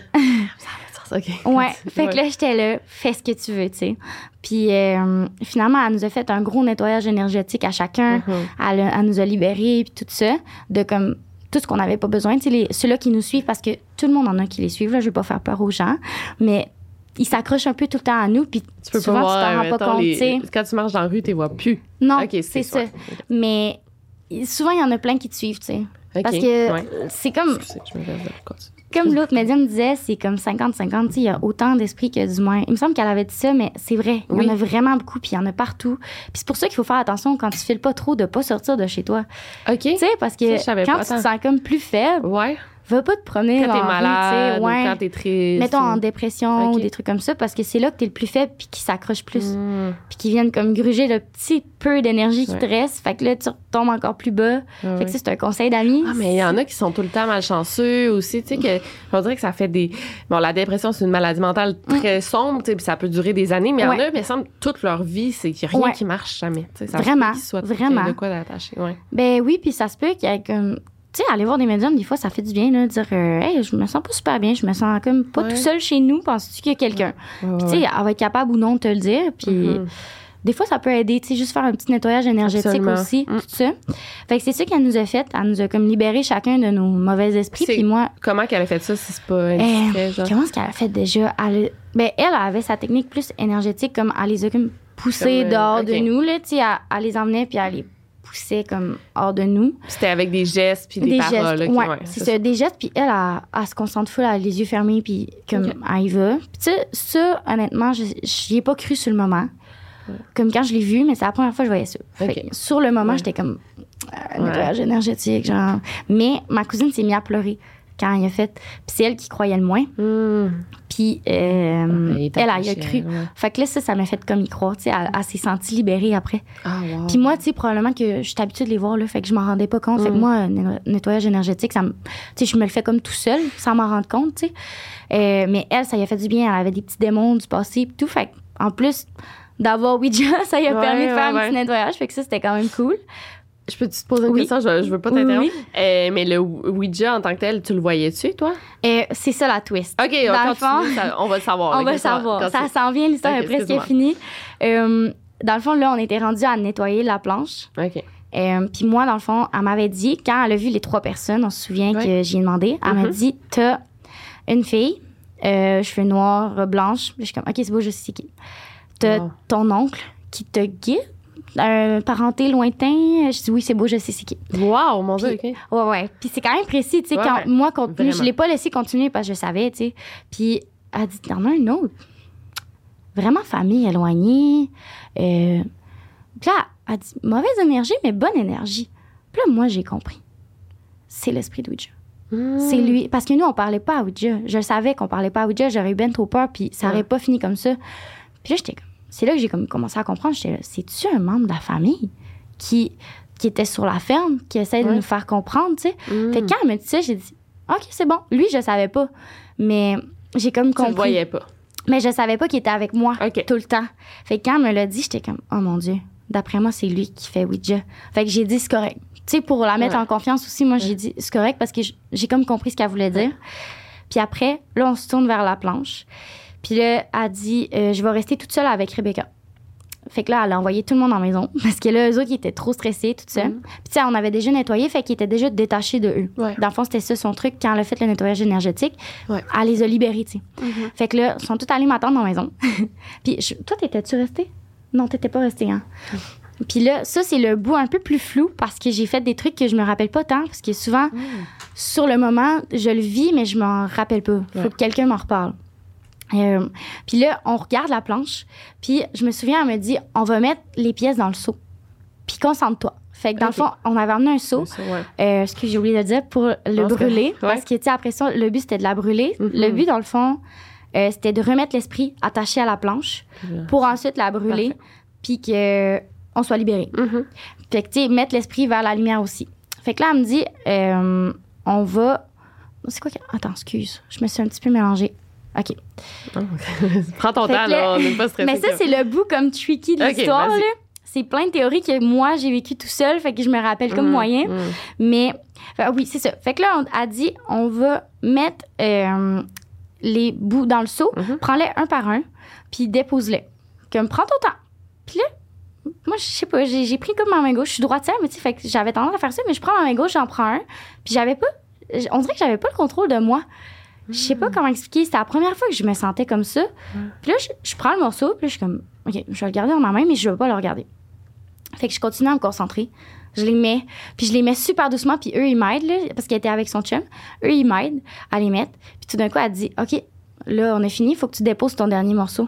OK. Ouais, fait que là, j'étais là, fais ce que tu veux, tu sais. Puis euh, finalement, elle nous a fait un gros nettoyage énergétique à chacun. Mm-hmm. Elle, elle nous a libérés, puis tout ça, de comme tout ce qu'on n'avait pas besoin. Tu sais, ceux-là qui nous suivent, parce que tout le monde en a qui les suivent, là, je vais pas faire peur aux gens, mais ils s'accrochent un peu tout le temps à nous, puis tu peux souvent, pas voir, tu t'en rends pas compte, tu sais. Quand tu marches dans la rue, tu les vois plus. Non, okay, c'est, c'est ça. Okay. Mais souvent, il y en a plein qui te suivent, tu sais. Okay. Parce que ouais. c'est comme... Je me Comme l'autre médium disait, c'est comme cinquante cinquante. Il y a autant d'esprits que d'humains. Il me semble qu'elle avait dit ça, mais c'est vrai. Il oui. y en a vraiment beaucoup, puis il y en a partout. Puis c'est pour ça qu'il faut faire attention quand tu files pas trop de pas sortir de chez toi. OK. Tu sais, parce que ça, quand pas, tu te sens comme plus faible, ouais. va pas te promener quand dans t'es malade, rue, ouais. quand t'es triste. Mettons ou... en dépression okay. ou des trucs comme ça, parce que c'est là que t'es le plus faible puis qui s'accroche plus. Mm. Puis qui viennent comme gruger le petit peu d'énergie qui ouais. te reste. Fait que là, tu retombes encore plus bas. Ah, fait que ça, c'est un conseil d'amis. Ah, mais il y en a qui sont tout le temps malchanceux aussi. Tu sais, que on dirait que ça fait des. Bon, la dépression, c'est une maladie mentale très mm. sombre, tu sais, puis ça peut durer des années, mais il y en a, mais il semble toute leur vie, c'est qu'il n'y a rien ouais. qui marche jamais. Tu sais, ça vraiment. Qu'ils soient vraiment. De quoi d'attacher. Ouais. Ben oui, puis ça se peut qu'il y ait comme. Tu sais, aller voir des médiums, des fois, ça fait du bien, là, de dire euh, hey, je me sens pas super bien, je me sens comme pas ouais. tout seul chez nous, penses-tu qu'il y a quelqu'un? Ouais, ouais, puis, tu sais, elle va être capable ou non de te le dire. Puis, mm-hmm. des fois, ça peut aider, tu sais, juste faire un petit nettoyage énergétique Absolument. aussi, mm. tout ça. Fait que c'est ça qu'elle nous a fait. Elle nous a comme libéré chacun de nos mauvais esprits. Puis moi. Comment qu'elle a fait ça si c'est pas indiscret, euh, genre? Comment est-ce qu'elle a fait déjà? Elle, ben, elle, elle avait sa technique plus énergétique, comme elle les a comme poussés comme, dehors okay. de nous, là, tu sais, elle, elle les emmenait, puis elle les poussait comme hors de nous. C'était avec des gestes puis des, des paroles. Gestes, okay, ouais, ouais, c'est, c'est ça. ça. Des gestes, puis elle, elle, elle se concentre full, elle a les yeux fermés, puis comme okay. elle y va. Puis tu sais, ça, honnêtement, j'y ai pas cru sur le moment. Ouais. Comme quand je l'ai vu, mais c'est la première fois que je voyais ça. Okay. Fait, sur le moment, ouais. j'étais comme euh, nettoyage ouais. énergétique, genre. Mais ma cousine s'est mise à pleurer quand il a fait. Puis c'est elle qui croyait le moins. Mm. Puis euh, ouais, elle, elle y a cru. Ouais. Fait que là, ça, ça m'a fait comme y croire. Tu sais, elle, elle s'est sentie libérée après. Ah, wow. Puis moi, tu sais, probablement que je suis habituée de les voir, là. Fait que je m'en rendais pas compte. Mm. Fait que moi, nettoyage énergétique, ça me. Tu sais, je me le fais comme tout seul, sans m'en rendre compte, tu sais. Euh, mais elle, ça y a fait du bien. Elle avait des petits démons du passé, puis tout. Fait en plus d'avoir Ouija, ça y a ouais, permis de faire ouais, un petit ouais. nettoyage. Fait que ça, c'était quand même cool. Je peux te poser une oui. question? Je, je veux pas t'interrompre. Oui, oui. Euh, mais le Ouija en tant que tel, tu le voyais-tu, toi? Euh, c'est ça la twist. OK, on, dans le fond, ça, on va le savoir. On va le savoir. Ça s'en vient, l'histoire okay, est presque finie. Euh, dans le fond, là, on était rendu à nettoyer la planche. OK. Euh, Puis moi, dans le fond, elle m'avait dit, quand elle a vu les trois personnes, on se souvient ouais. que j'y ai demandé, elle mm-hmm. m'a dit, t'as une fille, euh, cheveux noirs, blanches. Je suis comme, OK, c'est beau, je sais c'est qui. T'as wow. ton oncle qui te guide. Un parenté lointain, je dis oui, c'est beau, je sais c'est qui. Wow, mon Dieu, OK. Ouais, ouais. Puis c'est quand même précis, tu sais, ouais, quand ouais. moi, continue, je l'ai pas laissé continuer parce que je savais, tu sais. Puis elle dit, t'en as un autre. Vraiment famille éloignée. Euh... Puis là, elle dit, mauvaise énergie, mais bonne énergie. Puis là, moi, j'ai compris. C'est l'esprit de Ouija. Mmh. C'est lui. Parce que nous, on parlait pas à Ouija. Je le savais qu'on parlait pas à Ouija, j'aurais eu ben trop peur, puis ça ouais. aurait pas fini comme ça. Puis là, j'étais comme. C'est là que j'ai comme commencé à comprendre. J'étais là, c'est-tu un membre de la famille qui, qui était sur la ferme, qui essaie ouais. de nous faire comprendre, tu sais? Mm. Fait que quand elle me dit ça, j'ai dit, OK, c'est bon. Lui, je savais pas. Mais j'ai comme compris. Tu le voyais pas. Mais je savais pas qu'il était avec moi okay. tout le temps. Fait que quand elle me l'a dit, j'étais comme, oh mon Dieu, d'après moi, c'est lui qui fait Ouija. Fait que j'ai dit, c'est correct. Tu sais, pour la mettre ouais. en confiance aussi, moi, ouais. j'ai dit, c'est correct parce que j'ai comme compris ce qu'elle voulait dire. Ouais. Puis après, là, on se tourne vers la planche. Puis là, elle a dit, euh, je vais rester toute seule avec Rebecca. Fait que là, elle a envoyé tout le monde en maison. Parce que là, eux autres, ils étaient trop stressés, tout ça. Mm-hmm. Puis tu sais, on avait déjà nettoyé, fait qu'ils étaient déjà détachés de eux. Ouais. Dans le fond, c'était ça son truc. Quand elle a fait le nettoyage énergétique, ouais. elle les a libérés, tu sais. Mm-hmm. Fait que là, ils sont tous allés m'attendre dans la maison. Puis je, toi, t'étais-tu restée? Non, t'étais pas restée, hein? Mm. Puis là, ça, c'est le bout un peu plus flou parce que j'ai fait des trucs que je me rappelle pas tant. Parce que souvent, mm. sur le moment, je le vis, mais je m'en rappelle pas. Faut ouais. que quelqu'un m'en reparle. Euh, puis là, on regarde la planche. Puis je me souviens, elle me dit, on va mettre les pièces dans le seau. Puis concentre-toi. Fait que dans okay. le fond, on avait amené un seau. Un seau ouais. euh, ce que j'ai oublié de dire, pour le parce brûler. Que, ouais. Parce que, tu sais, après ça, le but, c'était de la brûler. Mm-hmm. Le but, dans le fond, euh, c'était de remettre l'esprit attaché à la planche yeah. pour ensuite la brûler. Parfait. Puis qu'on soit libéré. Mm-hmm. Fait que, tu sais, mettre l'esprit vers la lumière aussi. Fait que là, elle me dit, euh, on va... C'est quoi que... Attends, excuse. Je me suis un petit peu mélangée. OK. Oh, prends ton fait temps, là. On n'est pas stressé. Mais ça, c'est le bout comme tricky de okay, l'histoire, vas-y. là. c'est plein de théories que moi, j'ai vécu tout seul, fait que je me rappelle comme Mmh, moyen. mmh. Mais, fait, oui, c'est ça. Fait que là, on a dit, on va mettre euh, les bouts dans le seau, Mhm. prends-les un par un, puis dépose-les. Comme, prends ton temps. Puis là, moi, je sais pas, j'ai, j'ai pris comme ma main gauche. Je suis droitière, mais tu sais, fait que j'avais tendance à faire ça, mais je prends ma main gauche, j'en prends un. Puis j'avais pas, on dirait que j'avais pas le contrôle de moi. Je sais pas comment expliquer. C'était la première fois que je me sentais comme ça. Puis là, je, je prends le morceau, puis là, je suis comme, OK, je vais le garder dans ma main, mais je veux pas le regarder. Fait que je continue à me concentrer. Je les mets, puis je les mets super doucement, puis eux, ils m'aident, là, parce qu'elle était avec son chum. Eux, ils m'aident à les mettre. Puis tout d'un coup, elle dit, OK, là, on a fini, il faut que tu déposes ton dernier morceau.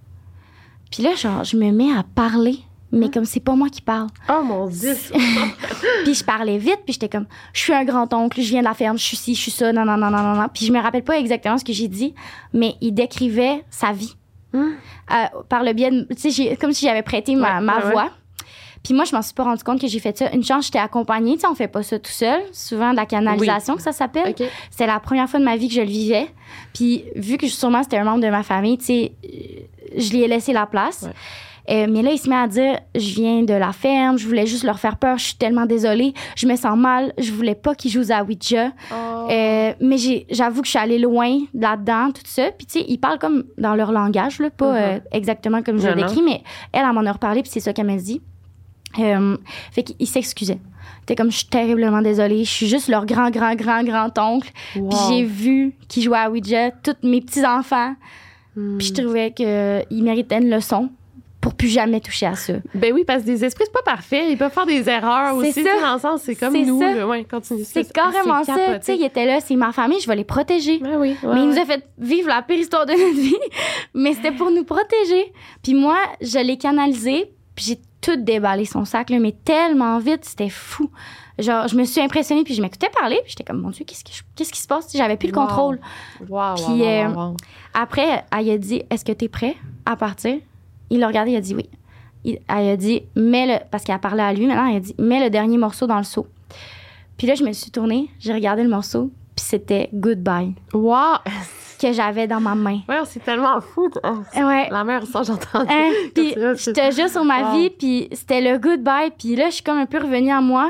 Puis là, genre, je me mets à parler, mais comme c'est pas moi qui parle. Oh mon Dieu! Puis je parlais vite, puis j'étais comme, je suis un grand-oncle, je viens de la ferme, je suis ci, je suis ça, non, non, non, non, non, non. Puis je me rappelle pas exactement ce que j'ai dit, mais il décrivait sa vie. Hum. Euh, par le biais de, tu sais, j'ai- comme si j'avais prêté ma, Ouais, ma ouais, voix. Puis moi, je m'en suis pas rendu compte que j'ai fait ça. Une chance, j'étais accompagnée. Tu sais, on fait pas ça tout seul. Souvent, de la canalisation, que ça s'appelle. OK. C'était la première fois de ma vie que je le vivais. Puis vu que sûrement c'était un membre de ma famille, tu sais, euh, je lui ai laissé la place. Ouais. Euh, mais là, il se met à dire, je viens de la ferme, je voulais juste leur faire peur, je suis tellement désolée, je me sens mal, je voulais pas qu'ils jouent à Ouija. Oh. Euh, mais j'ai, j'avoue que je suis allée loin là-dedans, tout ça. Puis, tu sais, ils parlent comme dans leur langage, là, pas Mhm. euh, exactement comme je le Non, non. décris, mais elle, elle m'en a reparlé, puis c'est ça qu'elle m'a dit. Euh, fait qu'il s'excusait. T'es comme, je suis terriblement désolée, je suis juste leur grand, grand, grand, grand-oncle. Wow. Puis j'ai vu qu'ils jouaient à Ouija, tous mes petits-enfants. Hmm. Puis je trouvais qu'ils méritaient une leçon pour plus jamais toucher à ça. Ben oui, parce que des esprits, c'est pas parfait. Ils peuvent faire des erreurs C'est aussi. ça. tu sais, Dans le sens, c'est comme C'est nous. ça. là. Ouais, continue. C'est carrément ça. Tu sais, il était là, c'est ma famille, je vais les protéger. Ben oui. ouais, mais il nous ouais. a fait vivre la pire histoire de notre vie. Mais c'était pour nous protéger. Puis moi, je l'ai canalisé, puis j'ai tout déballé son sac, là, mais tellement vite, c'était fou. Genre, je me suis impressionnée, puis je m'écoutais parler, puis j'étais comme, mon Dieu, qu'est-ce, que je- qu'est-ce qui se passe? J'avais plus le Wow. contrôle. Wow, Puis, wow, wow, euh, wow, wow. Après, elle a dit, est-ce que t'es prêt à partir? Il l'a regardé, il a dit oui. Il- elle a dit, mets le, parce qu'elle parlait à lui maintenant, elle a dit, mets le dernier morceau dans le seau. Puis là, je me suis tournée, j'ai regardé le morceau, puis c'était Goodbye Wow! que j'avais dans ma main. Ouais, c'est tellement fou. Oh, c'est Ouais. La meilleure ça, j'ai entendu. Hein, puis Quand tu l'as, je c'est- te jure sur ma Wow. vie, puis c'était le goodbye, puis là, je suis comme un peu revenue à moi,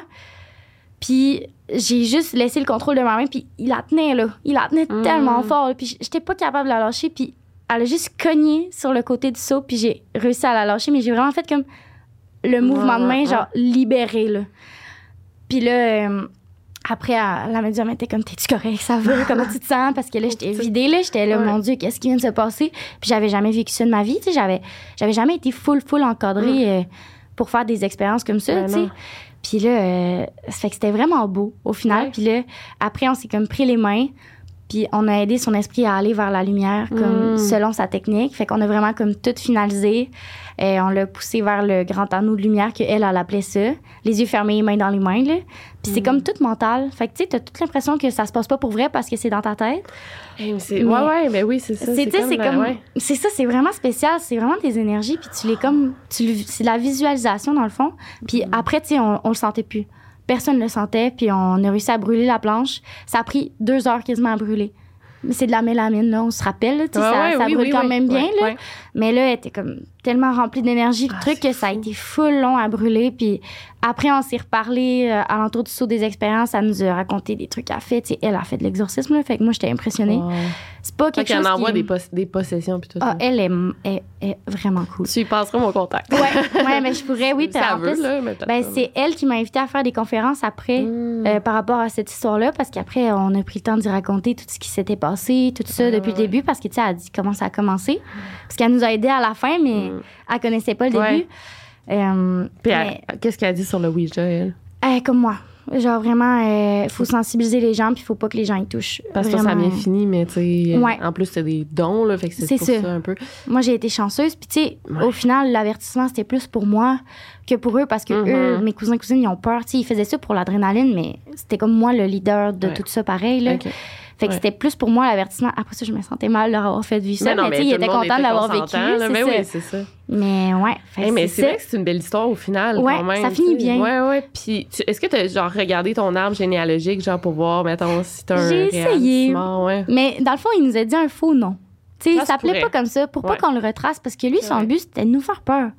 puis j'ai juste laissé le contrôle de ma main, puis il la tenait, là. Il la tenait Mm. tellement fort, là, puis j'étais pas capable de la lâcher, puis elle a juste cogné sur le côté du seau, puis j'ai réussi à la lâcher, mais j'ai vraiment fait comme le mouvement de ouais, main, ouais. genre libéré, là. Puis là, euh, après, elle, la médium était comme, t'es-tu correct, ça va, comment tu te sens? Parce que là, j'étais vidée, là, j'étais là, Ouais. mon Dieu, qu'est-ce qui vient de se passer? Puis j'avais jamais vécu ça de ma vie, tu sais, j'avais, j'avais jamais été full, full encadrée euh, pour faire des expériences comme ça, Ben tu sais. non. Puis là, euh, ça fait que c'était vraiment beau, au final. Ouais. Puis là, après, on s'est comme pris les mains, puis on a aidé son esprit à aller vers la lumière, comme Mm. selon sa technique. Fait qu'on a vraiment comme tout finalisé. Et on l'a poussé vers le grand anneau de lumière qu'elle, elle appelait ça. Les yeux fermés, les mains dans les mains, là. Puis c'est Mm. comme tout mental. Fait que, tu sais, t'as toute l'impression que ça se passe pas pour vrai parce que c'est dans ta tête. Hey, mais c'est... Mais- Ouais, ouais, ben oui, c'est ça. C'est, tu sais, c'est la- comme... ouais. C'est ça, c'est vraiment spécial. C'est vraiment des énergies, puis tu les comme... Tu, le- c'est de la visualisation, dans le fond. Puis après, tu sais, on, on le sentait plus. Personne ne le sentait, puis on a réussi à brûler la planche. Ça a pris deux heures quasiment à brûler. Mais c'est de la mélamine, là, on se rappelle. Là, tu sais, Ouais, ça, ouais, ça oui, brûle oui, quand oui. même bien. Ouais, là. ouais. Mais là, elle était comme tellement remplie d'énergie, le Ah, truc, c'est que ça a fou. été full long à brûler. Puis après, on s'est reparlé euh, à l'entour du saut des expériences. Elle nous a raconté des trucs qu'elle a fait. Tu sais, elle a fait de l'exorcisme, là, fait que moi, j'étais impressionnée. Wow. C'est pas Fait quelque qu'il chose en envoie qui... des, pos- des possessions puis tout Ah, ça. elle est, est, est vraiment cool. Tu y passeras mon contact. Ouais, ouais, mais je pourrais, oui. Puis ça en veut, plus, là, mais peut-être ben, pas. c'est elle qui m'a invité à faire des conférences après Mm. euh, par rapport à cette histoire-là, parce qu'après, on a pris le temps d'y raconter tout ce qui s'était passé, tout ça Ouais, depuis ouais, le début, parce que, tu sais, elle a dit comment ça a commencé. Parce qu'elle nous a aidés à la fin, mais Mm. elle connaissait pas le Ouais. début. Euh, Puis mais, elle- qu'est-ce qu'elle a dit sur le Ouija, elle? euh, comme moi. Genre, vraiment, il faut sensibiliser les gens, puis il faut pas que les gens y touchent. Parce que ça a Vraiment. bien fini, mais tu sais, Ouais. en plus, c'est des dons, là, fait que c'est, C'est pour ça. ça. un peu. Moi, j'ai été chanceuse. Puis, tu sais, Ouais. au final, l'avertissement, c'était plus pour moi que pour eux parce que Mhm. eux, mes cousins et cousines, ils ont peur. Tu sais, ils faisaient ça pour l'adrénaline, mais c'était comme moi le leader de Ouais. tout ça pareil, là. Ok. Fait que Ouais. c'était plus pour moi l'avertissement. Après ça, je me sentais mal de leur avoir fait vivre ça. Mais non, mais tu sais, mais ils tout le étaient monde contents de était l'avoir vécu. consentant, là. c'est Mais ça. oui, c'est ça. Mais ouais, fait Hey, que mais c'est c'est ça. vrai que c'est une belle histoire au final, Ouais, quand même. ça finit tu sais. bien. Ouais, ouais. Puis, tu- est-ce que tu as genre regardé ton arbre généalogique, genre pour voir, mettons, si t'as un J'ai essayé. réalisme, ouais. Mais dans le fond, il nous a dit un faux nom. Tu sais, Ça ça se s'appelait pourrait. pas comme ça pour pas Ouais. qu'on le retrace parce que lui, C'est son vrai. but, c'était de nous faire peur.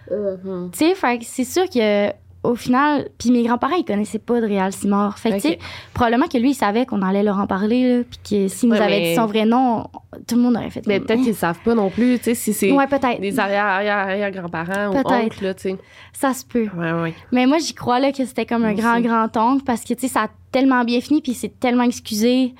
Mm-hmm. Tu sais, fait que c'est sûr que au final, puis mes grands-parents, ils connaissaient pas de Réal Simard. Fait que, Ok. tu sais, probablement que lui, il savait qu'on allait leur en parler, là, puis que s'il nous Ouais, avait mais- dit son vrai nom, tout le monde aurait fait. Mais comme, peut-être hein. qu'ils savent pas non plus, tu sais, si c'est Ouais, peut-être. des arrière-arrière-arrière-grands-parents ou Peut-être. oncles, là, tu sais. Ça se peut. Ouais, ouais. Mais moi, j'y crois, là, que c'était comme un Moi grand, aussi. grand-oncle, parce que, tu sais, ça a tellement bien fini, puis il s'est tellement excusé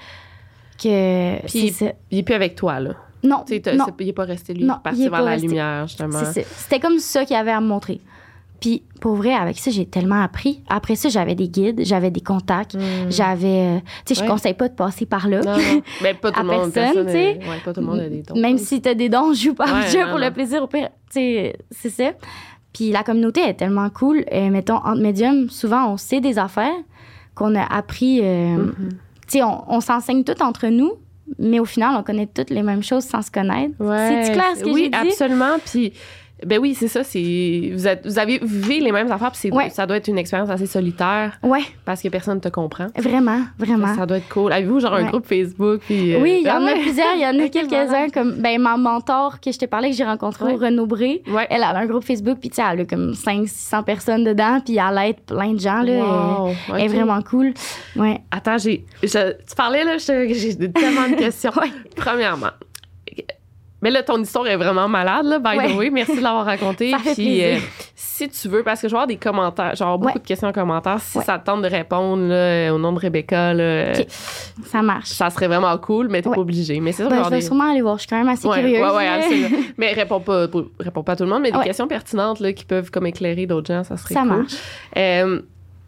que. Puis- c'est ça. Il est plus avec toi, là. Non, Tu sais, t'as- non, c'est- il est pas resté, lui, Non, il est il parti est vers pas la resté. lumière, justement. c'est ça. C'était comme ça qu'il avait à me montrer. Puis, pour vrai, avec ça, j'ai tellement appris. Après ça, j'avais des guides, j'avais des contacts, Mm. j'avais. euh, Tu sais, je Ouais. conseille pas de passer par là. Non, non. Mais pas tout À le monde. personne, tu sais. est- Ouais, pas tout le monde a des dons. Même si t'as des dons, je joue pas Ouais, jeu non, pour non. le plaisir, au pire. Tu sais, c'est ça. Puis la communauté est tellement cool. Euh, mettons, entre médiums, souvent, on sait des affaires qu'on a appris. euh, Mhm. Tu sais, on, on s'ensigne tout entre nous, mais au final, on connaît toutes les mêmes choses sans se connaître. Ouais, C'est-tu clair ce que oui, j'ai dit? absolument. Puis, ben oui, c'est ça. C'est vous, êtes, vous avez vu les mêmes affaires. Puis c'est- Ouais. ça doit être une expérience assez solitaire Ouais, parce que personne ne te comprend. vraiment, vraiment. Ça doit être cool. Avez-vous genre un Ouais. groupe Facebook? Puis, euh, Oui, il y en ah a ouais. plusieurs. Il y en a Ok, quelques-uns, voilà. comme ben, ma mentor que je t'ai parlé, que j'ai rencontrée Ouais. au Renaud Bré. Ouais. Elle a un groupe Facebook, puis tu sais, elle a comme cinq cents six cents personnes dedans, puis elle aide plein de gens. Là, Wow, Elle- Elle est ok. vraiment cool. Ouais. Attends, j'ai, je- tu parlais, là, je- j'ai tellement de questions. Ouais. Premièrement, mais là, ton histoire est vraiment malade, là, by Ouais. the way. Merci de l'avoir raconté. Ça fait Puis, plaisir. euh, si tu veux, parce que je vais avoir des commentaires, genre beaucoup Ouais. de questions en commentaire, si Ouais. ça te tente de répondre là, au nom de Rebecca, là, Ok. Ça marche. ça serait vraiment cool, mais t'es Ouais. pas obligé. Mais c'est ça, Ben, genre je vais des... sûrement aller voir. Je suis quand même assez Ouais, curieuse. ouais, ouais, là. absolument. Mais réponds pas, pour- réponds pas à tout le monde, mais des Ouais. questions pertinentes là, qui peuvent comme éclairer d'autres gens, ça serait Ça cool. marche. Euh,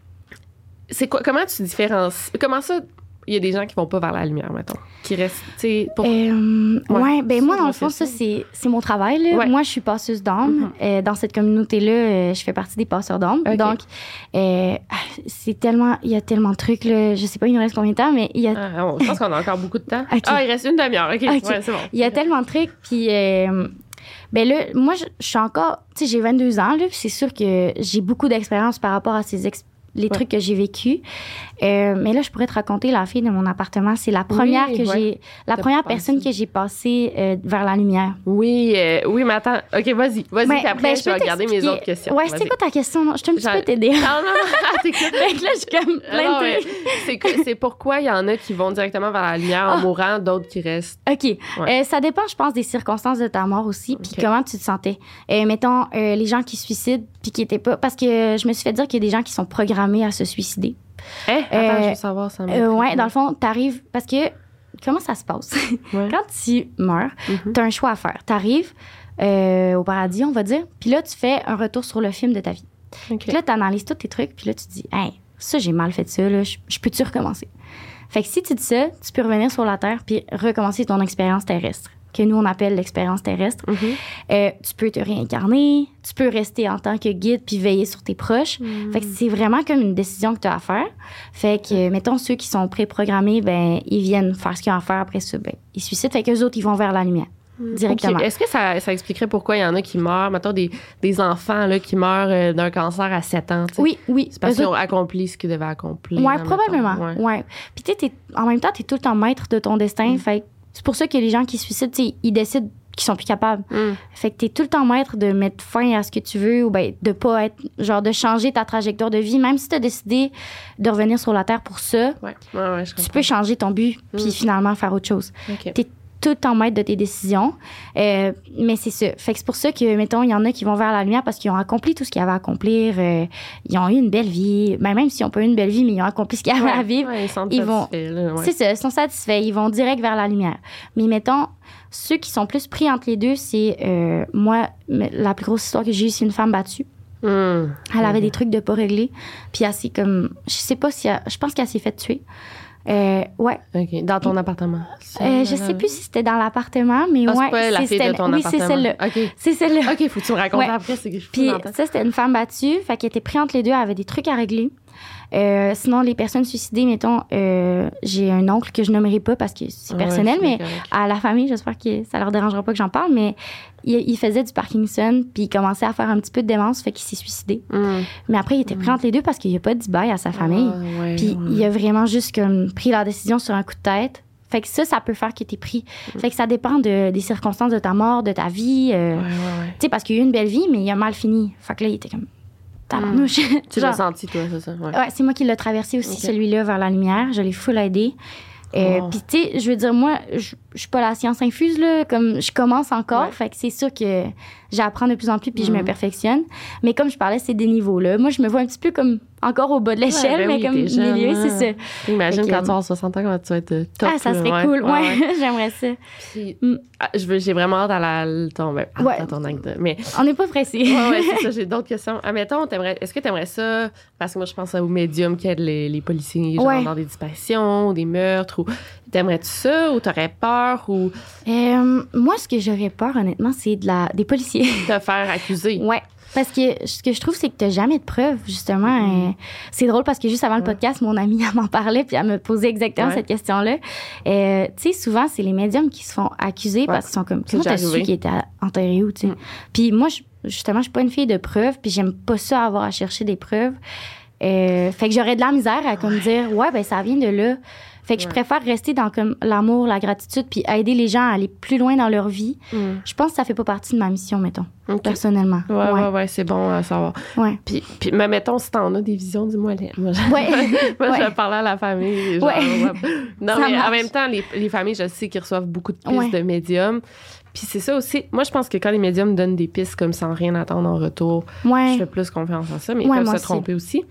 c'est quoi, comment tu différencies, comment ça, il y a des gens qui vont pas vers la lumière, mettons, qui restent, tu sais, pour... Euh, Ouais. ouais, ben moi, Ça, dans le je fond, fais ça, ça. c'est, c'est mon travail. Là. Ouais. Moi, je suis passeuse d'âme. Euh, dans cette communauté-là, euh, je fais partie des passeurs d'âme. Ok. Donc, euh, c'est tellement, il y a tellement de trucs. Là. Je sais pas, il nous reste combien de temps, mais il y a, Ah, on- je pense qu'on a encore beaucoup de temps. Ok. Ah, il reste une demi-heure, OK, Ok. ouais, c'est bon. il y a tellement de trucs. Puis, euh, ben là, moi, je, je suis encore, tu sais, j'ai vingt-deux ans. Là, puis c'est sûr que j'ai beaucoup d'expérience par rapport à ces ex- les Ouais. trucs que j'ai vécus. Euh, mais là, je pourrais te raconter la fille de mon appartement. C'est la première Oui, que ouais. j'ai, la T'as première passé. personne que j'ai passée euh, vers la lumière. Oui, euh, oui, mais attends, OK, vas-y, vas-y, Ben, puis après, ben, je vais peux regarder mes t'expliquer. autres questions. Ouais, Vas-y. c'est quoi ta question? Non, je t'ai un petit J'en- peu t'aider. Non, non, non, t'écoutes. Fait que là, je suis comme plein Non, de mais trucs. c'est, que- c'est pourquoi il y en a qui vont directement vers la lumière en Ah. mourant, d'autres qui restent. OK. Ouais. Euh, ça dépend, je pense, des circonstances de ta mort aussi, puis Ok. comment tu te sentais. Euh, mettons, euh, les gens qui se suicident, puis qui étaient pas... Parce que je me suis fait dire qu'il y a des gens qui sont programmés à se suicider. Hein? Attends, Euh, je veux savoir ça. Euh, ouais, dans le fond, t'arrives... Parce que, comment ça se passe? Ouais. Quand tu meurs, Mhm. t'as un choix à faire. T'arrives euh, au paradis, on va dire, puis là, tu fais un retour sur le film de ta vie. OK. Puis là, tu analyses tous tes trucs, puis là, tu te dis, hey, ça, j'ai mal fait ça, là, je, je peux-tu recommencer? Fait que si tu dis ça, tu peux revenir sur la Terre puis recommencer ton expérience terrestre, que nous, on appelle l'expérience terrestre. Mhm. Euh, tu peux te réincarner, tu peux rester en tant que guide puis veiller sur tes proches. Fait que c'est vraiment comme une décision que tu as à faire. Fait que, euh, mettons, ceux qui sont préprogrammés, ben, ils viennent faire ce qu'ils ont à faire après ça. Ben, ils se suicident. Fait qu'eux autres, ils vont vers la lumière directement. Ok. Est-ce que ça, ça expliquerait pourquoi il y en a qui meurent, mettons des, des enfants là, qui meurent euh, d'un cancer à sept ans? tu sais? Oui, oui. C'est parce Eux qu'ils ont autres- accompli ce qu'ils devaient accomplir. Ouais, admettons. probablement. Ouais. Ouais. Puis tu sais, t'es- en même temps, tu es tout le temps maître de ton destin. Mm. Fait que c'est pour ça que les gens qui se suicident, tu sais, ils décident qu'ils sont plus capables. Mm. Fait que tu es tout le temps maître de mettre fin à ce que tu veux ou ben de pas être, genre, de changer ta trajectoire de vie. Même si tu as décidé de revenir sur la Terre pour ça, Ouais, ouais, ouais, je tu comprends. peux changer ton but puis Mm. finalement faire autre chose. OK. T'es tout le temps maître de tes décisions. Euh, mais c'est ça. Fait que c'est pour ça que, mettons, il y en a qui vont vers la lumière parce qu'ils ont accompli tout ce qu'ils avaient à accomplir. Euh, ils ont eu une belle vie. Ben, même s'ils n'ont pas eu une belle vie, mais ils ont accompli ce qu'ils avaient Ouais, à vivre. ouais, ils sont ils vont- satisfaits, là, ouais. C'est ça, ils sont satisfaits. Ils vont direct vers la lumière. Mais mettons, ceux qui sont plus pris entre les deux, c'est euh, moi, m- la plus grosse histoire que j'ai eue, c'est une femme battue. Mm. Elle avait des trucs de pas réglés. Puis elle s'est comme. Je sais pas si. Elle- je pense qu'elle s'est fait tuer. Euh, ouais. OK. Dans ton appartement. Euh, je sais plus si c'était dans l'appartement, mais Ah, ouais. c'est pas la c'est- fille de c'était- ton oui, appartement. c'est celle-là. OK. C'est celle-là. OK, faut que tu me racontes Ouais. après. C'est que je Puis peux l'entendre. ça, c'était une femme battue. Fait qu'elle était prise entre les deux. Elle avait des trucs à régler. Euh, sinon, les personnes suicidées, mettons, euh, j'ai un oncle que je nommerai pas parce que c'est Ouais, personnel, c'est mais correct. à la famille, j'espère que ça leur dérangera pas que j'en parle, mais il, il faisait du Parkinson, puis il commençait à faire un petit peu de démence, fait qu'il s'est suicidé. Mm. Mais après, il était pris entre les deux parce qu'il a pas dit bye à sa famille. Ah, ouais, Puis ouais. il a vraiment juste comme pris la décision sur un coup de tête. Fait que ça, ça peut faire que t'es pris. Mm. Fait que ça dépend de, des circonstances de ta mort, de ta vie. Euh, ouais, ouais, ouais. Tu sais, parce qu'il y a eu une belle vie, mais il a mal fini. Fait que là, il était comme... Tabarnouche. Mm. Tu Genre, l'as senti, toi, c'est ça? Ouais, ouais c'est moi qui l'ai traversé aussi, okay. celui-là, vers la lumière. Je l'ai full aidé. Euh, oh. Puis, tu sais, je veux dire, moi, je suis pas la science infuse, là. Comme je commence encore, ouais. fait que c'est sûr que j'apprends de plus en plus, puis mm. je me perfectionne. Mais comme je parlais, c'est des niveaux, là. Moi, je me vois un petit peu comme encore au bas de l'échelle, ouais, ben mais oui, comme jeune, milieu, hein. C'est ça. Imagine que, quand tu vas avoir soixante ans, comment tu vas être top. Ah, ça serait ouais, cool, ouais. ouais. ouais. J'aimerais ça. Puis, mm. ah, je veux, j'ai vraiment hâte à la, ton, ben, ouais. à ton acte. Mais... On n'est pas pressé. ouais, ouais, c'est ça. J'ai d'autres questions. Admettons, t'aimerais, est-ce que tu aimerais ça? Parce que moi, je pense aux médiums qui aident les, les policiers, genre ouais. dans des disparitions, ou des meurtres. Ou... T'aimerais-tu ça ou t'aurais peur? Ou... Euh, moi, ce que j'aurais peur, honnêtement, c'est de la, des policiers. Te faire accuser. Ouais. Parce que ce que je trouve, c'est que tu n'as jamais de preuves, justement. Mm. Euh, c'est drôle parce que juste avant ouais. le podcast, mon amie, elle m'en parlait puis elle me posait exactement ouais. cette question-là. Euh, tu sais, souvent, c'est les médiums qui se font accuser ouais. parce qu'ils sont comme... Comment t'as su qu'il était enterré où, tu sais? Mm. Puis moi, je, justement, je suis pas une fille de preuves puis j'aime pas ça avoir à chercher des preuves. Euh, fait que j'aurais de la misère à comme ouais. dire, ouais, ben ça vient de là. Fait que ouais. je préfère rester dans comme l'amour, la gratitude, puis aider les gens à aller plus loin dans leur vie. Mm. Je pense que ça fait pas partie de ma mission, mettons, okay. personnellement. Ouais, ouais, ouais, ouais, c'est bon à savoir. Ouais. Puis, puis mais mettons, si t'en as des visions, dis-moi. Les... Moi, je, ouais. moi, ouais. je vais parler à la famille. Genre, ouais. ouais. Non, ça mais marche. en même temps, les, les familles, je sais qu'ils reçoivent beaucoup de pistes ouais. de médiums. Puis c'est ça aussi. Moi, je pense que quand les médiums donnent des pistes comme sans rien attendre en retour, ouais. je fais plus confiance en ça, mais ouais, ils peuvent se aussi. tromper aussi.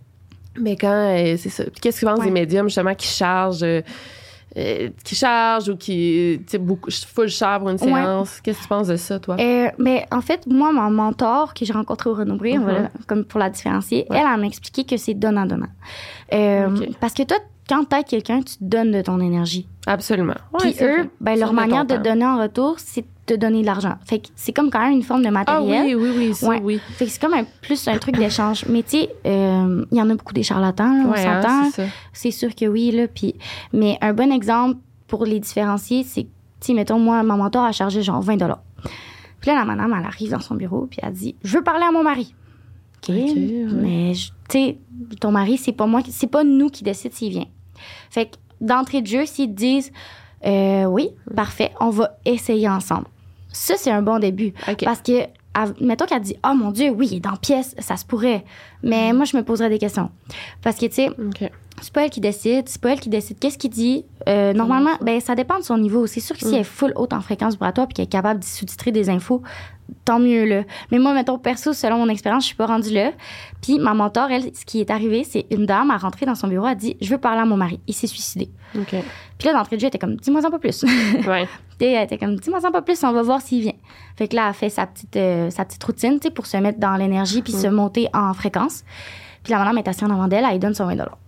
Mais quand, euh, c'est ça. Puis qu'est-ce que tu penses ouais. des médiums, justement, qui chargent... Euh, Euh, qui charge ou qui, tu sais, beaucoup, full cher pour une séance. Ouais. Qu'est-ce que tu penses de ça, toi? Euh, mais en fait, moi, mon mentor que j'ai rencontré au Renaud-Bré, mm-hmm. voilà, comme pour la différencier, ouais. elle, elle m'a expliqué que c'est donnant-donnant. Euh, okay. Parce que toi, quand t'aides quelqu'un, tu te donnes de ton énergie. Absolument. Puis ouais, eux, ben, leur manière de, de donner en retour, c'est de donner de l'argent. Fait que c'est comme quand même une forme de matériel. Ah oui, oui, oui, ça, ouais. oui. Fait que c'est comme un, plus un truc d'échange. Mais tu sais, il euh, y en a beaucoup des charlatans, là, on ouais, s'entend. Hein, c'est, c'est sûr que oui, là. Puis, mais un bon exemple pour les différencier, c'est, tu sais, mettons, moi, ma mentor a chargé genre vingt dollars. Puis là, la madame, elle arrive dans son bureau, puis elle dit, je veux parler à mon mari. OK. okay ouais. Mais, tu sais, ton mari, c'est pas moi, c'est pas nous qui décide s'il vient. Fait que d'entrée de jeu, s'ils te disent, euh, oui, parfait, on va essayer ensemble. Ça, c'est un bon début. Okay. Parce que, elle, mettons qu'elle dit, oh mon Dieu, oui, il est dans la pièce, ça se pourrait. Mais mm. moi, je me poserais des questions. Parce que, tu sais, okay. c'est pas elle qui décide, c'est pas elle qui décide qu'est-ce qu'il dit. Euh, normalement, ça. ben ça dépend de son niveau. C'est sûr que mm. si elle est full haute en fréquence vibratoire puis qu'elle est capable de sous-titrer des infos, tant mieux, là. Mais moi, mettons, perso, selon mon expérience, je suis pas rendue là. Puis ma mentor, elle, ce qui est arrivé, c'est une dame a rentré dans son bureau, a dit, je veux parler à mon mari. Il s'est suicidé. Okay. Puis là, d'entrée de jeu, elle était comme, dis-moi un peu plus. Ouais. Et elle était comme, dis-moi un peu plus, on va voir s'il vient. Fait que là, elle a fait sa petite, euh, sa petite routine, tu sais, pour se mettre dans l'énergie puis mm. se monter en fréquence. Puis la madame est assise en avant d'elle, elle lui donne son vingt dollars.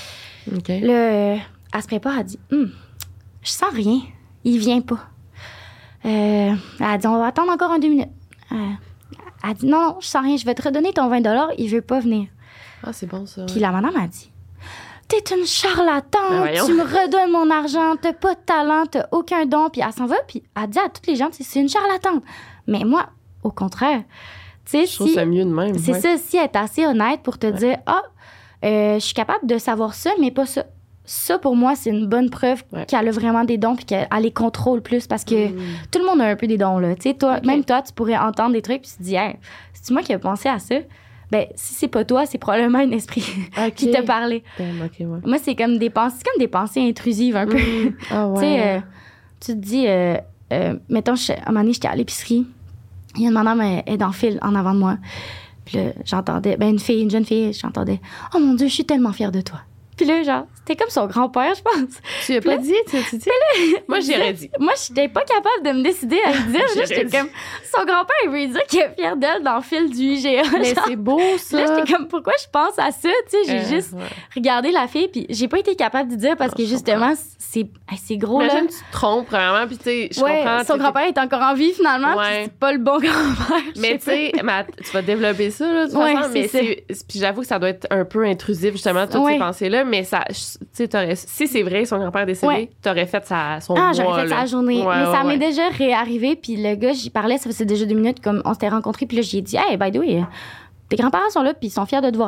Okay. Là, euh, elle se prépare, elle dit, hm, je sens rien, il vient pas. Euh, elle a dit, on va attendre encore un deux minutes. Euh, elle dit, non, non, je sens rien, je vais te redonner ton vingt dollars, il veut pas venir. Ah, c'est bon ça. Puis la madame a dit, t'es une charlatane, ben tu me redonnes mon argent, t'as pas de talent, t'as aucun don. Puis elle s'en va, puis elle dit à toutes les gens, c'est une charlatane. Mais moi, au contraire, tu sais, je si, trouve ça mieux de même. C'est ouais. ça, si elle est assez honnête pour te ouais. dire, ah, euh, je suis capable de savoir ça, mais pas ça. Ça, pour moi, c'est une bonne preuve ouais. qu'elle a vraiment des dons puis qu'elle les contrôle plus parce que mm. tout le monde a un peu des dons, là. Tu sais, toi, okay. même toi, tu pourrais entendre des trucs puis tu te dis, hey, c'est moi qui ai pensé à ça. Ben, si c'est pas toi, c'est probablement un esprit okay. qui t'a parlé. Ben, okay, ouais. Moi, c'est comme des pensées, c'est comme des pensées intrusives un peu. Mm. Ah ouais. Tu sais, euh, tu te dis, euh, euh, mettons, je, à un moment donné, j'étais à l'épicerie. Il y a une madame, elle, elle est dans le fil en avant de moi. Puis là, j'entendais, ben, une fille, une jeune fille, j'entendais, oh mon Dieu, je suis tellement fière de toi. Puis là, genre, c'était comme son grand-père, je pense. Tu l'as pas dit? Tu, tu dis? Là, moi, j'aurais dit. Moi, j'étais pas capable de me décider à lui dire. J'étais comme, son grand-père, il veut lui dire qu'il est fier d'elle dans le fil du I G A. Mais genre. C'est beau, ça. Là, j'étais comme, pourquoi je pense à ça? Tu sais, j'ai euh, juste ouais. regardé la fille, puis j'ai pas été capable de dire parce non, que justement, c'est, c'est gros, là. Imagine, tu te trompes, vraiment, puis tu sais, je ouais, comprends. Son grand-père est encore en vie, finalement, ouais. puis c'est pas le bon grand-père. Mais tu sais, tu vas développer ça, là, de toute ouais, façon. Mais c'est c'est, puis j'avoue que ça doit être un peu intrusif, justement, toutes ouais. ces pensées-là, mais ça, tu sais, si c'est vrai, son grand-père est décédé, ouais. t'aurais fait sa, son Ah, mois, j'aurais fait là. sa journée. Ouais, mais ça ouais, m'est ouais. déjà réarrivé, puis le gars, j'y parlais, ça faisait déjà deux minutes, comme on s'était rencontrés, puis là, j'ai dit, hey, by the way, tes grands-parents sont là, puis ils sont fiers de devoir aller.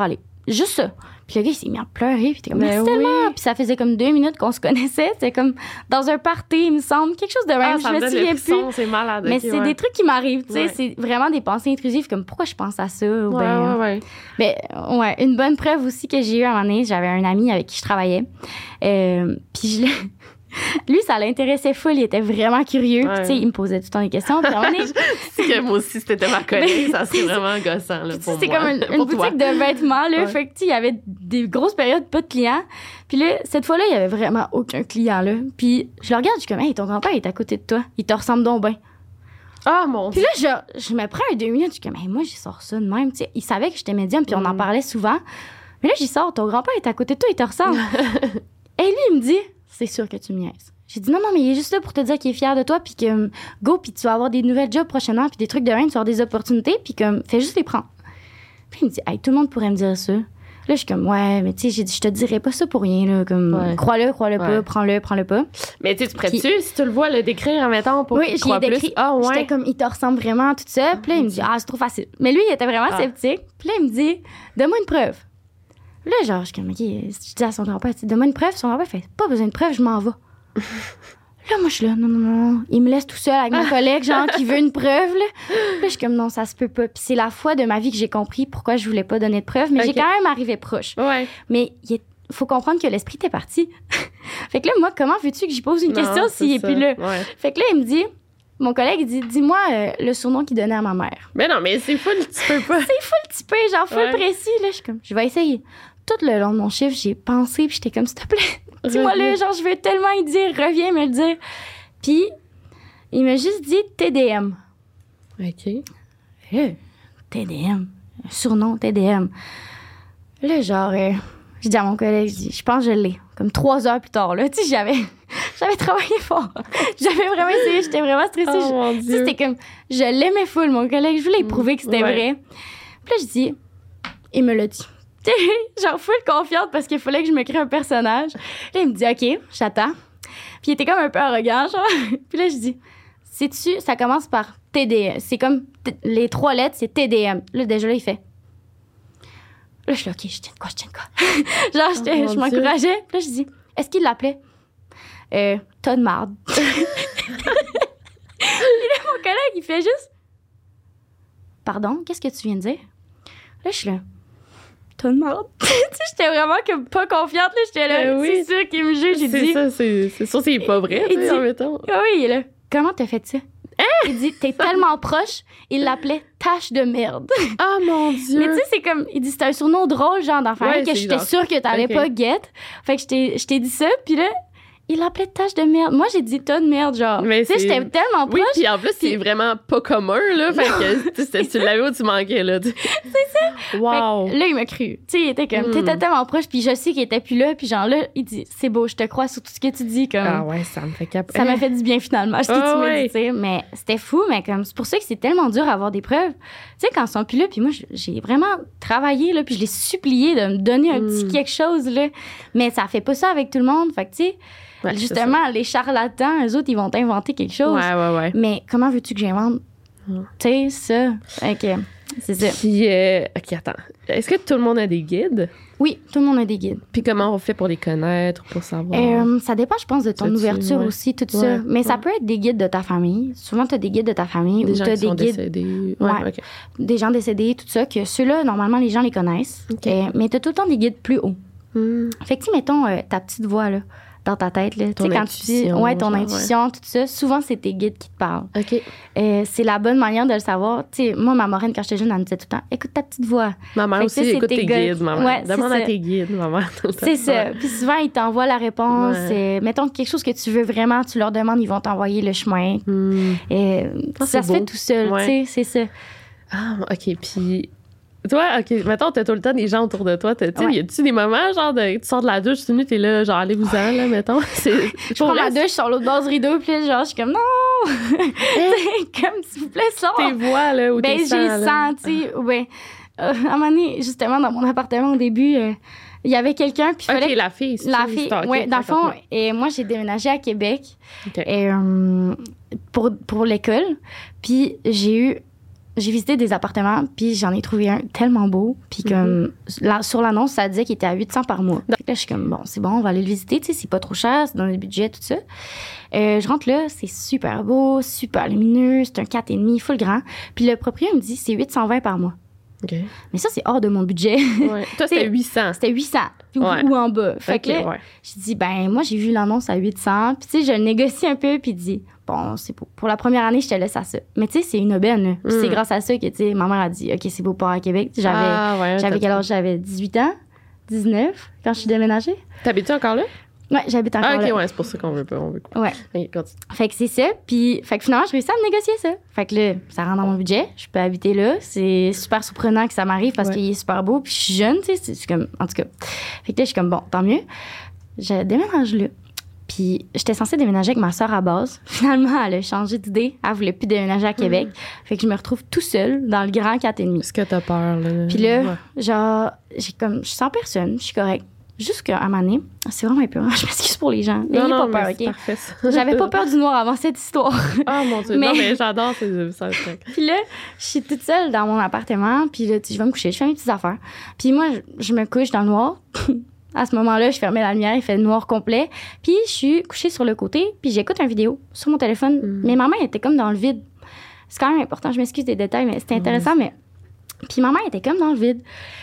juste ça. Puis le gars, il s'est mis à pleurer. Puis t'es comme, merci Ben tellement. oui. Puis ça faisait comme deux minutes qu'on se connaissait. C'était comme dans un party, il me semble. Quelque chose de même. Ah, je ça me me donne souviens le frisson, plus. c'est malade. Mais ok, c'est ouais. des trucs qui m'arrivent, tu sais. Ouais. C'est vraiment des pensées intrusives, comme pourquoi je pense à ça. Ou Ouais, ben, ouais, ouais. mais ouais, une bonne preuve aussi que j'ai eu à un moment donné, j'avais un ami avec qui je travaillais. Euh, puis je l'ai. Lui, ça l'intéressait full, il était vraiment curieux. Ouais. Puis, tu sais, il me posait tout le temps des questions. Puis à un moment donné, C'est que moi aussi, si t'étais ma collègue, Mais ça serait c'est- vraiment gossant, là, tu sais, pour c'est moi. comme une, une Pour toi. boutique de vêtements, là. Ouais. Fait que, tu sais, il y avait des grosses périodes, pas de clients. Puis là, cette fois-là, il y avait vraiment aucun client, là. Puis je le regarde, je suis comme, hey, ton grand-père est à côté de toi. Il te ressemble donc bien. Ah, mon Puis Dieu. là, je, je me prends un deux minutes, je suis comme, hey, moi, j'y sors ça de même. Tu sais, il savait que j'étais médium, puis on en Mm. parlait souvent. Mais là, j'y sors, ton grand-père est à côté de toi, il te ressemble. Et lui, il me dit, c'est sûr que tu me niaises. J'ai dit, non, non, mais il est juste là pour te dire qu'il est fier de toi, puis que um, go, puis tu vas avoir des nouvelles jobs prochainement, puis des trucs de même, tu vas avoir des opportunités, puis comme, fais juste les prendre. Puis il me dit, hey, tout le monde pourrait me dire ça. Là, je suis comme, ouais, mais tu sais, j'ai dit, je te dirais pas ça pour rien, là. Comme, Ouais. crois-le, crois-le Ouais. pas, prends-le, prends-le pas. Mais tu sais, tu prêtes-tu, Puis- si tu le vois, le décrire, mettons, pour Oui, qu'il j'y ai croit plus? décrit. Ah, ouais. J'étais comme, il te ressemble vraiment, tout ça. Puis là, il me dit, ah, c'est trop facile. Mais lui, il était vraiment Ah. sceptique. Puis là, il me dit, donne-moi une preuve. Là, genre, je suis comme, OK, je dis à son grand-père, tu sais, donne-moi une preuve. Son grand-père fait, pas besoin de preuve, je m'en vais. Là, moi, je suis là, non, non, non. Il me laisse tout seul avec mon collègue, genre, qui veut une preuve, là. Là, je suis comme, non, ça se peut pas. Puis c'est la fois de ma vie que j'ai compris pourquoi je voulais pas donner de preuve. Mais j'ai Ok. quand même arrivé proche. Ouais. Mais il est- faut comprendre que l'esprit était parti. Fait que là, moi, comment veux-tu que j'y pose une Non, question c'est s'il est ça. plus là? Ouais. Fait que là, il me dit, mon collègue, il dit, dis-moi euh, le surnom qu'il donnait à ma mère. Mais non, mais c'est fou, tu peux pas. C'est full typé, genre full Ouais. précis. Là, je suis comme, je vais essayer. Tout le long de mon chiffre, j'ai pensé, puis j'étais comme, s'il te plaît, dis-moi là, genre, je veux tellement y dire, reviens me le dire. Puis, il m'a juste dit T D M. OK. Euh, T D M. Un surnom T D M. Là, genre, euh, je dis à mon collègue, je dis, je pense que je l'ai. Comme trois heures plus tard, là, tu sais, j'avais, j'avais travaillé fort. J'avais vraiment essayé, j'étais vraiment stressée. Oh, Je- mon tu sais, Dieu. c'était comme, je l'aimais full, mon collègue. Je voulais lui prouver que c'était Ouais. vrai. Puis là, je dis, il me l'a dit. Tu sais, genre, full confiante parce qu'il fallait que je me crée un personnage. Là, il me dit, OK, j'attends. Puis il était comme un peu arrogant, genre. Puis là, je dis, sais-tu, ça commence par T D M. C'est comme, t- les trois lettres, c'est T D M. Là, déjà, là, il fait. Là, je suis là, OK, je tiens de quoi, je tiens de quoi. genre, Oh, j'étais- mon je Dieu. m'encourageais. Puis là, je dis, est-ce qu'il l'appelait? Euh, tas de marde. Puis là, mon collègue, il fait juste, pardon, qu'est-ce que tu viens de dire? Là, je suis là, tas de marde. tu sais, j'étais vraiment comme pas confiante, là. J'étais là, Ben oui. c'est sûr qu'il me juge. J'ai C'est dit, ça, c'est c'est sûr, c'est pas vrai, Il tu sais, dit- en mettons. ah oui, il est là. Comment t'as fait ça? Il dit, t'es tellement proche. Il l'appelait tache de merde. Ah, mon Dieu. Mais tu sais, c'est comme, il dit, c'était un surnom drôle, genre d'enfant, Ouais, que c'est j'étais genre- sûre que t'allais Ok. pas get. Fait que je t'ai- je t'ai dit ça, puis là, il l'appelait tache de merde. Moi, j'ai dit tas de merde, genre. Mais Tu sais, c'est- j'étais tellement Oui, proche. puis en plus, c'est Puis- vraiment pas commun, là. Fait que tu sais, tu l'avais ou tu manquais, là. C'est ça. Wow. Fait que là, il m'a cru. Tu sais, il était comme, Mm. t'étais tellement proche, puis je sais qu'il était plus là, puis genre là, il dit, c'est beau, je te crois sur tout ce que tu dis, comme. Ah ouais, ça me fait capoter. Ça m'a fait du bien finalement, ce que Ah tu m'as ouais. dit, tu sais. Mais c'était fou, mais comme c'est pour ça que c'est tellement dur d'avoir des preuves. Tu sais, quand ils sont plus là, puis moi, j'ai vraiment travaillé, là, puis je l'ai supplié de me donner un petit Mm. quelque chose, là. Mais ça fait pas ça avec tout le monde. Fait que, tu sais, Ouais, c'est justement, les charlatans, eux autres, ils vont t'inventer quelque ça. chose. Ouais, ouais, ouais. Mais comment veux-tu que j'invente? Mm. Tu sais, ça. Fait que, c'est ça. Puis, euh, OK, attends. Est-ce que tout le monde a des guides? Oui, tout le monde a des guides. Puis comment on fait pour les connaître, pour savoir? Euh, ça dépend, je pense, de ton Ça, tu- ouverture ouais. aussi, tout Ouais, ça. Mais ça ouais. peut être des guides de ta famille. Souvent, tu as des guides de ta famille des ou gens tu as qui des sont guides décédés. Ouais, Ouais. OK. des gens décédés, tout ça, que ceux-là, normalement, les gens les connaissent. OK. Euh, mais tu as tout le temps des guides plus hauts. Hmm. Fait que, tu sais, mettons euh, ta petite voix, là, dans ta tête, là. Tu Ton sais, quand tu dis, intuition, ouais, ton genre, intuition, tout ça, souvent, c'est tes guides qui te parlent. OK. Euh, c'est la bonne manière de le savoir. Tu sais, moi, ma marraine, quand j'étais jeune, elle me disait tout le temps, écoute ta petite voix. Ma mère Fait que aussi ça, c'est écoute tes tes gars- guides, ma mère. Ouais, c'est Demande à ça. tes guides, ma mère. tout le temps. C'est ça. Ouais. Puis souvent, ils t'envoient la réponse. Ouais. Euh, mettons quelque chose que tu veux vraiment, tu leur demandes, ils vont t'envoyer le chemin. Hmm. Et Ah, ça c'est se fait beau. tout seul, Ouais. tu sais, c'est ça. Ah, OK. Puis, toi, OK, mettons, t'as tout le temps des gens autour de toi. t'as- Tu sais, Ouais. y a-tu des moments, genre, de, tu sors de la douche, tu minutes, t'es là, genre, allez-vous-en, là, mettons? C'est, Je prends ma douche sur l'autre base du rideau, puis là, genre, je suis comme, non! T'sais, comme, s'il vous plaît, sors! tes voix, là, ou Ben, tes j'ai sangs, là. senti, ouais. Euh, à un moment donné, justement, dans mon appartement, au début, euh, il y avait quelqu'un, puis il OK, fallait... la fille, c'est La une fille, histoire, OK, ouais, dans le fond, raconte-moi. et moi, j'ai déménagé à Québec OK. et, euh, pour, pour l'école, puis j'ai eu j'ai visité des appartements, puis j'en ai trouvé un tellement beau. Puis comme, mm-hmm. la, sur l'annonce, ça disait qu'il était à huit cents par mois. Donc là, je suis comme, bon, c'est bon, on va aller le visiter. Tu sais, c'est pas trop cher, c'est dans le budget, tout ça. Euh, je rentre là, c'est super beau, super lumineux, c'est un quatre virgule cinq, full grand. Puis le propriétaire me dit, c'est huit cent vingt par mois. Okay. Mais ça, c'est hors de mon budget. Ouais. Toi, c'était huit cents. C'était huit cents, ou, ouais. ou en bas. Fait okay, que là, ouais. je dis, ben, moi, j'ai vu l'annonce à huit cents. Puis, tu sais, je négocie un peu, puis dis, bon, c'est pour, pour la première année, je te laisse à ça. Mais, tu sais, c'est une aubaine. Mm. Puis, c'est grâce à ça que, tu sais, ma mère a dit, OK, c'est beau pour à Québec. J'avais, ah, ouais, j'avais quel âge? J'avais dix-huit ans, dix-neuf, quand je suis déménagée. T'habites-tu encore là? Ouais, j'habite encore ah, OK, là. ouais, c'est pour ça qu'on veut pas. On veut pas. Ouais. OK, continue. Fait que c'est ça. Puis, fait que finalement, je réussis à me négocier ça. Fait que là, ça rentre dans mon budget. Je peux habiter là. C'est super surprenant que ça m'arrive parce ouais. qu'il est super beau. Puis, je suis jeune, tu sais. C'est, c'est comme, en tout cas. Fait que là, je suis comme, bon, tant mieux. Je déménage là. Puis, j'étais censée déménager avec ma sœur à base. Finalement, elle a changé d'idée. Elle voulait plus déménager à Québec. Mmh. Fait que je me retrouve tout seule dans le grand quatre virgule cinq. Est-ce que t'as peur, là? Puis là, ouais. genre, j'ai comme, je suis sans personne. Je suis correcte. Jusqu'à un moment donné, c'est vraiment épeurant. Je m'excuse pour les gens. N'ayez pas peur, OK? Parfait, j'avais pas peur du noir avant cette histoire. Ah, oh, mon Dieu. Mais... Non, mais j'adore ces ça. Puis là, je suis toute seule dans mon appartement. Puis là, je vais me coucher. Je fais mes petites affaires. Puis moi, je, je me couche dans le noir. À ce moment-là, je fermais la lumière. Il fait noir complet. Puis je suis couchée sur le côté. Puis j'écoute une vidéo sur mon téléphone. Mm. Mais ma main était comme dans le vide. C'est quand même important. Je m'excuse des détails, mais c'était intéressant. Mm. Mais... Puis ma main était comme dans le vide.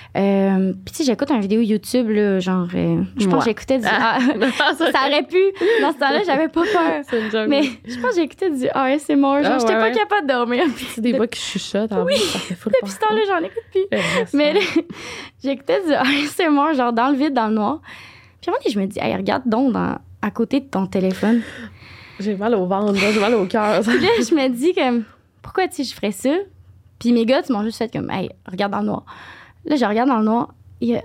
Euh, puis tu sais, j'écoute une vidéo YouTube, là, genre, euh, je pense que j'écoutais du... Ah, ah, ça aurait pu. Dans ce temps-là, j'avais pas peur. C'est une joke. Mais je pense que j'écoutais du A S M R, genre, ah, j'étais ouais, pas ouais. capable de dormir. Puis c'est des voix qui chuchotent. Oui, ça fait full depuis ce temps-là, j'en écoute plus. Ouais, mais là, j'écoutais du A S M R, genre, dans le vide, dans le noir. Puis à un moment donné, je me dis, hey, regarde donc dans, à côté de ton téléphone. J'ai mal au ventre, j'ai mal au cœur. Puis là, je me dis, comme, pourquoi, tu sais, je ferais ça? Puis mes gars, ils m'ont juste fait comme, hey, regarde dans le noir. Là, je regarde dans le noir. Il y a...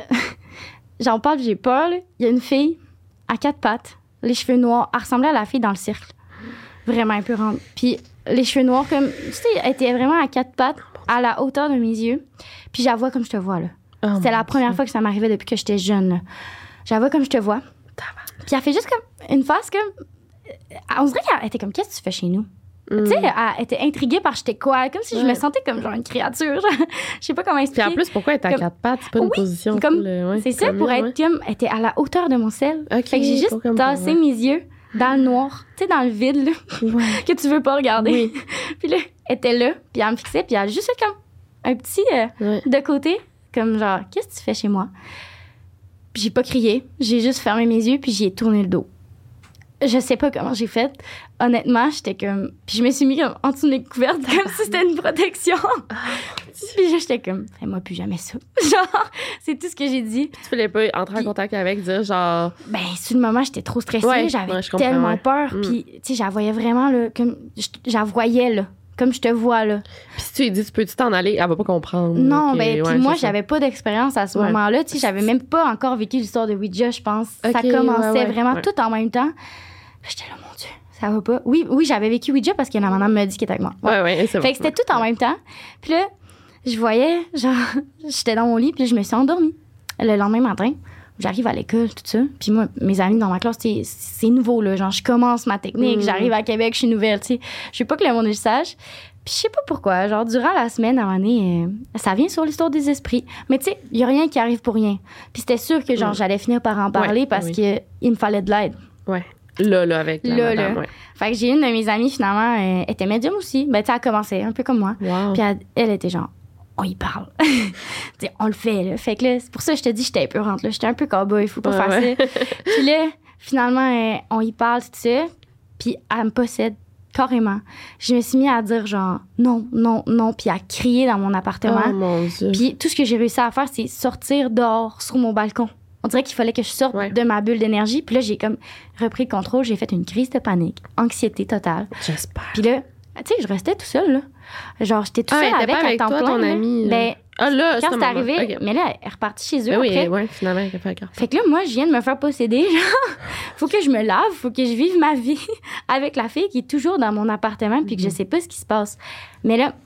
J'en parle, j'ai peur. Là. Il y a une fille à quatre pattes, les cheveux noirs. Elle ressemblait à la fille dans le cirque. Vraiment épeurante. Puis les cheveux noirs, comme. Tu sais, elle était vraiment à quatre pattes, à la hauteur de mes yeux. Puis je la vois comme je te vois, là. Oh, c'est la première Dieu. fois que ça m'arrivait depuis que j'étais jeune, là. Je la vois comme je te vois. Puis elle fait juste comme une face comme. On dirait qu'elle était comme, qu'est-ce que tu fais chez nous? Mm. Tu sais, elle était intriguée par j'étais quoi, comme si ouais. je me sentais comme genre une créature. Je sais pas comment expliquer. Puis en plus, pourquoi elle était à comme... quatre pattes? C'est pas une oui, position. Comme... Le... Ouais, c'est ça, pour être ouais. comme. Elle était à la hauteur de mon sel. Okay, fait que j'ai juste tassé ouais. mes yeux dans le noir, tu sais, dans le vide, là, ouais. que tu veux pas regarder. Oui. Puis là, elle était là, puis elle me fixait, puis elle a juste fait comme un petit euh, ouais. de côté, comme genre, qu'est-ce que tu fais chez moi? Puis j'ai pas crié, j'ai juste fermé mes yeux, puis j'y ai tourné le dos. Je sais pas comment j'ai fait. Honnêtement, j'étais comme... Puis je me suis mis comme en dessous de mes couvertes, comme si c'était une protection. Puis j'étais comme, fais-moi plus jamais ça. Genre, c'est tout ce que j'ai dit. Tu voulais pas entrer puis, en contact avec, dire genre... Ben, sur le moment, j'étais trop stressée. Ouais, j'avais ouais, tellement ouais. peur. Mm. Puis, tu sais, j'la voyais vraiment, là, comme... J'la voyais, là. Comme je te vois, là. Puis si tu lui dis, tu peux-tu t'en aller, elle va pas comprendre. Non, okay, ben, puis ouais, moi, j'avais pas d'expérience à ce ouais. moment-là. Tu sais, j'avais même pas encore vécu l'histoire de Ouija, je pense. Okay, ça commençait ouais, ouais, vraiment ouais. tout en même temps. J'étais là, mon Dieu, ça va pas. Oui, oui, j'avais vécu Ouija parce que la madame m'a dit qu'elle était avec moi. Ouais, ouais, ouais c'est Fait bon. que c'était tout en même temps. Puis là, je voyais, genre, j'étais dans mon lit, puis je me suis endormie. Le lendemain matin, j'arrive à l'école, tout ça. Puis moi, mes amis dans ma classe, c'est, c'est nouveau, là. Genre, je commence ma technique, mm. j'arrive à Québec, je suis nouvelle, tu sais. Je veux pas que le monde le sache. Puis je sais pas pourquoi, genre, durant la semaine, à un moment donné, euh, ça vient sur l'histoire des esprits. Mais tu sais, il y a rien qui arrive pour rien. Puis c'était sûr que, genre, mm. j'allais finir par en parler ouais, parce oui. que il me fallait de l'aide. Ouais. Là, là, avec la là, madame, là. ouais. Fait que j'ai une de mes amies, finalement, elle était médium aussi. Ben, tu sais, elle commençait un peu comme moi. Wow. Puis elle, elle était genre, on y parle. Tu sais, on le fait, là. Fait que là, c'est pour ça que je te dis, j'étais épeurante, là. J'étais un peu cowboy, il faut pas ouais, faire ouais. ça. Puis là, finalement, elle, on y parle, tout ça. Puis elle me possède carrément. Je me suis mis à dire genre, non, non, non. Puis à crier dans mon appartement. Oh mon Dieu. Puis tout ce que j'ai réussi à faire, c'est sortir dehors, sur mon balcon. On dirait qu'il fallait que je sorte ouais. de ma bulle d'énergie. Puis là, j'ai comme repris le contrôle. J'ai fait une crise de panique, anxiété totale. J'espère. Puis là, tu sais, je restais tout seule, là. Genre, j'étais tout seule ah, avec, avec à temps toi, plein. Ton là. ami, ben, ah, là, quand c'est arrivé, okay. mais là, elle est repartie chez eux ben après. Oui, oui, finalement, elle a fait la Fait que là, moi, je viens de me faire posséder. Genre, faut que je me lave, faut que je vive ma vie avec la fille qui est toujours dans mon appartement puis que mm-hmm. je sais pas ce qui se passe. Mais là,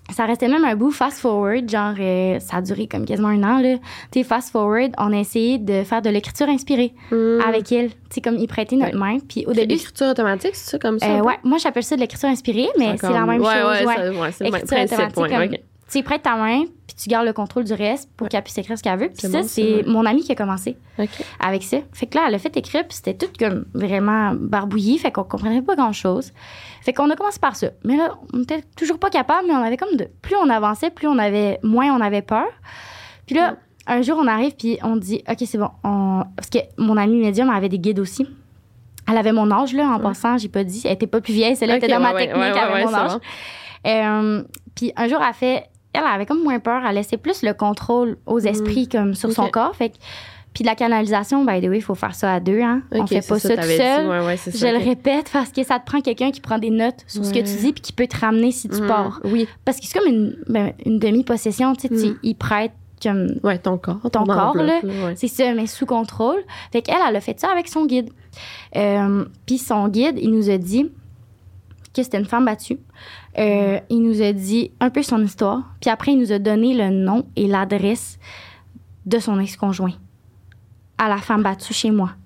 ça restait même un bout fast-forward, genre, euh, ça a duré comme quasiment un an, là. Tu sais, fast-forward, on a essayé de faire de l'écriture inspirée mm. avec elle. Tu sais, comme, il prêtait notre ouais. main. Puis au c'est début... l'écriture automatique, c'est ça, comme ça? Euh, ouais, moi, j'appelle ça de l'écriture inspirée, mais c'est, c'est la même ouais, chose. Ouais, ouais, ça, ouais, c'est l'écriture le même principe. automatique, Ouais, comme, okay. tu prêtes ta main, puis tu gardes le contrôle du reste pour ouais. qu'elle puisse écrire ce qu'elle veut. Puis ça, bon, c'est bon. Mon amie qui a commencé okay. avec ça. Fait que là, elle a fait écrire, puis c'était tout comme vraiment barbouillé, fait qu'on comprenait pas grand-chose. Fait qu'on a commencé par ça. Mais là, on était toujours pas capable, mais on avait comme de... Plus on avançait, plus on avait... Moins on avait peur. Puis là, mm. un jour, on arrive, puis on dit, OK, c'est bon. On... Parce que mon amie médium avait des guides aussi. Elle avait mon âge, là, en mm. passant, j'ai pas dit. Elle était pas plus vieille, celle-là okay, était dans ouais, ma technique, ouais, ouais, elle avait ouais, mon âge. Bon. Euh, puis un jour, elle fait... Elle avait comme moins peur. Elle laissait plus le contrôle aux esprits, mm. comme sur okay. son corps. Fait que... Puis de la canalisation, by the way, il faut faire ça à deux. Hein? Okay, on fait pas ça, ça tout seul. Ouais, ouais, c'est je ça, le okay. répète parce que ça te prend quelqu'un qui prend des notes sur ouais. ce que tu dis puis qui peut te ramener si tu mmh. pars. Oui. Parce que c'est comme une, ben, une demi-possession. Tu sais, mmh. il prête comme... Ouais, ton corps. Ton, ton corps, là. là ouais. C'est ça, mais sous contrôle. Fait qu'elle, elle a fait ça avec son guide. Euh, puis son guide, il nous a dit que c'était une femme battue. Euh, mmh. Il nous a dit un peu son histoire. Puis après, il nous a donné le nom et l'adresse de son ex-conjoint à la femme battue chez moi.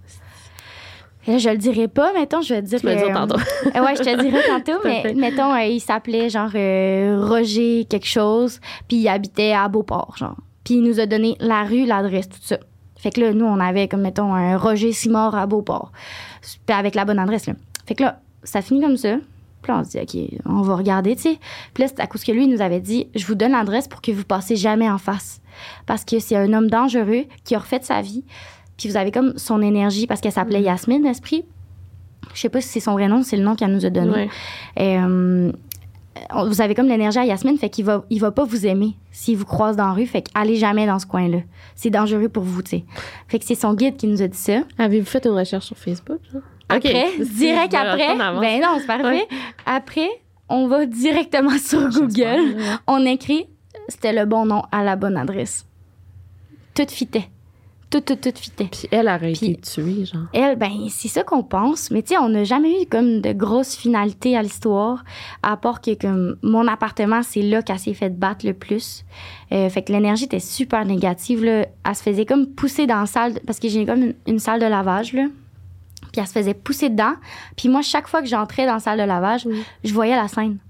Et là, je le dirai pas, mettons, je vais te dire... Tu me le dis tantôt. Euh, ouais, je te le dirai tantôt, mais mettons, euh, il s'appelait genre euh, Roger quelque chose, puis il habitait à Beauport, genre. Puis il nous a donné la rue, l'adresse, tout ça. Fait que là, nous, on avait comme, mettons, un Roger Simard à Beauport, puis avec la bonne adresse, là. Fait que là, ça finit comme ça. Puis là, on se dit, OK, on va regarder, tu sais. Puis là, c'est à cause que lui, il nous avait dit, je vous donne l'adresse pour que vous passiez jamais en face. Parce que c'est un homme dangereux qui a refait sa vie. Puis vous avez comme son énergie, parce qu'elle s'appelait Yasmine, l'esprit. Je sais pas si c'est son vrai nom, c'est le nom qu'elle nous a donné. Ouais. Et, euh, vous avez comme l'énergie à Yasmine, fait qu'il va, il va pas vous aimer s'il vous croise dans la rue. Fait qu'allez jamais dans ce coin-là. C'est dangereux pour vous, tu sais. Fait que c'est son guide qui nous a dit ça. Avez-vous fait une recherche sur Facebook, genre? Après, okay. direct après. Ben non, c'est parfait. Ouais. Après, on va directement sur Google. Ouais. On écrit, c'était le bon nom à la bonne adresse. Tout fitait. Tout, tout, tout fitait. Puis elle aurait été tuée, genre. Elle, ben, c'est ça qu'on pense. Mais tu sais, on n'a jamais eu comme de grosses finalités à l'histoire, à part que comme mon appartement, c'est là qu'elle s'est fait battre le plus. Euh, fait que l'énergie était super négative, là. Elle se faisait comme pousser dans la salle, de, parce que j'ai comme une, une salle de lavage, là. Puis elle se faisait pousser dedans. Puis moi, chaque fois que j'entrais dans la salle de lavage, oui. je voyais la scène.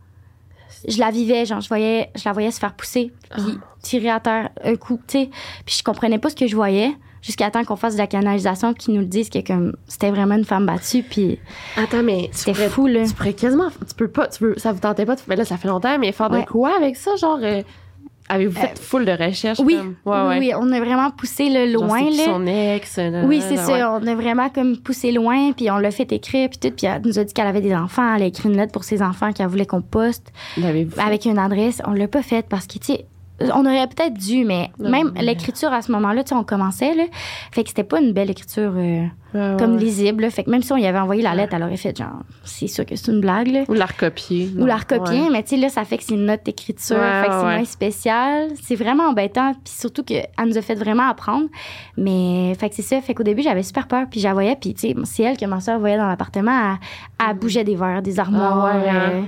Je la vivais, genre, je, voyais, je la voyais se faire pousser, puis oh. tirer à terre un coup, tu sais. Puis je comprenais pas ce que je voyais, jusqu'à temps qu'on fasse de la canalisation, qu'ils nous le disent que comme c'était vraiment une femme battue, puis attends, mais c'était pourrais, fou, là. Tu pourrais quasiment... Tu peux pas... Tu peux, ça vous tentait pas... De, mais là, ça fait longtemps, mais faire ouais. de quoi avec ça, genre... Euh, avez-vous fait euh, full de recherches? Oui, comme, ouais, oui, ouais. oui, on a vraiment poussé là, loin. Genre, c'est là. son ex. Là, oui, c'est là, ça. Ouais. On a vraiment comme poussé loin, puis on l'a fait écrire, puis tout. Puis elle nous a dit qu'elle avait des enfants. Elle a écrit une lettre pour ses enfants qu'elle voulait qu'on poste. Avec une adresse. On l'a pas faite parce que, tu sais, on aurait peut-être dû, mais non, même mais... l'écriture à ce moment-là, tu sais, on commençait, là. Fait que c'était pas une belle écriture euh, ouais, comme ouais. lisible, là. Fait que même si on y avait envoyé la lettre, elle aurait fait genre, c'est sûr que c'est une blague, là. Ou la recopier. Ou la recopier, ouais. mais tu sais, là, ça fait que c'est une note d'écriture. Ouais, fait que c'est ouais. moins spécial. C'est vraiment embêtant. Puis surtout qu'elle nous a fait vraiment apprendre. Mais, fait que c'est ça. Fait qu'au début, j'avais super peur. Puis j'envoyais. Puis, tu sais, c'est elle que ma soeur voyait dans l'appartement. Elle, elle bougeait des verres, des armoires. Ah, ouais, euh,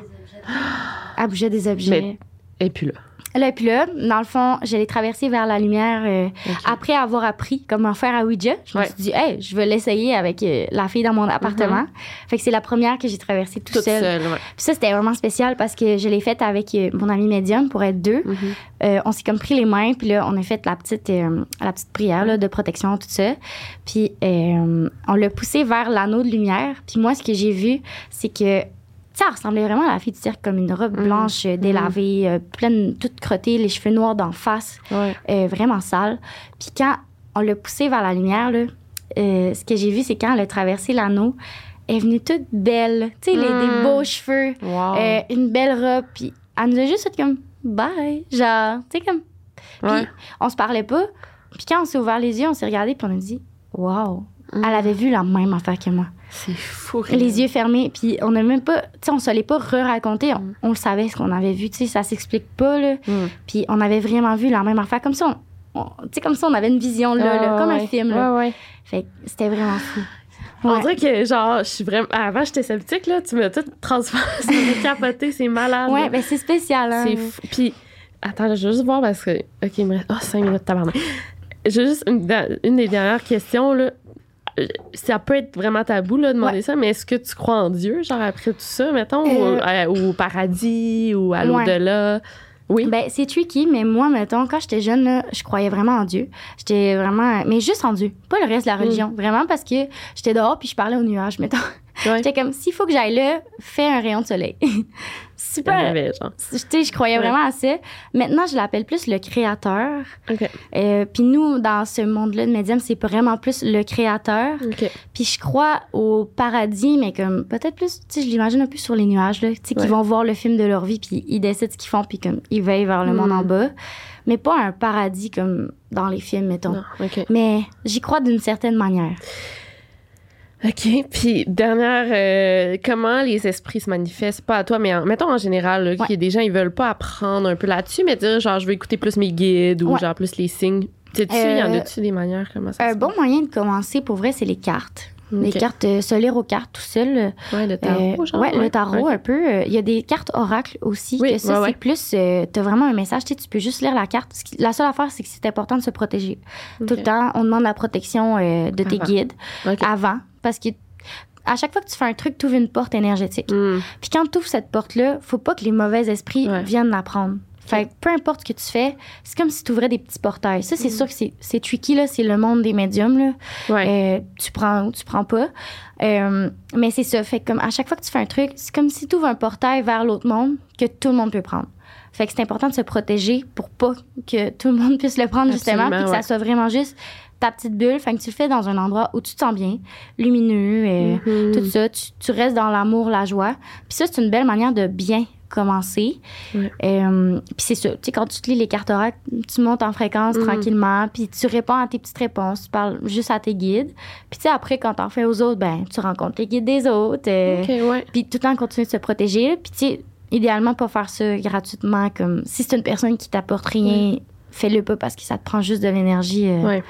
elle bougeait des objets. Mais, et puis là. Là, puis là, dans le fond, j'allais traverser vers la lumière euh, okay. après avoir appris comment faire à Ouija. Je me ouais. suis dit, hey, je vais l'essayer avec euh, la fille dans mon appartement. Mm-hmm. Fait que c'est la première que j'ai traversée toute, toute seule. seule ouais. Puis ça, c'était vraiment spécial parce que je l'ai faite avec euh, mon ami médium pour être deux. Mm-hmm. Euh, on s'est comme pris les mains, puis là, on a fait la petite, euh, la petite prière là, de protection, tout ça. Puis euh, on l'a poussé vers l'anneau de lumière. Puis moi, ce que j'ai vu, c'est que ça ressemblait vraiment à la fille du cirque, comme une robe mmh. blanche euh, délavée, euh, pleine, toute crottée, les cheveux noirs d'en face, ouais. euh, vraiment sale. Puis quand on l'a poussée vers la lumière, là, euh, ce que j'ai vu, c'est quand elle a traversé l'anneau, elle est venue toute belle, tu sais, mmh. des beaux cheveux, wow. euh, une belle robe, puis elle nous a juste fait comme « bye », genre, tu sais, comme... Puis ouais. on se parlait pas, puis quand on s'est ouvert les yeux, on s'est regardé, puis on a dit « wow mmh. », elle avait vu la même affaire que moi. C'est fou. Les yeux fermés, puis on n'a même pas, tu sais, on se l'est pas re-raconté, on, mm. on le savait ce qu'on avait vu, tu sais, ça s'explique pas, là. Mm. Puis on avait vraiment vu la même affaire, comme ça, tu sais, comme ça, on avait une vision, là, ah, là comme ouais. un film, là. Ouais, ouais. Fait que c'était vraiment fou. On Ouais. dirait que, genre, je suis vraiment... Avant, j'étais sceptique, là. Tu m'as tout transformé. Ça m'a capoté. C'est malade. Ouais, là. ben c'est spécial, hein. C'est fou. Puis, attends, je vais juste voir parce que... OK, il me reste... Oh, cinq minutes, tabarnak. J'ai juste une, une des dernières questions, là. Ça peut être vraiment tabou, là, de demander Ouais. ça, mais est-ce que tu crois en Dieu, genre, après tout ça, mettons, Euh... ou, à- ou au paradis, ou à l'au-delà? Ouais. Oui. Ben, c'est tricky, mais moi, mettons, quand j'étais jeune, là, je croyais vraiment en Dieu. J'étais vraiment. Mais juste en Dieu, pas le reste de la religion. Mm. Vraiment parce que j'étais dehors puis je parlais aux nuages, mettons. Ouais. J'étais comme, s'il faut que j'aille là, fais un rayon de soleil. Super. Tu sais, je croyais ouais. vraiment à ça. Maintenant, je l'appelle plus le créateur. Okay. Euh, puis nous, dans ce monde-là de médium, c'est vraiment plus le créateur. Okay. Puis je crois au paradis, mais comme peut-être plus, tu sais, je l'imagine un peu sur les nuages, là, tu sais, ouais. qui vont voir le film de leur vie, puis ils décident ce qu'ils font, puis comme ils veillent vers le mm. monde en bas. Mais pas un paradis comme dans les films, mettons. Non, okay. Mais j'y crois d'une certaine manière. OK. Puis, dernière, euh, comment les esprits se manifestent? Pas à toi, mais en, mettons en général, là, ouais. qu'il y a des gens, ils veulent pas apprendre un peu là-dessus, mais dire, genre, je veux écouter plus mes guides ou ouais. genre plus les signes. Sais-tu, il euh, y en a-tu des manières? Comment ça un se bon passe? moyen de commencer, pour vrai, c'est les cartes. Okay. Les cartes, euh, se lire aux cartes tout seul. Ouais, le tarot, euh, genre. Ouais, ouais. le tarot, okay. un peu. Il y a des cartes oracles aussi. Oui, que ça, ouais, c'est ouais. plus... Euh, t'as vraiment un message, tu sais, tu peux juste lire la carte. La seule affaire, c'est que c'est important de se protéger. Okay. Tout le temps, on demande la protection euh, de tes avant. guides Okay. avant. Parce que à chaque fois que tu fais un truc, tu ouvres une porte énergétique. Mm. Puis quand tu ouvres cette porte-là, faut pas que les mauvais esprits ouais. viennent la prendre. Fait que peu importe ce que tu fais, c'est comme si tu ouvrais des petits portails. Ça, c'est mm. sûr que c'est, c'est tricky, là. C'est le monde des médiums, là. Ouais. Euh, tu prends ou tu prends pas. Euh, mais c'est ça. Fait que comme à chaque fois que tu fais un truc, c'est comme si tu ouvres un portail vers l'autre monde que tout le monde peut prendre. Fait que c'est important de se protéger pour pas que tout le monde puisse le prendre, justement, puis que ouais. ça soit vraiment juste ta petite bulle. Fait que tu le fais dans un endroit où tu te sens bien, lumineux, et mm-hmm. tout ça. Tu, tu restes dans l'amour, la joie. Puis ça, c'est une belle manière de bien commencer. Ouais. Euh, puis c'est ça. Tu sais, quand tu te lis les cartes oracles, tu montes en fréquence mm. tranquillement, puis tu réponds à tes petites réponses. Tu parles juste à tes guides. Puis tu sais, après, quand t'en fais aux autres, ben tu rencontres les guides des autres. Euh, okay, ouais. Puis tout le temps, continuer de se protéger. Puis tu sais, idéalement, pas faire ça gratuitement. Comme si c'est une personne qui t'apporte rien, ouais. fais-le pas parce que ça te prend juste de l'énergie. Euh, ouais.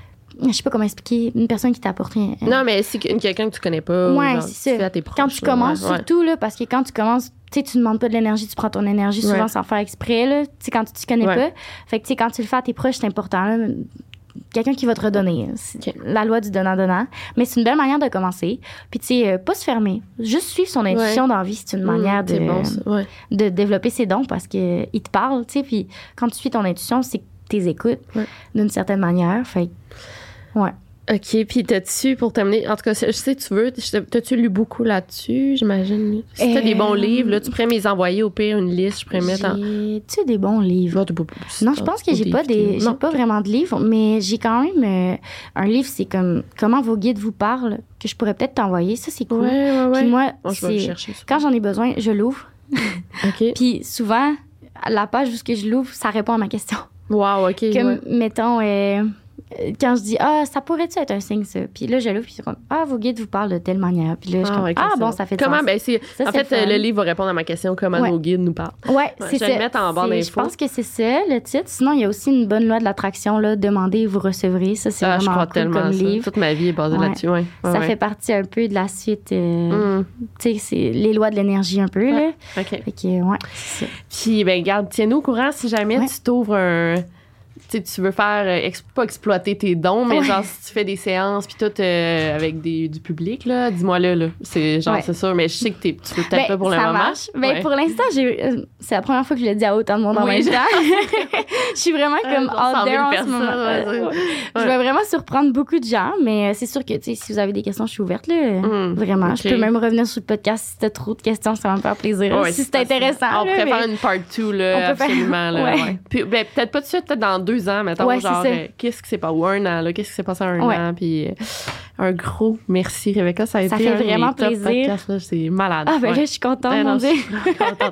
Je sais pas comment expliquer. Une personne qui t'apporte rien. Euh, non, mais c'est quelqu'un que tu connais pas. Ouais, genre, c'est tu ça. à tes proches, quand tu commences, ouais. surtout, là, parce que quand tu commences, tu sais, tu demandes pas de l'énergie, tu prends ton énergie souvent ouais. sans faire exprès, là. Tu sais, quand tu te connais ouais. pas. Fait que, tu sais, quand tu le fais à tes proches, c'est important, là. Quelqu'un qui va te redonner. C'est okay. la loi du donnant-donnant. Mais c'est une belle manière de commencer. Puis, tu sais, euh, pas se fermer. Juste suivre son intuition ouais. dans la vie, c'est une mmh, manière de, bon, ouais. de développer ses dons parce qu'il te parle, tu sais. Puis, quand tu suis ton intuition, c'est que tu les écoutes ouais. d'une certaine manière. Fait ouais. OK, puis t'as-tu, pour terminer, en tout cas, je sais que tu veux, t'as-tu lu beaucoup là-dessus, j'imagine? Si t'as euh, des bons livres, là, tu pourrais me les envoyer, au pire, une liste, je pourrais mettre en... J'ai-tu des bons livres? Non, non je pense que j'ai pas, des, j'ai pas vraiment de livres, mais j'ai quand même euh, un livre, c'est comme « Comment vos guides vous parlent », que je pourrais peut-être t'envoyer. Ça, c'est cool. Ouais, ouais, ouais. Puis moi, bon, je vais le chercher, quand j'en ai besoin, je l'ouvre. OK. Puis souvent, la page où je l'ouvre, ça répond à ma question. Wow, OK. Comme, ouais. mettons... Euh, quand je dis, ah, ça pourrait-tu être un signe, ça? Puis là, je l'ouvre, puis c'est comme, ah, vos guides vous parlent de telle manière. Puis là, je ah, comme, ouais, ah, bon, ça fait comment, sens. Ben, c'est, ça, en c'est fait, le, le livre va répondre à ma question, comment ouais. nos guides nous parlent. Ouais, ouais c'est je ça. vais le mettre en barre d'infos. Je pense que c'est ça, le titre. Sinon, il y a aussi une bonne loi de l'attraction, là, demandez et vous recevrez. Ça, c'est ah, vraiment je crois cool tellement comme ça. livre. Toute ma vie est basée ouais. là-dessus, ouais. ouais ça ouais. fait partie un peu de la suite, euh, mm. tu sais, c'est les lois de l'énergie un peu, ouais. là. OK. Fait que, ouais, c'est ça. Puis, ben, garde, tiens-nous au courant si jamais ouais. tu t'ouvres un... Tu sais, tu veux faire, ex- pas exploiter tes dons, mais ouais. genre, si tu fais des séances, puis tout, euh, avec des, du public, là, dis-moi là, là. C'est genre, ouais. c'est sûr, mais je sais que t'es, tu peux peut-être ben, pas pour le ça moment. Marche. Ben, ouais. pour l'instant, j'ai, euh, c'est la première fois que je le dis à autant de monde oui, en même je... temps. Je suis vraiment comme out there en personnes, ce moment. Ouais, ouais. Je vais vraiment surprendre beaucoup de gens, mais c'est sûr que, tu sais, si vous avez des questions, je suis ouverte, là. Mm, vraiment. Okay. Je peux même revenir sur le podcast si t'as trop de questions, ça va me faire plaisir. Ouais, si c'est, c'est intéressant. On pourrait faire une part deux, là, absolument, là. Ouais. Ouais. Puis, ben, peut-être pas tout de suite, peut-être dans deux ans, mettons, ouais, genre, euh, qu'est-ce qui s'est passé, ou un an, là, qu'est-ce qui s'est passé en un ouais. an, puis euh, un gros merci, Rebecca, ça a ça été fait un vraiment de mes plaisir. top podcasts, là, c'est malade. Ah, ben ouais. là, je suis contente, ben, mon non, Dieu. Je suis contente.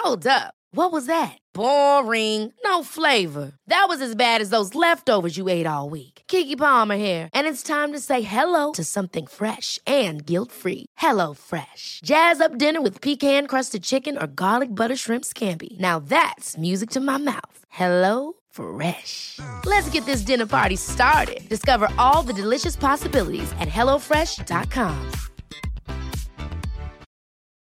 Hold up. What was that? Boring. No flavor. That was as bad as those leftovers you ate all week. Keke Palmer here, and it's time to say hello to something fresh and guilt-free. Hello Fresh. Jazz up dinner with pecan-crusted chicken or garlic butter shrimp scampi. Now that's music to my mouth. Hello Fresh. Let's get this dinner party started. Discover all the delicious possibilities at hello fresh dot com.